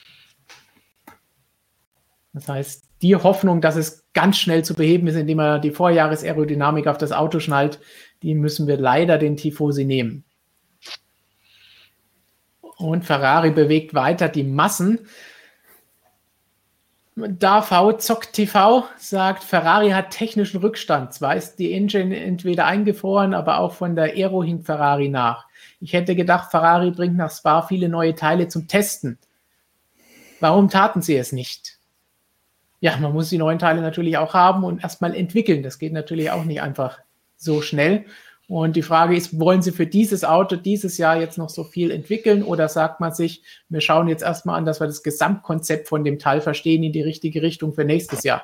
Das heißt, die Hoffnung, dass es ganz schnell zu beheben ist, indem man die Vorjahresaerodynamik auf das Auto schnallt, die müssen wir leider den Tifosi nehmen. Und Ferrari bewegt weiter die Massen. Davau Zock T V sagt, Ferrari hat technischen Rückstand. Zwar ist die Engine entweder eingefroren, aber auch von der Aero hinkt Ferrari nach. Ich hätte gedacht, Ferrari bringt nach Spa viele neue Teile zum Testen. Warum taten sie es nicht? Ja, man muss die neuen Teile natürlich auch haben und erstmal entwickeln. Das geht natürlich auch nicht einfach so schnell. Und die Frage ist, wollen Sie für dieses Auto dieses Jahr jetzt noch so viel entwickeln oder sagt man sich, wir schauen jetzt erstmal an, dass wir das Gesamtkonzept von dem Teil verstehen in die richtige Richtung für nächstes Jahr?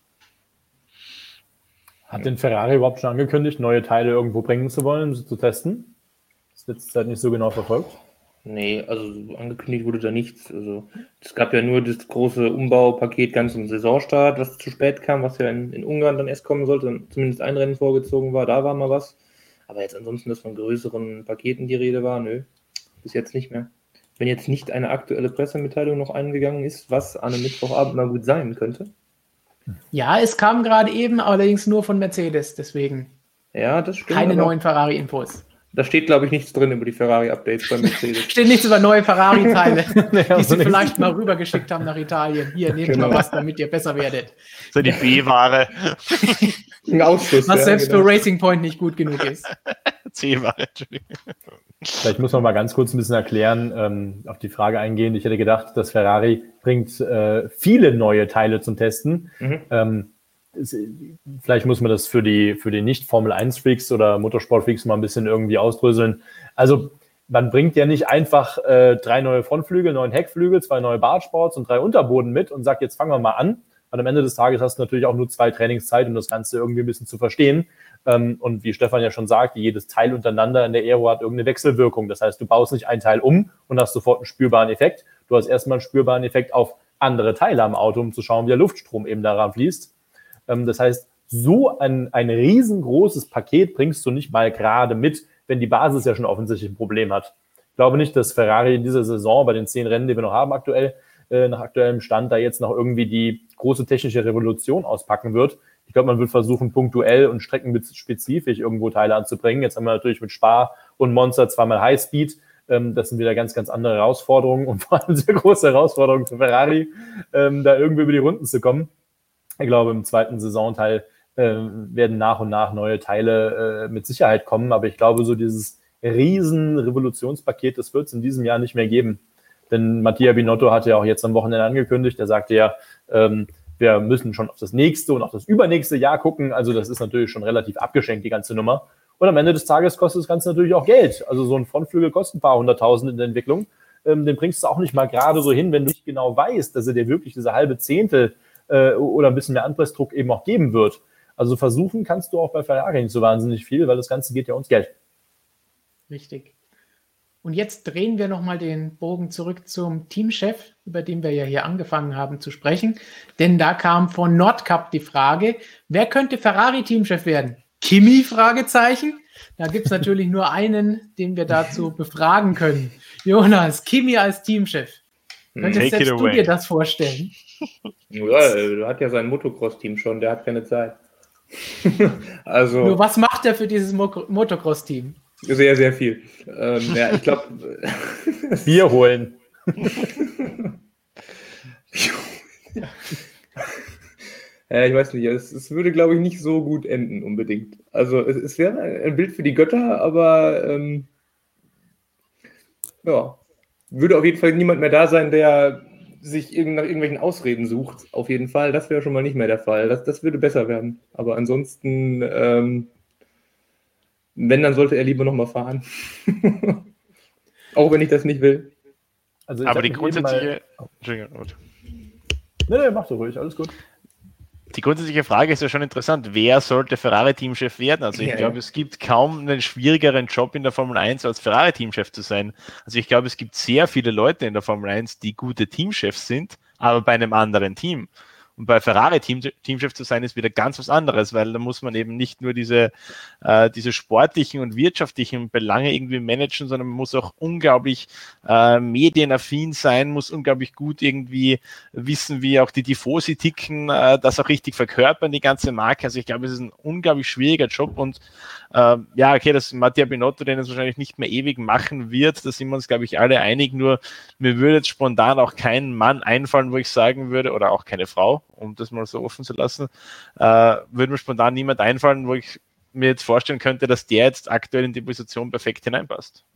Hat denn Ferrari überhaupt schon angekündigt, neue Teile irgendwo bringen zu wollen, um sie zu testen? Das ist letzte Zeit nicht so genau verfolgt. Nee, also angekündigt wurde da nichts. Also es gab ja nur das große Umbaupaket ganz im Saisonstart, was zu spät kam, was ja in, in Ungarn dann erst kommen sollte, zumindest ein Rennen vorgezogen war, da war mal was. Aber jetzt ansonsten, dass von größeren Paketen die Rede war, nö, bis jetzt nicht mehr. Wenn jetzt nicht eine aktuelle Pressemitteilung noch eingegangen ist, was an einem Mittwochabend mal gut sein könnte. Ja, es kam gerade eben, allerdings nur von Mercedes, deswegen ja, das stimmt, keine neuen Ferrari-Infos. Da steht, glaube ich, nichts drin über die Ferrari-Updates bei Mercedes. Steht nichts über neue Ferrari-Teile, nee, die sie vielleicht mal rübergeschickt haben nach Italien. Hier, nehmt genau. mal was, damit ihr besser werdet. So die B-Ware. Ein Ausschuss. Was ja, selbst genau. für Racing Point nicht gut genug ist. C-Ware, Entschuldigung. Vielleicht muss man mal ganz kurz ein bisschen erklären, ähm, auf die Frage eingehen. Ich hätte gedacht, dass Ferrari bringt äh, viele neue Teile zum Testen. Mhm. Ähm, Vielleicht muss man das für die, für die Nicht-Formel eins Freaks oder Motorsport-Freaks mal ein bisschen irgendwie ausdröseln. Also man bringt ja nicht einfach äh, drei neue Frontflügel, neun Heckflügel, zwei neue Bartsports und drei Unterboden mit und sagt, jetzt fangen wir mal an. Und am Ende des Tages hast du natürlich auch nur zwei Trainingszeit, um das Ganze irgendwie ein bisschen zu verstehen. Ähm, und wie Stefan ja schon sagt, jedes Teil untereinander in der Aero hat irgendeine Wechselwirkung. Das heißt, du baust nicht ein Teil um und hast sofort einen spürbaren Effekt. Du hast erstmal einen spürbaren Effekt auf andere Teile am Auto, um zu schauen, wie der Luftstrom eben daran fließt. Das heißt, so ein, ein riesengroßes Paket bringst du nicht mal gerade mit, wenn die Basis ja schon offensichtlich ein Problem hat. Ich glaube nicht, dass Ferrari in dieser Saison bei den zehn Rennen, die wir noch haben aktuell, äh, nach aktuellem Stand da jetzt noch irgendwie die große technische Revolution auspacken wird. Ich glaube, man wird versuchen, punktuell und streckenenspezifisch irgendwo Teile anzubringen. Jetzt haben wir natürlich mit Spa und Monza zweimal Highspeed. Ähm, das sind wieder ganz, ganz andere Herausforderungen und vor allem sehr große Herausforderungen für Ferrari, ähm, da irgendwie über die Runden zu kommen. Ich glaube, im zweiten Saisonteil äh, werden nach und nach neue Teile äh, mit Sicherheit kommen. Aber ich glaube, so dieses riesen Revolutionspaket, das wird es in diesem Jahr nicht mehr geben. Denn Mattia Binotto hat ja auch jetzt am Wochenende angekündigt, er sagte ja, ähm, wir müssen schon auf das nächste und auf das übernächste Jahr gucken. Also das ist natürlich schon relativ abgeschenkt, die ganze Nummer. Und am Ende des Tages kostet das Ganze natürlich auch Geld. Also so ein Frontflügel kostet ein paar hunderttausend in der Entwicklung. Ähm, den bringst du auch nicht mal gerade so hin, wenn du nicht genau weißt, dass er dir wirklich diese halbe Zehntel äh, oder ein bisschen mehr Anpressdruck eben auch geben wird. Also versuchen kannst du auch bei Ferrari nicht so wahnsinnig viel, weil das Ganze geht ja ums Geld. Richtig. Und jetzt drehen wir nochmal den Bogen zurück zum Teamchef, über den wir ja hier angefangen haben zu sprechen. Denn da kam von Nordcup die Frage, wer könnte Ferrari-Teamchef werden? Kimi? Fragezeichen. Da gibt es natürlich nur einen, den wir dazu befragen können. Jonas, Kimi als Teamchef. Könntest selbst du dir das vorstellen? Ja, er hat ja sein Motocross-Team schon, der hat keine Zeit. Also, nur was macht er für dieses Mo- Motocross-Team? Sehr, sehr viel. Ähm, ja, ich glaube. Bier holen. Ja, ich weiß nicht, es, es würde, glaube ich, nicht so gut enden unbedingt. Also es, es wäre ein Bild für die Götter, aber ähm, ja, würde auf jeden Fall niemand mehr da sein, der sich irgend, nach irgendwelchen Ausreden sucht. Auf jeden Fall, das wäre schon mal nicht mehr der Fall. Das, das würde besser werden. Aber ansonsten, ähm, wenn, dann sollte er lieber nochmal fahren. Auch wenn ich das nicht will. Also aber die grundsätzliche... Mal... Entschuldigung. Nee, nee, mach so ruhig, alles gut. Die grundsätzliche Frage ist ja schon interessant, wer sollte Ferrari-Teamchef werden? Also ich ja, glaube, ja. es gibt kaum einen schwierigeren Job in der Formel eins, als Ferrari-Teamchef zu sein. Also ich glaube, es gibt sehr viele Leute in der Formel eins, die gute Teamchefs sind, aber bei einem anderen Team. Und bei Ferrari Team, Teamchef zu sein, ist wieder ganz was anderes, weil da muss man eben nicht nur diese, äh, diese sportlichen und wirtschaftlichen Belange irgendwie managen, sondern man muss auch unglaublich äh, medienaffin sein, muss unglaublich gut irgendwie wissen, wie auch die Tifosi ticken, äh, das auch richtig verkörpern, die ganze Marke. Also ich glaube, es ist ein unglaublich schwieriger Job und äh, ja, okay, dass Mattia Binotto den es wahrscheinlich nicht mehr ewig machen wird, da sind wir uns, glaube ich, alle einig, nur mir würde jetzt spontan auch kein Mann einfallen, wo ich sagen würde, oder auch keine Frau, um das mal so offen zu lassen, äh, würde mir spontan niemand einfallen, wo ich mir jetzt vorstellen könnte, dass der jetzt aktuell in die Position perfekt hineinpasst.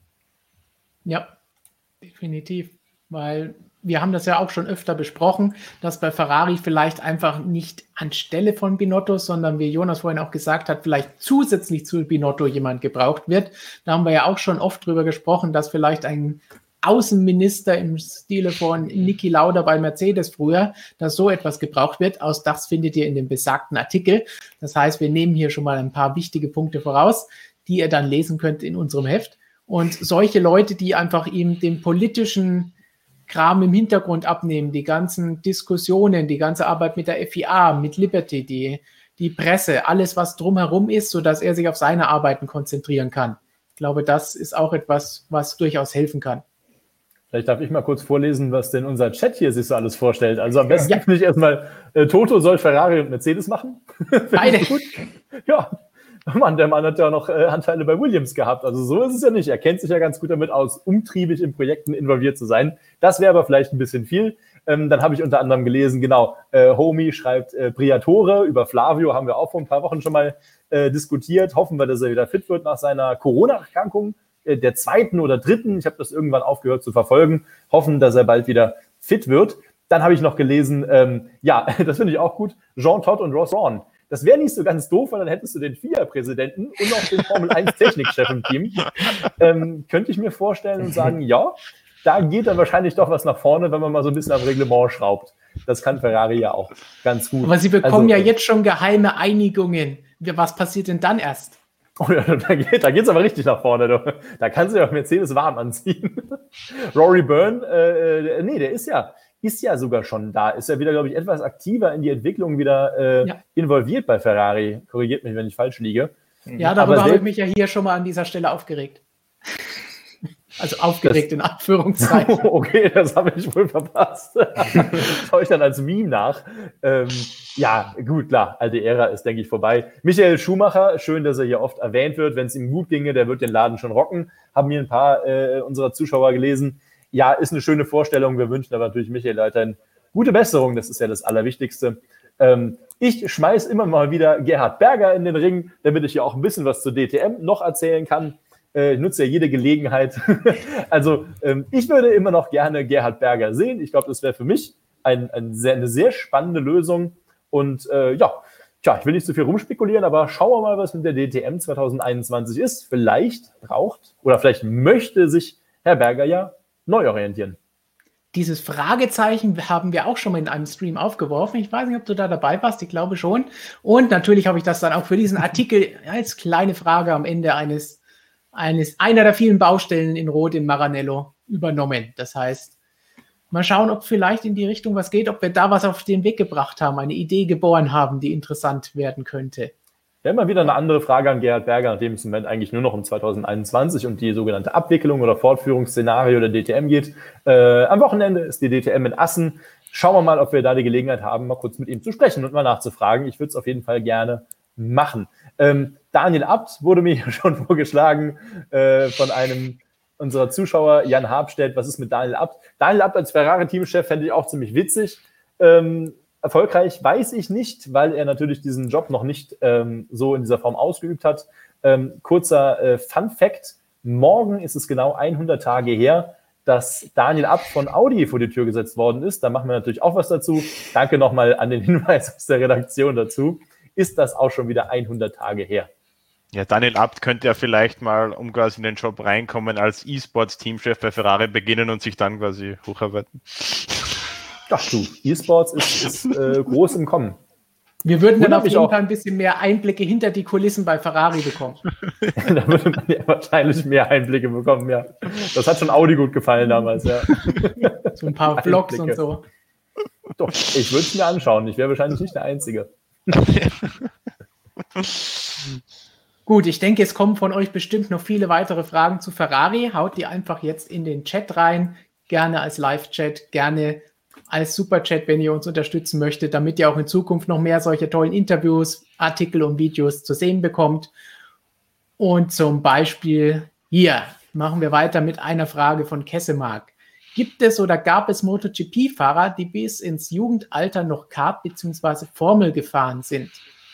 Ja, definitiv, weil wir haben das ja auch schon öfter besprochen, dass bei Ferrari vielleicht einfach nicht anstelle von Binotto, sondern wie Jonas vorhin auch gesagt hat, vielleicht zusätzlich zu Binotto jemand gebraucht wird. Da haben wir ja auch schon oft drüber gesprochen, dass vielleicht ein Außenminister im Stile von Niki Lauda bei Mercedes früher, dass so etwas gebraucht wird. Auch das findet ihr in dem besagten Artikel. Das heißt, wir nehmen hier schon mal ein paar wichtige Punkte voraus, die ihr dann lesen könnt in unserem Heft. Und solche Leute, die einfach ihm den politischen Kram im Hintergrund abnehmen, die ganzen Diskussionen, die ganze Arbeit mit der F I A, mit Liberty, die, die Presse, alles, was drumherum ist, sodass er sich auf seine Arbeiten konzentrieren kann. Ich glaube, das ist auch etwas, was durchaus helfen kann. Vielleicht darf ich mal kurz vorlesen, was denn unser Chat hier sich so alles vorstellt. Also am besten ja. finde ich erstmal, äh, Toto soll Ferrari und Mercedes machen. Beide. Gut. Ja, Mann, der Mann hat ja noch äh, Anteile bei Williams gehabt. Also so ist es ja nicht. Er kennt sich ja ganz gut damit aus, umtriebig in Projekten involviert zu sein. Das wäre aber vielleicht ein bisschen viel. Ähm, dann habe ich unter anderem gelesen, genau, äh, Homie schreibt äh, Briatore, über Flavio haben wir auch vor ein paar Wochen schon mal äh, diskutiert. Hoffen wir, dass er wieder fit wird nach seiner Corona-Erkrankung. Der zweiten oder dritten, ich habe das irgendwann aufgehört zu verfolgen, hoffen, dass er bald wieder fit wird. Dann habe ich noch gelesen, ähm, ja, das finde ich auch gut, Jean Todt und Ross Brawn. Das wäre nicht so ganz doof, weil dann hättest du den F I A-Präsidenten und auch den Formel eins Technikchef im Team. Ähm, könnte ich mir vorstellen und sagen, ja, da geht dann wahrscheinlich doch was nach vorne, wenn man mal so ein bisschen am Reglement schraubt. Das kann Ferrari ja auch ganz gut. Aber sie bekommen also, ja jetzt schon geheime Einigungen. Was passiert denn dann erst? Oh ja, da geht da geht's aber richtig nach vorne. Du. Da kannst du ja Mercedes warm anziehen. Rory Byrne, äh, nee, der ist ja, ist ja sogar schon da. Ist ja wieder, glaube ich, etwas aktiver in die Entwicklung wieder äh, ja. involviert bei Ferrari. Korrigiert mich, wenn ich falsch liege. Ja, darüber habe ich mich ja hier schon mal an dieser Stelle aufgeregt. Also aufgeregt das, in Anführungszeichen. Okay, das habe ich wohl verpasst. Schaue ich dann als Meme nach. Ähm, ja, gut, klar, alte Ära ist, denke ich, vorbei. Michael Schumacher, schön, dass er hier oft erwähnt wird. Wenn es ihm gut ginge, der wird den Laden schon rocken. Haben hier ein paar äh, unserer Zuschauer gelesen. Ja, ist eine schöne Vorstellung. Wir wünschen aber natürlich Michael weiterhin gute Besserung. Das ist ja das Allerwichtigste. Ähm, ich schmeiß immer mal wieder Gerhard Berger in den Ring, damit ich ja auch ein bisschen was zu D T M noch erzählen kann. Äh, ich nutze ja jede Gelegenheit. Also ähm, ich würde immer noch gerne Gerhard Berger sehen. Ich glaube, das wäre für mich ein, ein sehr, eine sehr spannende Lösung. Und äh, ja, tja, ich will nicht zu viel rumspekulieren, aber schauen wir mal, was mit der D T M zwanzig einundzwanzig ist. Vielleicht braucht oder vielleicht möchte sich Herr Berger ja neu orientieren. Dieses Fragezeichen haben wir auch schon mal in einem Stream aufgeworfen. Ich weiß nicht, ob du da dabei warst. Ich glaube schon. Und natürlich habe ich das dann auch für diesen Artikel als kleine Frage am Ende eines, eines einer der vielen Baustellen in Rot in Maranello übernommen. Das heißt, mal schauen, ob vielleicht in die Richtung was geht, ob wir da was auf den Weg gebracht haben, eine Idee geboren haben, die interessant werden könnte. Ja, immer wieder eine andere Frage an Gerhard Berger, nachdem es im Moment eigentlich nur noch um zwanzig einundzwanzig und die sogenannte Abwicklung oder Fortführungsszenario der D T M geht. Äh, am Wochenende ist die D T M in Assen. Schauen wir mal, ob wir da die Gelegenheit haben, mal kurz mit ihm zu sprechen und mal nachzufragen. Ich würde es auf jeden Fall gerne machen. Ähm, Daniel Abt wurde mir schon vorgeschlagen äh, von einem unserer Zuschauer, Jan Habstedt. Was ist mit Daniel Abt? Daniel Abt als Ferrari-Teamchef fände ich auch ziemlich witzig. Ähm, Erfolgreich weiß ich nicht, weil er natürlich diesen Job noch nicht ähm, so in dieser Form ausgeübt hat. Ähm, kurzer äh, Fun-Fact: Morgen ist es genau hundert Tage her, dass Daniel Abt von Audi vor die Tür gesetzt worden ist. Da machen wir natürlich auch was dazu. Danke nochmal an den Hinweis aus der Redaktion dazu. Ist das auch schon wieder hundert Tage her? Ja, Daniel Abt könnte ja vielleicht mal, um quasi in den Job reinkommen, als E-Sports-Teamchef bei Ferrari beginnen und sich dann quasi hocharbeiten. Ach du, E-Sports ist, ist äh, groß im Kommen. Wir würden dann auf jeden Fall ein bisschen mehr Einblicke hinter die Kulissen bei Ferrari bekommen. Da würde man ja wahrscheinlich mehr Einblicke bekommen, ja. Das hat schon Audi gut gefallen damals, ja. So ein paar Vlogs und so. Doch, ich würde es mir anschauen. Ich wäre wahrscheinlich nicht der Einzige. Gut, ich denke, es kommen von euch bestimmt noch viele weitere Fragen zu Ferrari. Haut die einfach jetzt in den Chat rein. Gerne als Live-Chat, gerne als Superchat, wenn ihr uns unterstützen möchtet, damit ihr auch in Zukunft noch mehr solche tollen Interviews, Artikel und Videos zu sehen bekommt. Und zum Beispiel hier machen wir weiter mit einer Frage von Kessemark. Gibt es oder gab es MotoGP-Fahrer, die bis ins Jugendalter noch Kart bzw. Formel gefahren sind?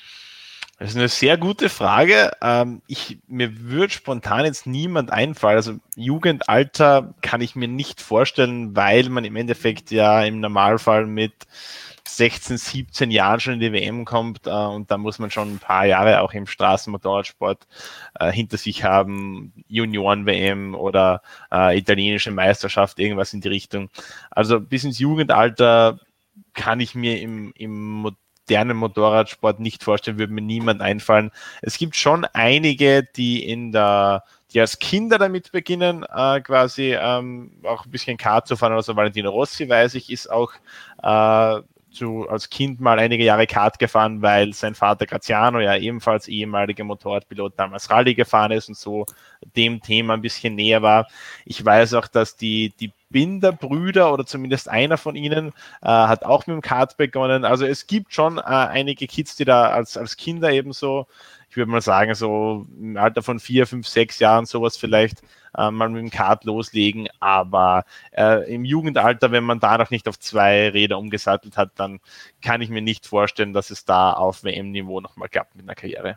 Das ist eine sehr gute Frage. Ähm, ich, mir würde spontan jetzt niemand einfallen. Also Jugendalter kann ich mir nicht vorstellen, weil man im Endeffekt ja im Normalfall mit sechzehn, siebzehn Jahren schon in die W M kommt äh, und da muss man schon ein paar Jahre auch im Straßenmotorradsport äh, hinter sich haben, Junioren-W M oder äh, italienische Meisterschaft, irgendwas in die Richtung. Also bis ins Jugendalter kann ich mir im, im modernen Motorradsport nicht vorstellen, würde mir niemand einfallen. Es gibt schon einige, die in der, die als Kinder damit beginnen, äh, quasi ähm, auch ein bisschen Kart zu fahren. Also Valentino Rossi, weiß ich, ist auch äh, zu, als Kind mal einige Jahre Kart gefahren, weil sein Vater Graziano ja ebenfalls ehemaliger Motorradpilot damals Rallye gefahren ist und so dem Thema ein bisschen näher war. Ich weiß auch, dass die, die Binder-Brüder oder zumindest einer von ihnen äh, hat auch mit dem Kart begonnen. Also es gibt schon äh, einige Kids, die da als, als Kinder eben so, ich würde mal sagen, so im Alter von vier, fünf, sechs Jahren sowas vielleicht äh, mal mit dem Kart loslegen. Aber äh, im Jugendalter, wenn man da noch nicht auf zwei Räder umgesattelt hat, dann kann ich mir nicht vorstellen, dass es da auf W M-Niveau nochmal klappt mit einer Karriere.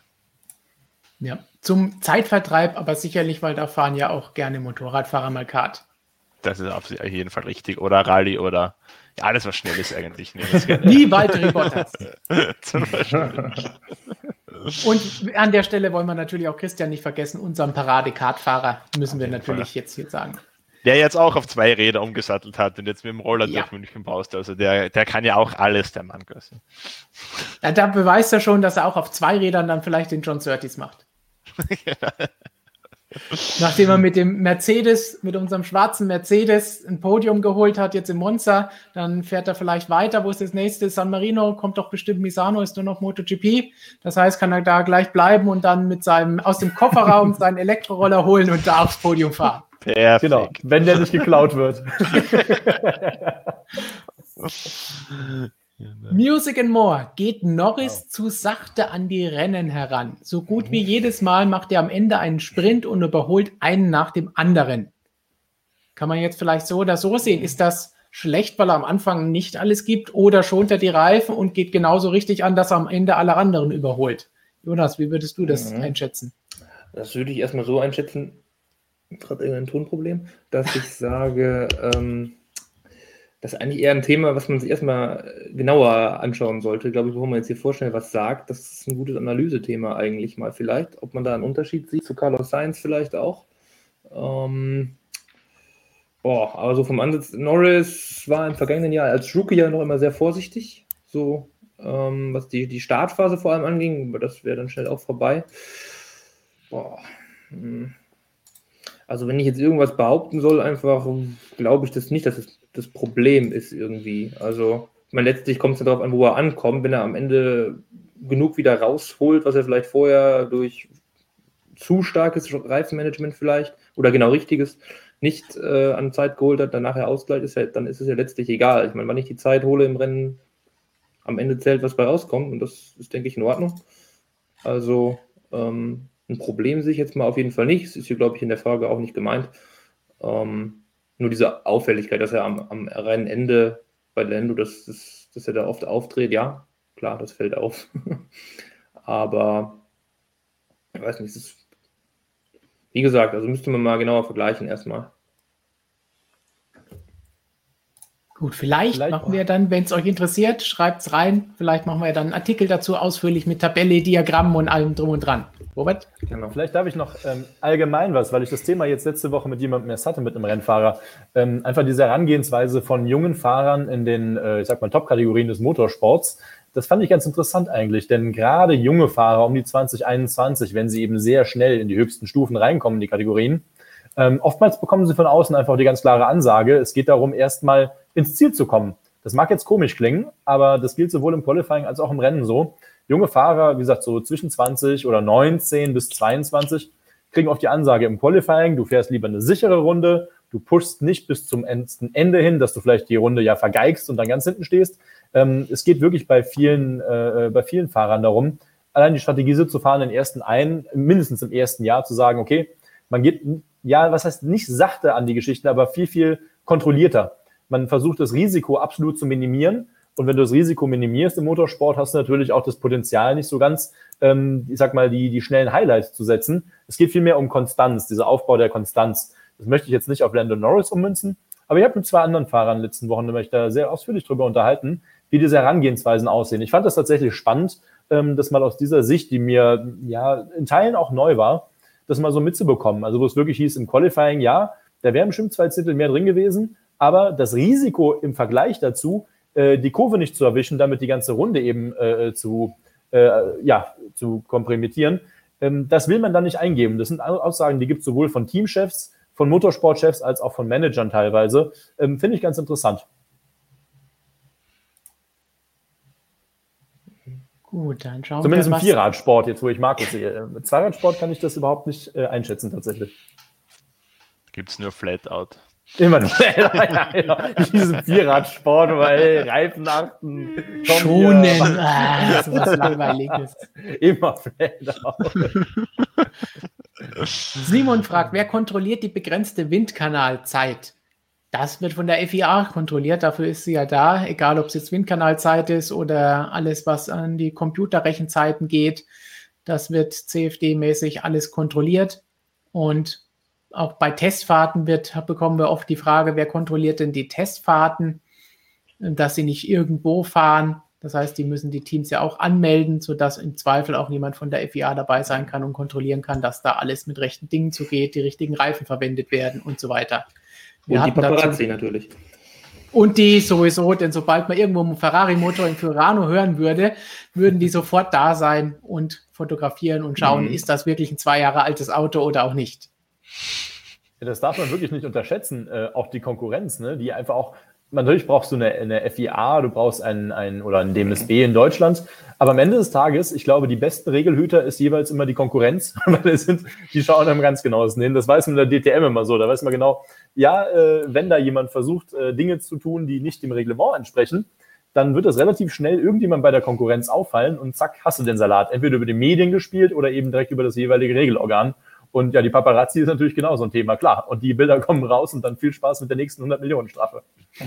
Ja, zum Zeitvertreib, aber sicherlich, weil da fahren ja auch gerne Motorradfahrer mal Kart. Das ist auf jeden Fall richtig. Oder Rallye oder ja, alles, was schnell ist eigentlich. Wie Valtteri Bottas. Zum Beispiel. Und an der Stelle wollen wir natürlich auch Christian nicht vergessen, unseren Parade-Kartfahrer müssen wir natürlich jetzt hier sagen. Der jetzt auch auf zwei Räder umgesattelt hat und jetzt mit dem Roller ja. durch München braust. Also der, der kann ja auch alles, der Mann. Ja, da beweist er schon, dass er auch auf zwei Rädern dann vielleicht den John Surtees macht. Nachdem er mit dem Mercedes, mit unserem schwarzen Mercedes ein Podium geholt hat, jetzt in Monza, dann fährt er vielleicht weiter. Wo ist das nächste? San Marino, kommt doch bestimmt Misano, ist nur noch MotoGP. Das heißt, kann er da gleich bleiben und dann mit seinem, aus dem Kofferraum seinen Elektroroller holen und da aufs Podium fahren. Perfekt. Genau, wenn der nicht geklaut wird. Music and More. Geht Norris wow. zu sachte an die Rennen heran? So gut wie jedes Mal macht er am Ende einen Sprint und überholt einen nach dem anderen. Kann man jetzt vielleicht so oder so sehen? Ist das schlecht, weil er am Anfang nicht alles gibt, oder schont er die Reifen und geht genauso richtig an, dass er am Ende alle anderen überholt? Jonas, wie würdest du das mhm. einschätzen? Das würde ich erstmal so einschätzen, gerade irgendein Tonproblem, dass ich sage, ähm, das ist eigentlich eher ein Thema, was man sich erstmal genauer anschauen sollte, glaube ich, bevor man jetzt hier vorschnell was sagt. Das ist ein gutes Analysethema eigentlich mal vielleicht, ob man da einen Unterschied sieht zu Carlos Sainz vielleicht auch. Ähm, boah, aber so vom Ansatz, Norris war im vergangenen Jahr als Rookie ja noch immer sehr vorsichtig, so ähm, was die, die Startphase vor allem anging, aber das wäre dann schnell auch vorbei. Boah, hm. Also wenn ich jetzt irgendwas behaupten soll, einfach glaube ich das nicht, dass es das Problem ist irgendwie. Also ich meine, letztlich kommt es ja darauf an, wo er ankommt. Wenn er am Ende genug wieder rausholt, was er vielleicht vorher durch zu starkes Reifenmanagement vielleicht oder genau richtiges nicht äh, an Zeit geholt hat, danach er ausgleicht, ist ja, dann ist es ja letztlich egal. Ich meine, wenn ich die Zeit hole im Rennen, am Ende zählt, was bei rauskommt, und das ist, denke ich, in Ordnung. Also ähm, ein Problem sehe ich jetzt mal auf jeden Fall nicht. Das ist hier, glaube ich, in der Frage auch nicht gemeint. Ähm, nur diese Auffälligkeit, dass er am, am Rennende bei Lando, dass, dass, dass er da oft auftritt, ja, klar, das fällt auf. Aber ich weiß nicht, es ist, wie gesagt, also müsste man mal genauer vergleichen erstmal. Gut, vielleicht, vielleicht machen wir dann, wenn es euch interessiert, schreibt es rein. Vielleicht machen wir dann einen Artikel dazu ausführlich mit Tabelle, Diagramm und allem drum und dran. Robert? Genau. Vielleicht darf ich noch ähm, allgemein was, weil ich das Thema jetzt letzte Woche mit jemandem erst hatte, mit einem Rennfahrer. Ähm, einfach diese Herangehensweise von jungen Fahrern in den, äh, ich sag mal, Top-Kategorien des Motorsports. Das fand ich ganz interessant eigentlich, denn gerade junge Fahrer um die zwanzig einundzwanzig, wenn sie eben sehr schnell in die höchsten Stufen reinkommen, in die Kategorien, ähm, oftmals bekommen sie von außen einfach die ganz klare Ansage, es geht darum, erstmal ins Ziel zu kommen. Das mag jetzt komisch klingen, aber das gilt sowohl im Qualifying als auch im Rennen so. Junge Fahrer, wie gesagt, so zwischen zwanzig oder neunzehn bis zweiundzwanzig, kriegen oft die Ansage im Qualifying, du fährst lieber eine sichere Runde, du pushst nicht bis zum Ende hin, dass du vielleicht die Runde ja vergeigst und dann ganz hinten stehst. Ähm, es geht wirklich bei vielen, äh, bei vielen Fahrern darum, allein die Strategie so zu fahren, den ersten ein, mindestens im ersten Jahr zu sagen, okay, man geht, ja, was heißt nicht sachte an die Geschichten, aber viel, viel kontrollierter. Man versucht, das Risiko absolut zu minimieren. Und wenn du das Risiko minimierst im Motorsport, hast du natürlich auch das Potenzial, nicht so ganz, ähm, ich sag mal, die, die schnellen Highlights zu setzen. Es geht vielmehr um Konstanz, dieser Aufbau der Konstanz. Das möchte ich jetzt nicht auf Lando Norris ummünzen, aber ich habe mit zwei anderen Fahrern in den letzten Wochen nämlich da sehr ausführlich drüber unterhalten, wie diese Herangehensweisen aussehen. Ich fand das tatsächlich spannend, ähm, das mal aus dieser Sicht, die mir ja in Teilen auch neu war, das mal so mitzubekommen. Also wo es wirklich hieß, im Qualifying, ja, da wären bestimmt zwei Zehntel mehr drin gewesen, aber das Risiko im Vergleich dazu, äh, die Kurve nicht zu erwischen, damit die ganze Runde eben äh, zu, äh, ja, zu kompromittieren, ähm, das will man dann nicht eingeben. Das sind Aussagen, die gibt es sowohl von Teamchefs, von Motorsportchefs als auch von Managern teilweise. Ähm, finde ich ganz interessant. Gut, dann schauen Zumindest wir im Vierradsport, jetzt wo ich Markus sehe. Mit Zweiradsport kann ich das überhaupt nicht äh, einschätzen tatsächlich. Gibt es nur Flatout. Immer nur ja, ja, diesen Vierradsport, weil Reifen achten. Schonen, ah, so was Langweiliges. Immer Flatout. Simon fragt, wer kontrolliert die begrenzte Windkanalzeit? Das wird von der F I A kontrolliert, dafür ist sie ja da, egal ob es jetzt Windkanalzeit ist oder alles, was an die Computerrechenzeiten geht. Das wird C F D-mäßig alles kontrolliert. Und auch bei Testfahrten wird, bekommen wir oft die Frage, wer kontrolliert denn die Testfahrten, dass sie nicht irgendwo fahren. Das heißt, die müssen die Teams ja auch anmelden, sodass im Zweifel auch jemand von der F I A dabei sein kann und kontrollieren kann, dass da alles mit rechten Dingen zugeht, die richtigen Reifen verwendet werden und so weiter. Wir und die Paparazzi dazu, natürlich. Und die sowieso, denn sobald man irgendwo einen Ferrari-Motor in Fiorano hören würde, würden die sofort da sein und fotografieren und schauen, mhm. ist das wirklich ein zwei Jahre altes Auto oder auch nicht. Ja, das darf man wirklich nicht unterschätzen, äh, auch die Konkurrenz, ne, die einfach auch natürlich brauchst du eine, eine F I A, du brauchst einen, einen oder einen D M S B in Deutschland, aber am Ende des Tages, ich glaube, die besten Regelhüter ist jeweils immer die Konkurrenz, weil es sind, die schauen einem ganz genau hin. Das weiß man in der D T M immer so, da weiß man genau, ja, äh, wenn da jemand versucht, äh, Dinge zu tun, die nicht dem Reglement entsprechen, dann wird das relativ schnell irgendjemand bei der Konkurrenz auffallen und zack, hast du den Salat. Entweder über die Medien gespielt oder eben direkt über das jeweilige Regelorgan. Und ja, die Paparazzi ist natürlich genau so ein Thema, klar. Und die Bilder kommen raus und dann viel Spaß mit der nächsten hundert Millionen Strafe.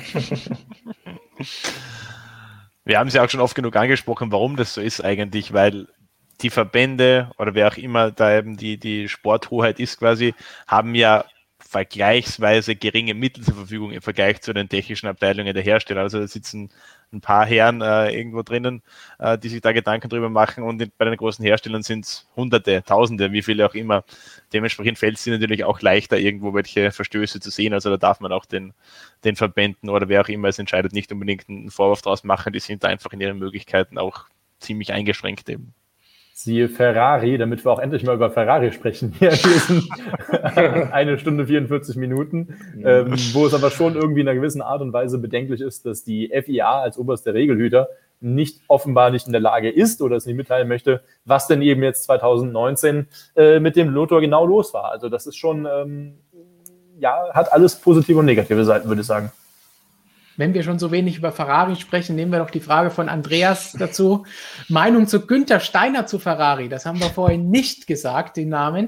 Wir haben es ja auch schon oft genug angesprochen, warum das so ist eigentlich, weil die Verbände oder wer auch immer da eben die, die Sporthoheit ist quasi, haben ja vergleichsweise geringe Mittel zur Verfügung im Vergleich zu den technischen Abteilungen der Hersteller. Also da sitzen ein paar Herren äh, irgendwo drinnen, äh, die sich da Gedanken drüber machen und in, bei den großen Herstellern sind es Hunderte, Tausende, wie viele auch immer. Dementsprechend fällt es natürlich auch leichter, irgendwo welche Verstöße zu sehen. Also da darf man auch den, den Verbänden oder wer auch immer es entscheidet, nicht unbedingt einen Vorwurf draus machen. Die sind einfach in ihren Möglichkeiten auch ziemlich eingeschränkt eben. Siehe Ferrari, damit wir auch endlich mal über Ferrari sprechen. Hier sind eine Stunde vierundvierzig Minuten, ähm, wo es aber schon irgendwie in einer gewissen Art und Weise bedenklich ist, dass die F I A als oberster Regelhüter nicht offenbar nicht in der Lage ist oder es nicht mitteilen möchte, was denn eben jetzt zwanzig neunzehn äh, mit dem Motor genau los war. Also das ist schon, ähm, ja, hat alles positive und negative Seiten, würde ich sagen. Wenn wir schon so wenig über Ferrari sprechen, nehmen wir doch die Frage von Andreas dazu. Meinung zu Günther Steiner zu Ferrari. Das haben wir vorhin nicht gesagt, den Namen.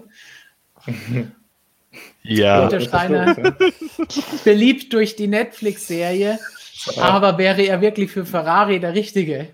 Ja. Günther Steiner, beliebt durch die Netflix-Serie, aber wäre er wirklich für Ferrari der Richtige?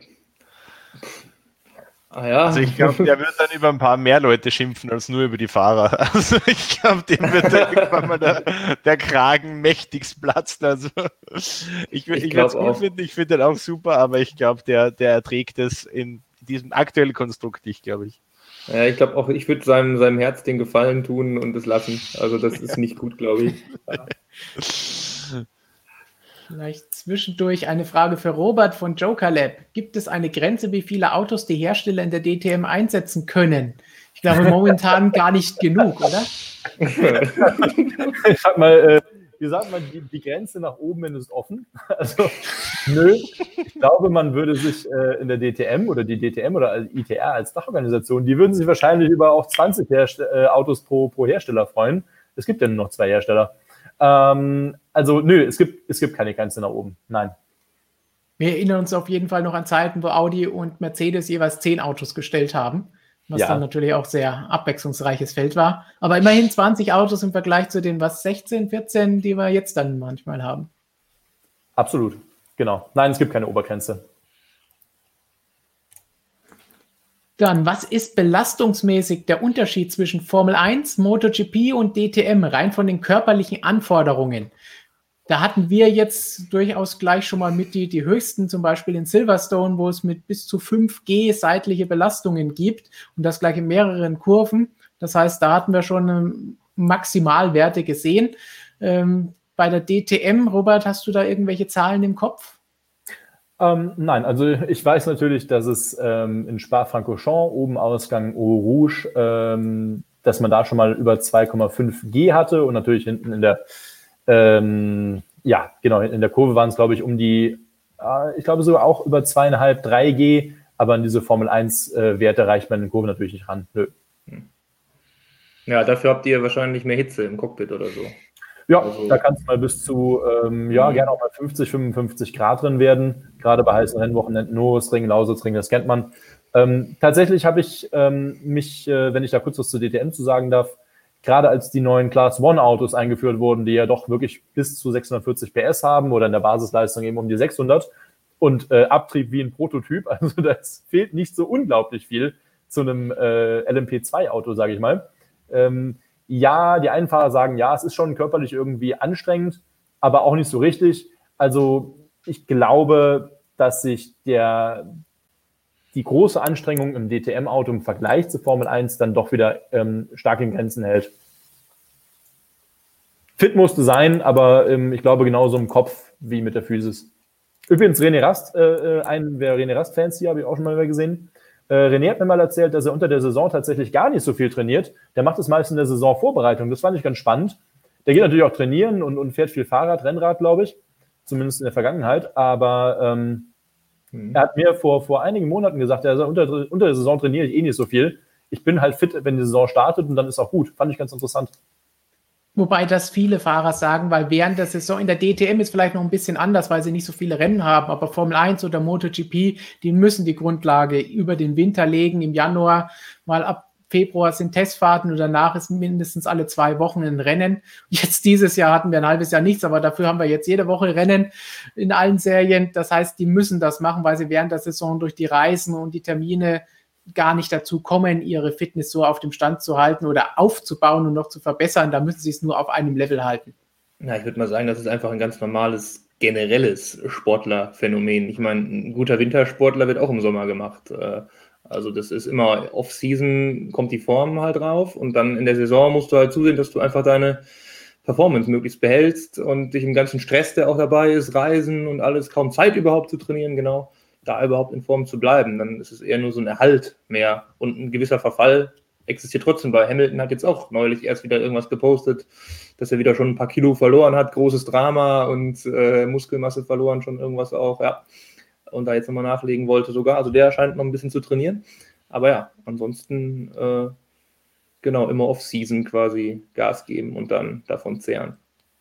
Ah ja. Also ich glaube, der wird dann über ein paar mehr Leute schimpfen als nur über die Fahrer. Also ich glaube, dem wird dann irgendwann mal der, der Kragen mächtigst platzen. Also ich, ich, ich würde es gut finden, ich finde den auch super, aber ich glaube, der, der erträgt es in diesem aktuellen Konstrukt nicht, glaube ich. Ja, ich glaube auch, ich würde seinem, seinem Herz den Gefallen tun und es lassen. Also das ist nicht gut, glaube ich. Vielleicht zwischendurch eine Frage für Robert von Joker Lab. Gibt es eine Grenze, wie viele Autos die Hersteller in der D T M einsetzen können? Ich glaube momentan gar nicht genug, oder? Ich sag mal, äh, wir sagen mal, die, die Grenze nach oben hin ist offen. Also, nö. Ich glaube, man würde sich äh, in der D T M oder die D T M oder I T R als Dachorganisation, die würden sich wahrscheinlich über auch zwanzig Herst- äh, Autos pro, pro Hersteller freuen. Es gibt ja nur noch zwei Hersteller. Ähm, also, nö, es gibt, es gibt keine Grenze nach oben. Nein. Wir erinnern uns auf jeden Fall noch an Zeiten, wo Audi und Mercedes jeweils zehn Autos gestellt haben, was ja dann natürlich auch sehr abwechslungsreiches Feld war. Aber immerhin zwanzig Autos im Vergleich zu den, was, sechzehn, vierzehn, die wir jetzt dann manchmal haben. Absolut, genau. Nein, es gibt keine Obergrenze. Dann, was ist belastungsmäßig der Unterschied zwischen Formel eins, MotoGP und D T M, rein von den körperlichen Anforderungen? Da hatten wir jetzt durchaus gleich schon mal mit die, die höchsten, zum Beispiel in Silverstone, wo es mit bis zu fünf G seitliche Belastungen gibt und das gleich in mehreren Kurven. Das heißt, da hatten wir schon Maximalwerte gesehen. Ähm, bei der D T M, Robert, hast du da irgendwelche Zahlen im Kopf? Ähm, nein, also ich weiß natürlich, dass es ähm, in Spa-Francorchamps, oben Ausgang Eau Rouge, ähm, dass man da schon mal über zwei Komma fünf G hatte und natürlich hinten in der, ähm, ja, genau, in der Kurve waren es, glaube ich, um die, äh, ich glaube sogar auch über zwei Komma fünf, drei G, aber an diese Formel eins Werte reicht man in den Kurven natürlich nicht ran. Nö. Ja, dafür habt ihr wahrscheinlich mehr Hitze im Cockpit oder so. Ja, also, da kann es mal bis zu, ähm, ja, gerne auch mal fünfzig, fünfundfünfzig Grad drin werden. Gerade bei heißen Rennwochenenden, Nürburgring, Lausitzring, das kennt man. Ähm, tatsächlich habe ich ähm, mich, äh, wenn ich da kurz was zu D T M zu sagen darf, gerade als die neuen Class One Autos eingeführt wurden, die ja doch wirklich bis zu sechshundertvierzig P S haben oder in der Basisleistung eben um die sechshundert und äh, Abtrieb wie ein Prototyp, also das fehlt nicht so unglaublich viel zu einem äh, L M P zwei Auto, sage ich mal. Ähm, Ja, die einen Fahrer sagen, ja, es ist schon körperlich irgendwie anstrengend, aber auch nicht so richtig. Also ich glaube, dass sich der, die große Anstrengung im D T M-Auto im Vergleich zu Formel eins dann doch wieder ähm, stark in Grenzen hält. Fit musste sein, aber ähm, ich glaube genauso im Kopf wie mit der Physis. Übrigens, René Rast, äh, ein, wer René Rast-Fans hier, habe ich auch schon mal gesehen. Äh, René hat mir mal erzählt, dass er unter der Saison tatsächlich gar nicht so viel trainiert. Der macht es meist in der Saisonvorbereitung. Das fand ich ganz spannend. Der geht natürlich auch trainieren und, und fährt viel Fahrrad, Rennrad, glaube ich. zumindest in der Vergangenheit, aber ähm, mhm. er hat mir vor, vor einigen Monaten gesagt, er sagt, unter, unter der Saison trainiere ich eh nicht so viel. Ich bin halt fit, wenn die Saison startet und dann ist auch gut. Fand ich ganz interessant. Wobei das viele Fahrer sagen, weil während der Saison in der D T M ist vielleicht noch ein bisschen anders, weil sie nicht so viele Rennen haben, aber Formel eins oder MotoGP, die müssen die Grundlage über den Winter legen. Im Januar, mal ab Februar sind Testfahrten und danach ist mindestens alle zwei Wochen ein Rennen. Jetzt dieses Jahr hatten wir ein halbes Jahr nichts, aber dafür haben wir jetzt jede Woche Rennen in allen Serien. Das heißt, die müssen das machen, weil sie während der Saison durch die Reisen und die Termine gar nicht dazu kommen, ihre Fitness so auf dem Stand zu halten oder aufzubauen und noch zu verbessern. Da müssen sie es nur auf einem Level halten. Na, ich würde mal sagen, das ist einfach ein ganz normales, generelles Sportlerphänomen. Ich meine, ein guter Wintersportler wird auch im Sommer gemacht. Also das ist immer Off-Season, kommt die Form halt drauf und dann in der Saison musst du halt zusehen, dass du einfach deine Performance möglichst behältst und dich im ganzen Stress, der auch dabei ist, Reisen und alles, kaum Zeit überhaupt zu trainieren, genau, da überhaupt in Form zu bleiben. Dann ist es eher nur so ein Erhalt mehr und ein gewisser Verfall existiert trotzdem, weil Hamilton hat jetzt auch neulich erst wieder irgendwas gepostet, dass er wieder schon ein paar Kilo verloren hat, großes Drama und äh, Muskelmasse verloren, schon irgendwas auch, ja. Und da jetzt nochmal nachlegen wollte sogar. Also der scheint noch ein bisschen zu trainieren. Aber ja, ansonsten äh, genau, immer Off-Season quasi Gas geben und dann davon zehren.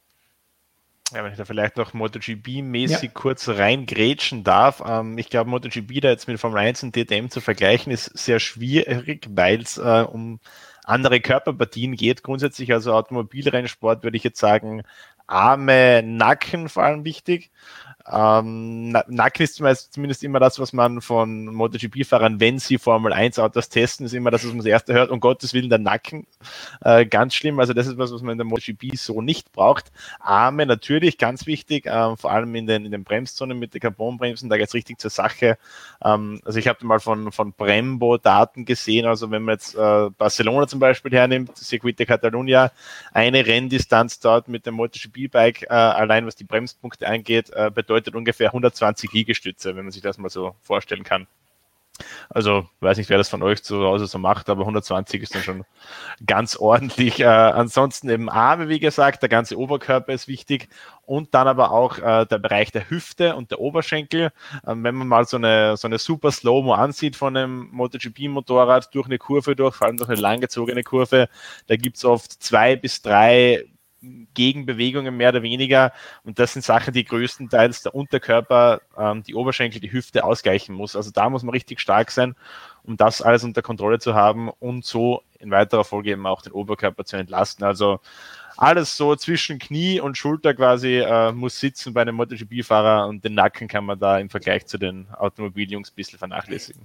Ja, wenn ich da vielleicht noch MotoGP-mäßig ja. kurz reingrätschen darf. Ähm, ich glaube, MotoGP da jetzt mit Formel eins und D T M zu vergleichen, ist sehr schwierig, weil es äh, um andere Körperpartien geht. Grundsätzlich, also Automobilrennsport würde ich jetzt sagen, Arme, Nacken vor allem wichtig. Ähm, Nacken ist zumindest immer das, was man von MotoGP-Fahrern, wenn sie Formel eins Autos testen, ist immer das, was man das erste hört, um Gottes Willen der Nacken, äh, ganz schlimm, also das ist was, was man in der MotoGP so nicht braucht. Arme natürlich, ganz wichtig, äh, vor allem in den, in den Bremszonen mit den Carbonbremsen, da geht es richtig zur Sache. Ähm, also ich habe mal von, von Brembo Daten gesehen, also wenn man jetzt äh, Barcelona zum Beispiel hernimmt, Circuit de Catalunya, eine Renndistanz dort mit dem MotoGP-Bike, äh, allein was die Bremspunkte angeht, äh, bedeutet ungefähr hundertzwanzig Liegestütze, wenn man sich das mal so vorstellen kann. Also, weiß nicht, wer das von euch zu Hause so macht, aber hundertzwanzig ist dann schon ganz ordentlich. Äh, ansonsten eben Arme, wie gesagt, der ganze Oberkörper ist wichtig und dann aber auch äh, der Bereich der Hüfte und der Oberschenkel. Ähm, wenn man mal so eine, so eine super Slow-Mo ansieht von einem MotoGP-Motorrad durch eine Kurve durch, vor allem durch eine langgezogene Kurve, da gibt es oft zwei bis drei Gegenbewegungen mehr oder weniger und das sind Sachen, die größtenteils der Unterkörper, ähm, die Oberschenkel, die Hüfte ausgleichen muss. Also da muss man richtig stark sein, um das alles unter Kontrolle zu haben und so in weiterer Folge eben auch den Oberkörper zu entlasten. Also alles so zwischen Knie und Schulter quasi äh, muss sitzen bei einem MotoGP-Fahrer und den Nacken kann man da im Vergleich zu den Automobiljungs ein bisschen vernachlässigen.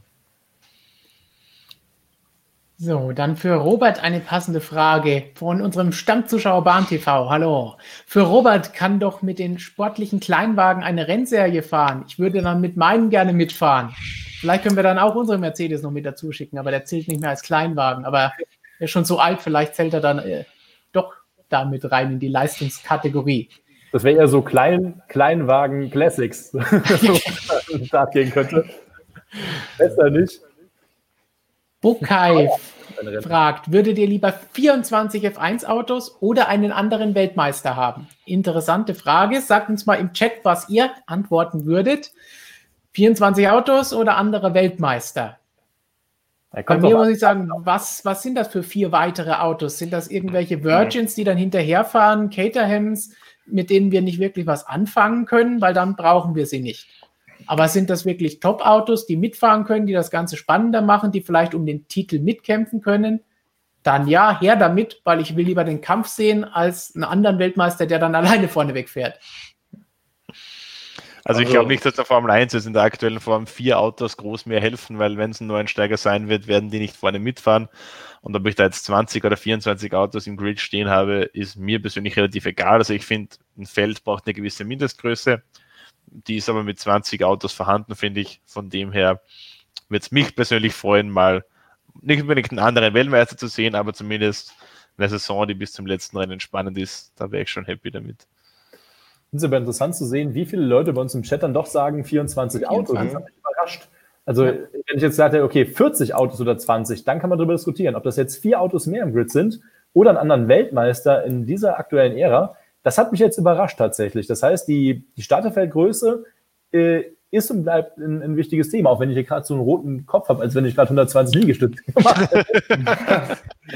So, dann für Robert eine passende Frage von unserem Stammzuschauer Bahn T V. Hallo. Für Robert kann doch mit den sportlichen Kleinwagen eine Rennserie fahren. Ich würde dann mit meinem gerne mitfahren. Vielleicht können wir dann auch unsere Mercedes noch mit dazu schicken, aber der zählt nicht mehr als Kleinwagen. Aber er ist schon so alt, vielleicht zählt er dann äh, doch da mit rein in die Leistungskategorie. Das wäre ja so Klein, Kleinwagen Classics, wo man Start gehen könnte. Besser nicht. Bukai fragt, würdet ihr lieber vierundzwanzig F eins Autos oder einen anderen Weltmeister haben? Interessante Frage. Sagt uns mal im Chat, was ihr antworten würdet. vierundzwanzig Autos oder anderer Weltmeister? Bei mir muss ich sagen, was, was sind das für vier weitere Autos? Sind das irgendwelche Virgins, die dann hinterherfahren, Caterhams, mit denen wir nicht wirklich was anfangen können, weil dann brauchen wir sie nicht. Aber sind das wirklich Top-Autos, die mitfahren können, die das Ganze spannender machen, die vielleicht um den Titel mitkämpfen können? Dann ja, her damit, weil ich will lieber den Kampf sehen, als einen anderen Weltmeister, der dann alleine vorne wegfährt. Also ich glaube nicht, dass der Formel eins jetzt in der aktuellen Form vier Autos groß mehr helfen, weil wenn es ein Neuensteiger sein wird, werden die nicht vorne mitfahren. Und ob ich da jetzt zwanzig oder vierundzwanzig Autos im Grid stehen habe, ist mir persönlich relativ egal. Also ich finde, ein Feld braucht eine gewisse Mindestgröße. Die ist aber mit zwanzig Autos vorhanden, finde ich. Von dem her wird es mich persönlich freuen, mal nicht unbedingt einen anderen Weltmeister zu sehen, aber zumindest eine Saison, die bis zum letzten Rennen spannend ist. Da wäre ich schon happy damit. Es ist aber interessant zu sehen, wie viele Leute bei uns im Chat dann doch sagen vierundzwanzig Autos. Das hat mich überrascht. Also ja. Wenn ich jetzt sage, okay, vierzig Autos oder zwanzig, dann kann man darüber diskutieren, ob das jetzt vier Autos mehr im Grid sind oder einen anderen Weltmeister in dieser aktuellen Ära. das hat mich jetzt überrascht tatsächlich. Das heißt, die, die Starterfeldgröße äh, ist und bleibt ein, ein wichtiges Thema, auch wenn ich hier gerade so einen roten Kopf habe, als wenn ich gerade hundertzwanzig Liegestütze gemacht hätte.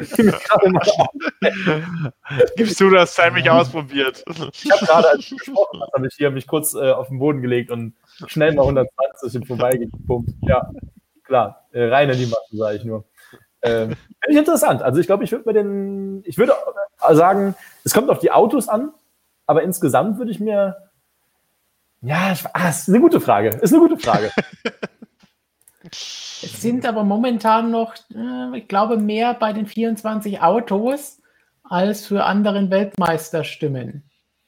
Gibst du das, sei mich ausprobiert. Ich habe gerade, als ich gesprochen habe, habe ich hier mich kurz äh, auf den Boden gelegt und schnell mal hundertzwanzig und vorbeigepumpt. Ja, klar, äh, rein in die Masse, sage ich nur. Ähm, Finde ich interessant. Also ich glaube, ich würde mir den, ich würde sagen, es kommt auf die Autos an, aber insgesamt würde ich mir, ja, ah, ist eine gute Frage, ist eine gute Frage. Es sind aber momentan noch, äh, ich glaube, mehr bei den vierundzwanzig Autos als für anderen Weltmeisterstimmen.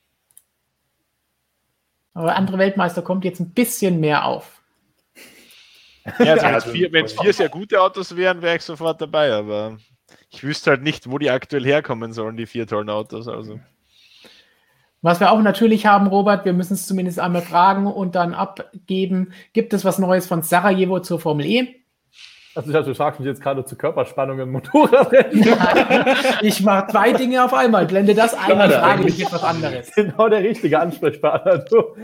Aber andere Weltmeister kommt jetzt ein bisschen mehr auf. Ja, also also vier, wenn es vier sehr gute Autos wären, wäre ich sofort dabei, aber ich wüsste halt nicht, wo die aktuell herkommen sollen, die vier tollen Autos. Also. Was wir auch natürlich haben, Robert, wir müssen es zumindest einmal fragen und dann abgeben. Gibt es was Neues von Sarajevo zur Formel E? Also ich dachte, du fragst mich jetzt gerade zur Körperspannung im Motorradrennen. Ich mache zwei Dinge auf einmal. Blende das ein und frage dich etwas anderes. Genau der richtige Ansprechpartner.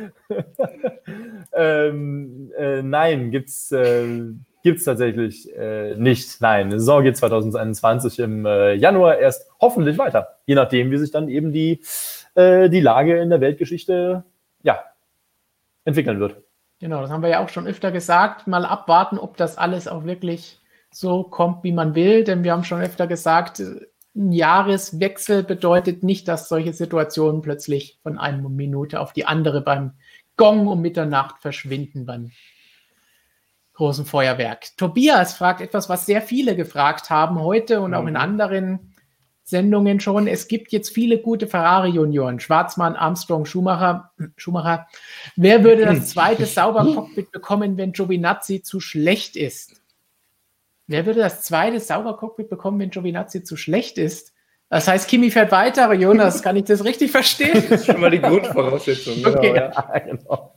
ähm, äh, nein, gibt's äh, gibt's tatsächlich äh, nicht. Nein, die Saison geht zwanzig einundzwanzig im äh, Januar erst hoffentlich weiter. Je nachdem, wie sich dann eben die, äh, die Lage in der Weltgeschichte ja, entwickeln wird. Genau, das haben wir ja auch schon öfter gesagt. Mal abwarten, ob das alles auch wirklich so kommt, wie man will. Denn wir haben schon öfter gesagt, ein Jahreswechsel bedeutet nicht, dass solche Situationen plötzlich von einer Minute auf die andere beim Gong um Mitternacht verschwinden, beim großen Feuerwerk. Tobias fragt etwas, was sehr viele gefragt haben heute und auch in anderen Sendungen schon. Es gibt jetzt viele gute Ferrari-Junioren. Schwarzmann, Armstrong, Schumacher. Schumacher. Wer würde das zweite Sauber-Cockpit bekommen, wenn Giovinazzi zu schlecht ist? Wer würde das zweite Sauber-Cockpit bekommen, wenn Giovinazzi zu schlecht ist? Das heißt, Kimi fährt weiter. Jonas, kann ich das richtig verstehen? Das ist schon mal die Grundvoraussetzung. Genau, okay. Ja, genau.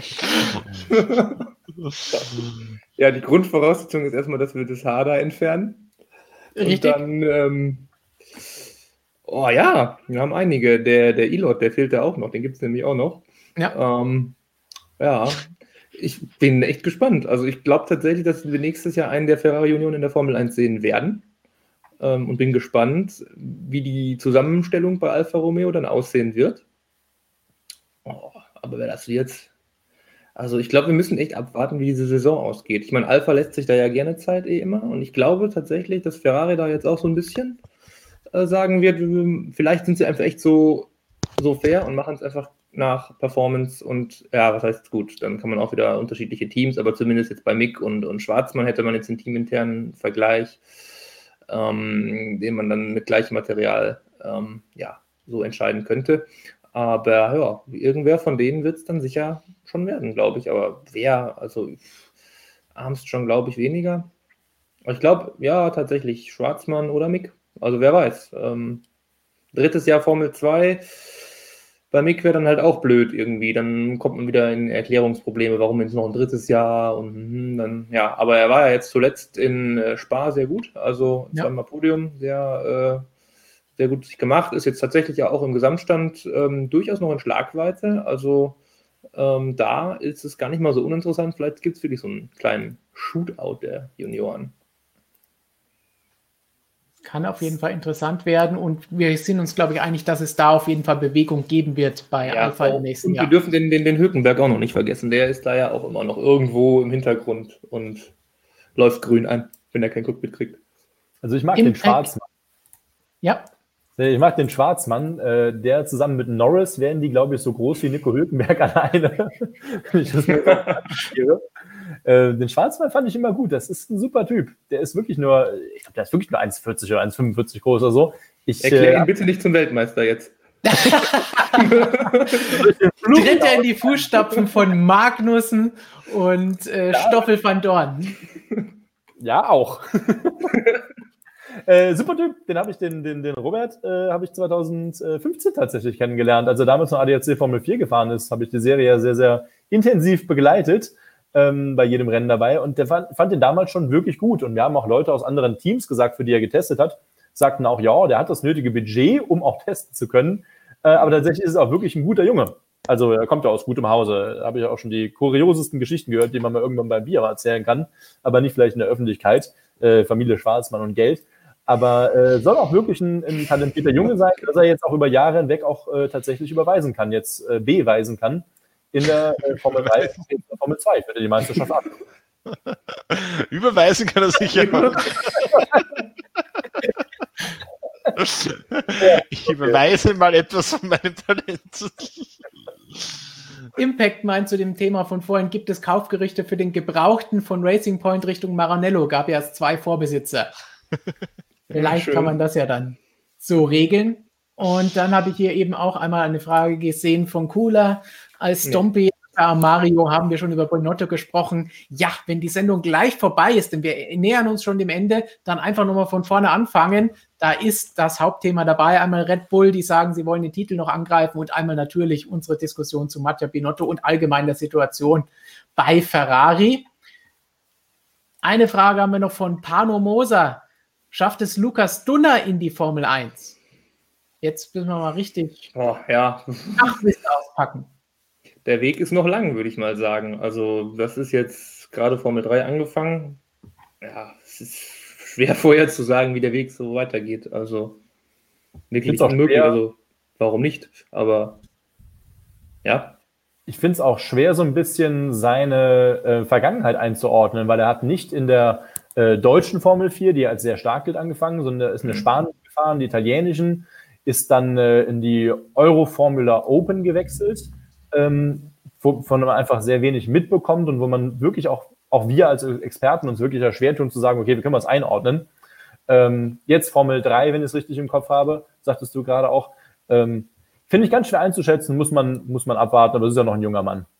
Ja, die Grundvoraussetzung ist erstmal, dass wir das Haar da entfernen. Richtig. Und dann, ähm, oh ja, wir haben einige. Der, der Elot, der fehlt da auch noch. Den gibt es nämlich auch noch. Ja. Ähm, ja, ich bin echt gespannt. Also ich glaube tatsächlich, dass wir nächstes Jahr einen der Ferrari-Union in der Formel eins sehen werden. Ähm, und bin gespannt, wie die Zusammenstellung bei Alfa Romeo dann aussehen wird. Oh, aber wer das wird... Also ich glaube, wir müssen echt abwarten, wie diese Saison ausgeht. Ich meine, Alfa lässt sich da ja gerne Zeit eh immer. Und ich glaube tatsächlich, dass Ferrari da jetzt auch so ein bisschen äh, sagen wird, vielleicht sind sie einfach echt so, so fair und machen es einfach nach Performance. Und ja, was heißt gut, dann kann man auch wieder unterschiedliche Teams, aber zumindest jetzt bei Mick und, und Schwarzmann hätte man jetzt einen teaminternen Vergleich, ähm, den man dann mit gleichem Material ähm, ja, so entscheiden könnte. Aber ja, irgendwer von denen wird es dann sicher schon werden, glaube ich. Aber wer, also Armstrong glaube ich weniger. Aber ich glaube, ja, tatsächlich Schwarzmann oder Mick. Also wer weiß. Ähm, drittes Jahr Formel zwei. Bei Mick wäre dann halt auch blöd irgendwie. Dann kommt man wieder in Erklärungsprobleme, warum jetzt noch ein drittes Jahr und hm, dann, ja, aber er war ja jetzt zuletzt in äh, Spa sehr gut. Also Ja. zweimal Podium, sehr äh, sehr gut sich gemacht, ist jetzt tatsächlich ja auch im Gesamtstand ähm, durchaus noch in Schlagweite. Also ähm, da ist es gar nicht mal so uninteressant. Vielleicht gibt es wirklich so einen kleinen Shootout der Junioren. Kann auf jeden Fall interessant werden und wir sind uns, glaube ich, einig, dass es da auf jeden Fall Bewegung geben wird bei Ja, Alpha im nächsten und Jahr. wir dürfen den, den, den Hülkenberg auch noch nicht vergessen. Der ist da ja auch immer noch irgendwo im Hintergrund und läuft grün an, wenn er kein Cockpit kriegt. Also ich mag Im den Schwarzmann. Ja, Ich mag den Schwarzmann, äh, der zusammen mit Norris werden die, glaube ich, so groß wie Nico Hülkenberg alleine. Wenn ich das mir so äh, den Schwarzmann fand ich immer gut. Das ist ein super Typ. Der ist wirklich nur, ich glaube, der ist wirklich nur eins Komma vierzig oder eins Komma fünfundvierzig groß oder so. Ich, Erklär ihn äh, bitte nicht zum Weltmeister jetzt. tritt er in die Fußstapfen von Magnussen und äh, Stoffel van Dorn. Ja, auch. Äh, super Typ, den habe ich, den, den, den Robert, äh, habe ich zwanzig fünfzehn tatsächlich kennengelernt. Als er damals noch A D A C Formel vier gefahren ist, habe ich die Serie ja sehr, sehr intensiv begleitet, ähm, bei jedem Rennen dabei. Und der fand, fand den damals schon wirklich gut. Und wir haben auch Leute aus anderen Teams gesagt, für die er getestet hat, sagten auch, ja, der hat das nötige Budget, um auch testen zu können. Äh, aber tatsächlich ist es auch wirklich ein guter Junge. Also er kommt ja aus gutem Hause. Da habe ich auch schon die kuriosesten Geschichten gehört, die man mal irgendwann beim Bier erzählen kann, aber nicht vielleicht in der Öffentlichkeit. Äh, Familie Schwarzmann und Geld. Aber äh, soll auch wirklich ein, ein talentierter Junge sein, dass er jetzt auch über Jahre hinweg auch äh, tatsächlich überweisen kann, jetzt äh, beweisen kann in der äh, Formel drei, in der Formel zwei, wenn er die Meisterschaft ab. Überweisen kann er sicher. Ich überweise mal etwas von meinem Talent. Impact meint zu dem Thema von vorhin, gibt es Kaufgerüchte für den Gebrauchten von Racing Point Richtung Maranello? Gab ja erst zwei Vorbesitzer. Vielleicht Schön. kann man das ja dann so regeln. Und dann habe ich hier eben auch einmal eine Frage gesehen von Cooler. Als Stompy, ja. Mario, haben wir schon über Binotto gesprochen. Ja, wenn die Sendung gleich vorbei ist, denn wir nähern uns schon dem Ende, dann einfach nochmal von vorne anfangen. Da ist das Hauptthema dabei. Einmal Red Bull, die sagen, sie wollen den Titel noch angreifen, und einmal natürlich unsere Diskussion zu Mattia Binotto und allgemein der Situation bei Ferrari. Eine Frage haben wir noch von Pano Moser. Schafft es Lukas Dunner in die Formel eins? Jetzt müssen wir mal richtig Oh, ja, Fachwissen auspacken. der Weg ist noch lang, würde ich mal sagen. Also das ist jetzt gerade Formel drei angefangen. Ja, es ist schwer vorher zu sagen, wie der Weg so weitergeht. Also wirklich Find's auch unmöglich. schwer. Also warum nicht? Aber ja, Ich finde es auch schwer, so ein bisschen seine äh, Vergangenheit einzuordnen, weil er hat nicht in der äh, deutschen Formel vier, die als sehr stark gilt, angefangen, sondern er ist eine Spanische gefahren, die italienischen, ist dann äh, in die Euro-Formula Open gewechselt, ähm, wo, von dem man einfach sehr wenig mitbekommt und wo man wirklich auch, auch wir als Experten uns wirklich schwer tun zu sagen, okay, wie können wir es einordnen? Ähm, jetzt Formel drei, wenn ich es richtig im Kopf habe, sagtest du gerade auch, ähm, finde ich ganz schwer einzuschätzen, muss man, muss man abwarten, aber es ist ja noch ein junger Mann.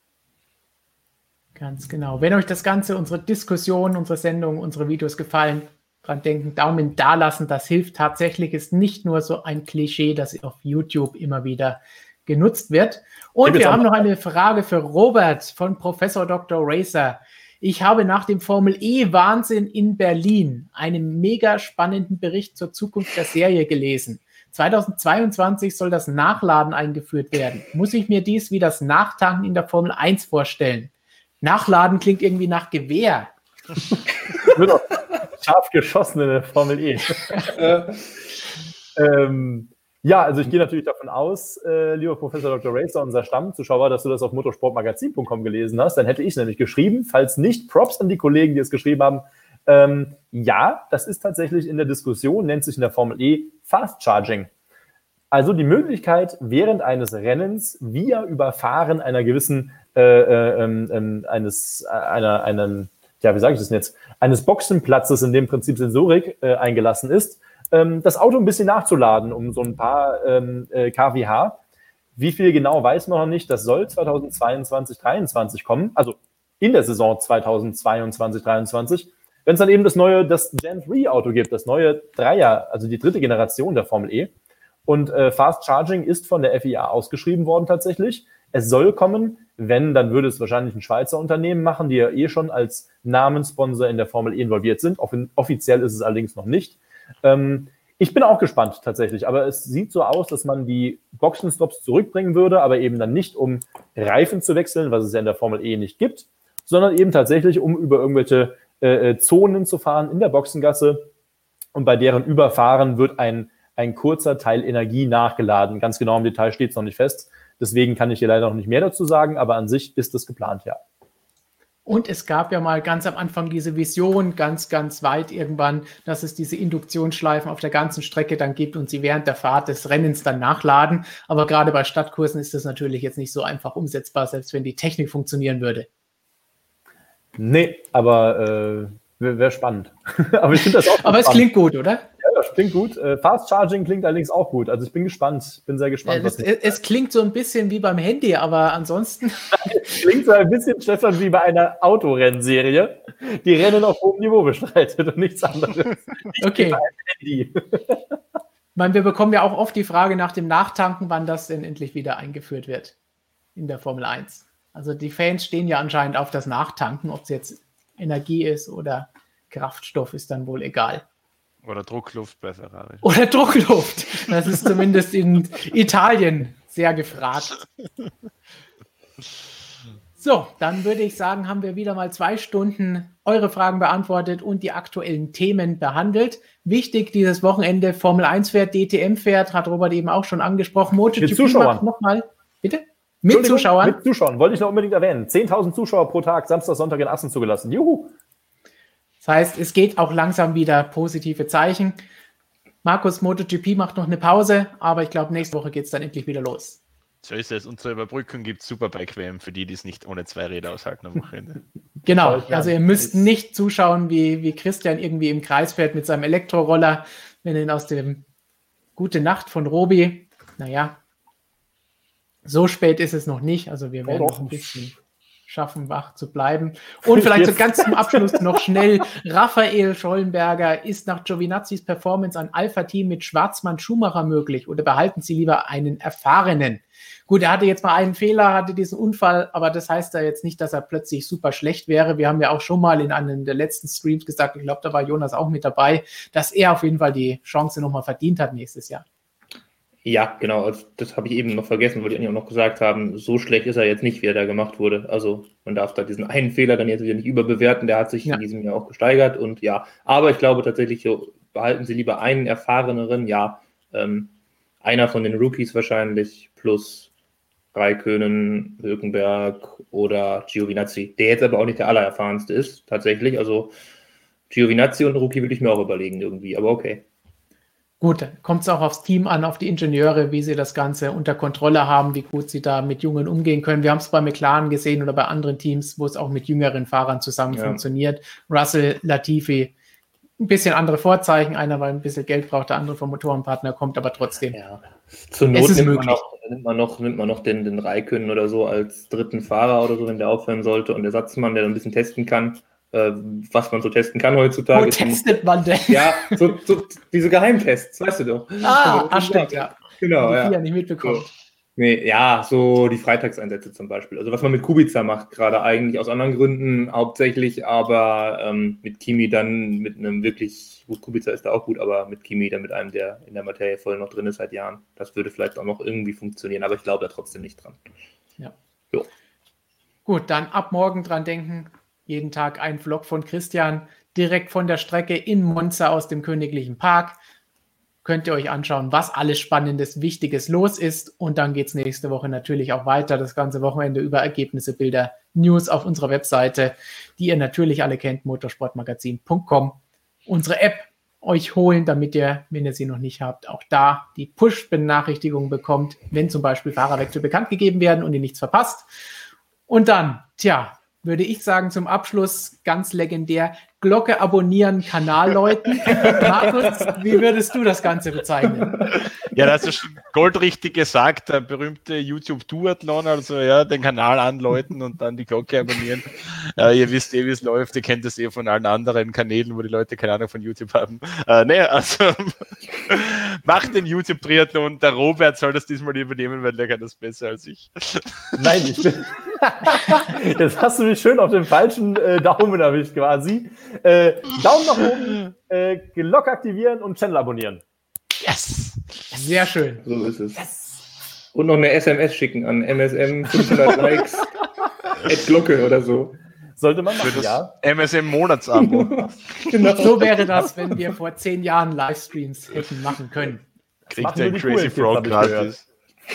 Ganz genau. Wenn euch das Ganze, unsere Diskussion, unsere Sendung, unsere Videos gefallen, dran denken, Daumen da lassen, das hilft tatsächlich, ist nicht nur so ein Klischee, das auf YouTube immer wieder genutzt wird. Und wir haben noch eine Frage für Robert von Professor Doktor Racer. Ich habe nach dem Formel-E-Wahnsinn in Berlin einen mega spannenden Bericht zur Zukunft der Serie gelesen. zweitausendzweiundzwanzig soll das Nachladen eingeführt werden. Muss ich mir dies wie das Nachtanken in der Formel eins vorstellen? Nachladen klingt irgendwie nach Gewehr. Wird auch scharf geschossen in der Formel E. ähm, ja, also ich gehe natürlich davon aus, äh, lieber Professor Doktor Racer, unser Stammzuschauer, dass du das auf motorsportmagazin punkt com gelesen hast. Dann hätte ich nämlich geschrieben, falls nicht, Props an die Kollegen, die es geschrieben haben. Ähm, ja, das ist tatsächlich in der Diskussion, nennt sich in der Formel E Fast Charging. Also die Möglichkeit, während eines Rennens via Überfahren einer gewissen, äh, äh, äh, eines, einer, einen, ja, wie sage ich das denn jetzt, eines Boxenplatzes, in dem im Prinzip Sensorik äh, eingelassen ist, ähm, das Auto ein bisschen nachzuladen, um so ein paar ähm, äh, Kilowatt. Wie viel genau weiß man noch nicht, das soll zweitausendzweiundzwanzig, dreiundzwanzig kommen, also in der Saison zweitausendzweiundzwanzig, dreiundzwanzig, wenn es dann eben das neue, das Gen drei Auto gibt, das neue Dreier, also die dritte Generation der Formel E. Und äh, Fast Charging ist von der F I A ausgeschrieben worden tatsächlich. Es soll kommen, wenn, dann würde es wahrscheinlich ein Schweizer Unternehmen machen, die ja eh schon als Namenssponsor in der Formel E involviert sind. Off- offiziell ist es allerdings noch nicht. Ähm, ich bin auch gespannt tatsächlich, aber es sieht so aus, dass man die Boxenstops zurückbringen würde, aber eben dann nicht, um Reifen zu wechseln, was es ja in der Formel E nicht gibt, sondern eben tatsächlich, um über irgendwelche äh, Zonen zu fahren in der Boxengasse. Und bei deren Überfahren wird ein ein kurzer Teil Energie nachgeladen. Ganz genau im Detail steht es noch nicht fest. Deswegen kann ich hier leider noch nicht mehr dazu sagen, aber an sich ist es geplant, ja. Und es gab ja mal ganz am Anfang diese Vision, ganz, ganz weit irgendwann, dass es diese Induktionsschleifen auf der ganzen Strecke dann gibt und sie während der Fahrt des Rennens dann nachladen. Aber gerade bei Stadtkursen ist das natürlich jetzt nicht so einfach umsetzbar, selbst wenn die Technik funktionieren würde. Nee, aber äh, wäre wär spannend. Aber ich finde das auch Aber es spannend. Klingt gut, oder? Ja, das klingt gut. Äh, Fast Charging klingt allerdings auch gut. Also ich bin gespannt. Bin sehr gespannt. Äh, was es, es, es klingt so ein bisschen wie beim Handy, aber ansonsten... klingt so ein bisschen, Stefan, wie bei einer Autorennserie, die Rennen auf hohem Niveau bestreitet und nichts anderes. Okay. Handy. Ich meine, wir bekommen ja auch oft die Frage nach dem Nachtanken, wann das denn endlich wieder eingeführt wird in der Formel eins. Also die Fans stehen ja anscheinend auf das Nachtanken, ob es jetzt Energie ist oder Kraftstoff, ist dann wohl egal. Oder Druckluft bei Ferrari. Oder Druckluft. Das ist zumindest in Italien sehr gefragt. So, dann würde ich sagen, haben wir wieder mal zwei Stunden eure Fragen beantwortet und die aktuellen Themen behandelt. Wichtig, dieses Wochenende Formel eins fährt, D T M fährt, hat Robert eben auch schon angesprochen. MotoGP mit Zuschauern. Nochmal, bitte? Mit Zuschauern? Mit Zuschauern, wollte ich noch unbedingt erwähnen. zehntausend Zuschauer pro Tag, Samstag, Sonntag in Assen zugelassen. Juhu! Das heißt, es geht auch langsam wieder positive Zeichen. Markus, MotoGP macht noch eine Pause, aber ich glaube, nächste Woche geht es dann endlich wieder los. So ist es. Und zur Überbrückung gibt es Superbike-W M für die, die es nicht ohne zwei Räder aushalten am Wochenende. Genau, also ihr müsst nicht zuschauen, wie, wie Christian irgendwie im Kreis fährt mit seinem Elektroroller, wenn ihn aus dem Gute Nacht von Robi, naja, so spät ist es noch nicht, also wir werden oh, noch ein bisschen schaffen, wach zu bleiben. Und vielleicht so ganz zum Abschluss noch schnell, Raphael Schollenberger, ist nach Giovinazzis Performance ein Alpha-Team mit Schwarzmann-Schumacher möglich oder behalten Sie lieber einen Erfahrenen? Gut, er hatte jetzt mal einen Fehler, hatte diesen Unfall, aber das heißt ja jetzt nicht, dass er plötzlich super schlecht wäre. Wir haben ja auch schon mal in einem der letzten Streams gesagt, ich glaube, da war Jonas auch mit dabei, dass er auf jeden Fall die Chance nochmal verdient hat nächstes Jahr. Ja, genau, also das habe ich eben noch vergessen, wollte ich eigentlich auch noch gesagt haben, so schlecht ist er jetzt nicht, wie er da gemacht wurde. Also man darf da diesen einen Fehler dann jetzt wieder nicht überbewerten, der hat sich ja in diesem Jahr auch gesteigert und ja, aber ich glaube tatsächlich, so, behalten Sie lieber einen erfahreneren, ja, ähm, einer von den Rookies wahrscheinlich, plus Räikkönen, Hülkenberg oder Giovinazzi, der jetzt aber auch nicht der allererfahrenste ist, tatsächlich, also Giovinazzi und Rookie würde ich mir auch überlegen irgendwie, aber okay. Gut, kommt es auch aufs Team an, auf die Ingenieure, wie sie das Ganze unter Kontrolle haben, wie gut sie da mit Jungen umgehen können. Wir haben es bei McLaren gesehen oder bei anderen Teams, wo es auch mit jüngeren Fahrern zusammen ja. funktioniert. Russell, Latifi, ein bisschen andere Vorzeichen. Einer, weil ein bisschen Geld braucht, der andere vom Motorenpartner kommt, aber trotzdem. Ja. Zur Not nimmt man, noch, nimmt man noch, nimmt man noch den, den Räikkönen oder so als dritten Fahrer oder so, wenn der aufhören sollte und Ersatzmann, der dann ein bisschen testen kann. Was man so testen kann heutzutage. Wo testet man denn? Ja, so, so diese Geheimtests, weißt du doch. Ah, also, ach, stimmt, ja. Genau, die ja. Die ja nicht mitbekommen. So. Nee, ja, so die Freitagseinsätze zum Beispiel. Also was man mit Kubica macht, gerade eigentlich aus anderen Gründen hauptsächlich, aber ähm, mit Kimi dann mit einem wirklich, gut, Kubica ist da auch gut, aber mit Kimi dann mit einem, der in der Materie voll noch drin ist seit Jahren. Das würde vielleicht auch noch irgendwie funktionieren, aber ich glaube da trotzdem nicht dran. Ja. Jo. Gut, dann ab morgen dran denken. Jeden Tag ein Vlog von Christian, direkt von der Strecke in Monza aus dem Königlichen Park. Könnt ihr euch anschauen, was alles Spannendes, Wichtiges los ist. Und dann geht es nächste Woche natürlich auch weiter, das ganze Wochenende über Ergebnisse, Bilder, News auf unserer Webseite, die ihr natürlich alle kennt, motorsportmagazin punkt com. Unsere App euch holen, damit ihr, wenn ihr sie noch nicht habt, auch da die Push-Benachrichtigung bekommt, wenn zum Beispiel Fahrerwechsel bekannt gegeben werden und ihr nichts verpasst. Und dann, tja, würde ich sagen, zum Abschluss ganz legendär, Glocke abonnieren, Kanal läuten. Markus, wie würdest du das Ganze bezeichnen? Ja, das ist schon goldrichtig gesagt, der berühmte YouTube-Duathlon, also ja, den Kanal anläuten und dann die Glocke abonnieren. Äh, ihr wisst eh, wie es läuft, ihr kennt das eh von allen anderen Kanälen, wo die Leute keine Ahnung von YouTube haben. Äh, nee, also macht den YouTube-Triathlon, der Robert soll das diesmal übernehmen, weil der kann das besser als ich. Nein, ich bin... Jetzt hast du mich schön auf den falschen äh, Daumen erwischt quasi. Äh, Daumen nach oben, äh, Glocke aktivieren und Channel abonnieren. Yes! Sehr schön. So ist es. Yes. Und noch eine S M S schicken an M S M fünfhundert Likes at Glocke oder so. Sollte man machen, für das ja. M S M-Monatsabo. Genau. So wäre das, wenn wir vor zehn Jahren Livestreams hätten machen können. Kriegt der Crazy Frog gratis.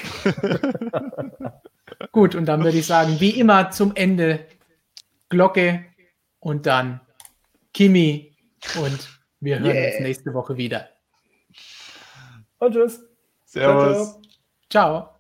Gut, und dann würde ich sagen, wie immer zum Ende Glocke und dann Kimi und wir hören yeah. uns nächste Woche wieder. Und tschüss. Servus. Ciao.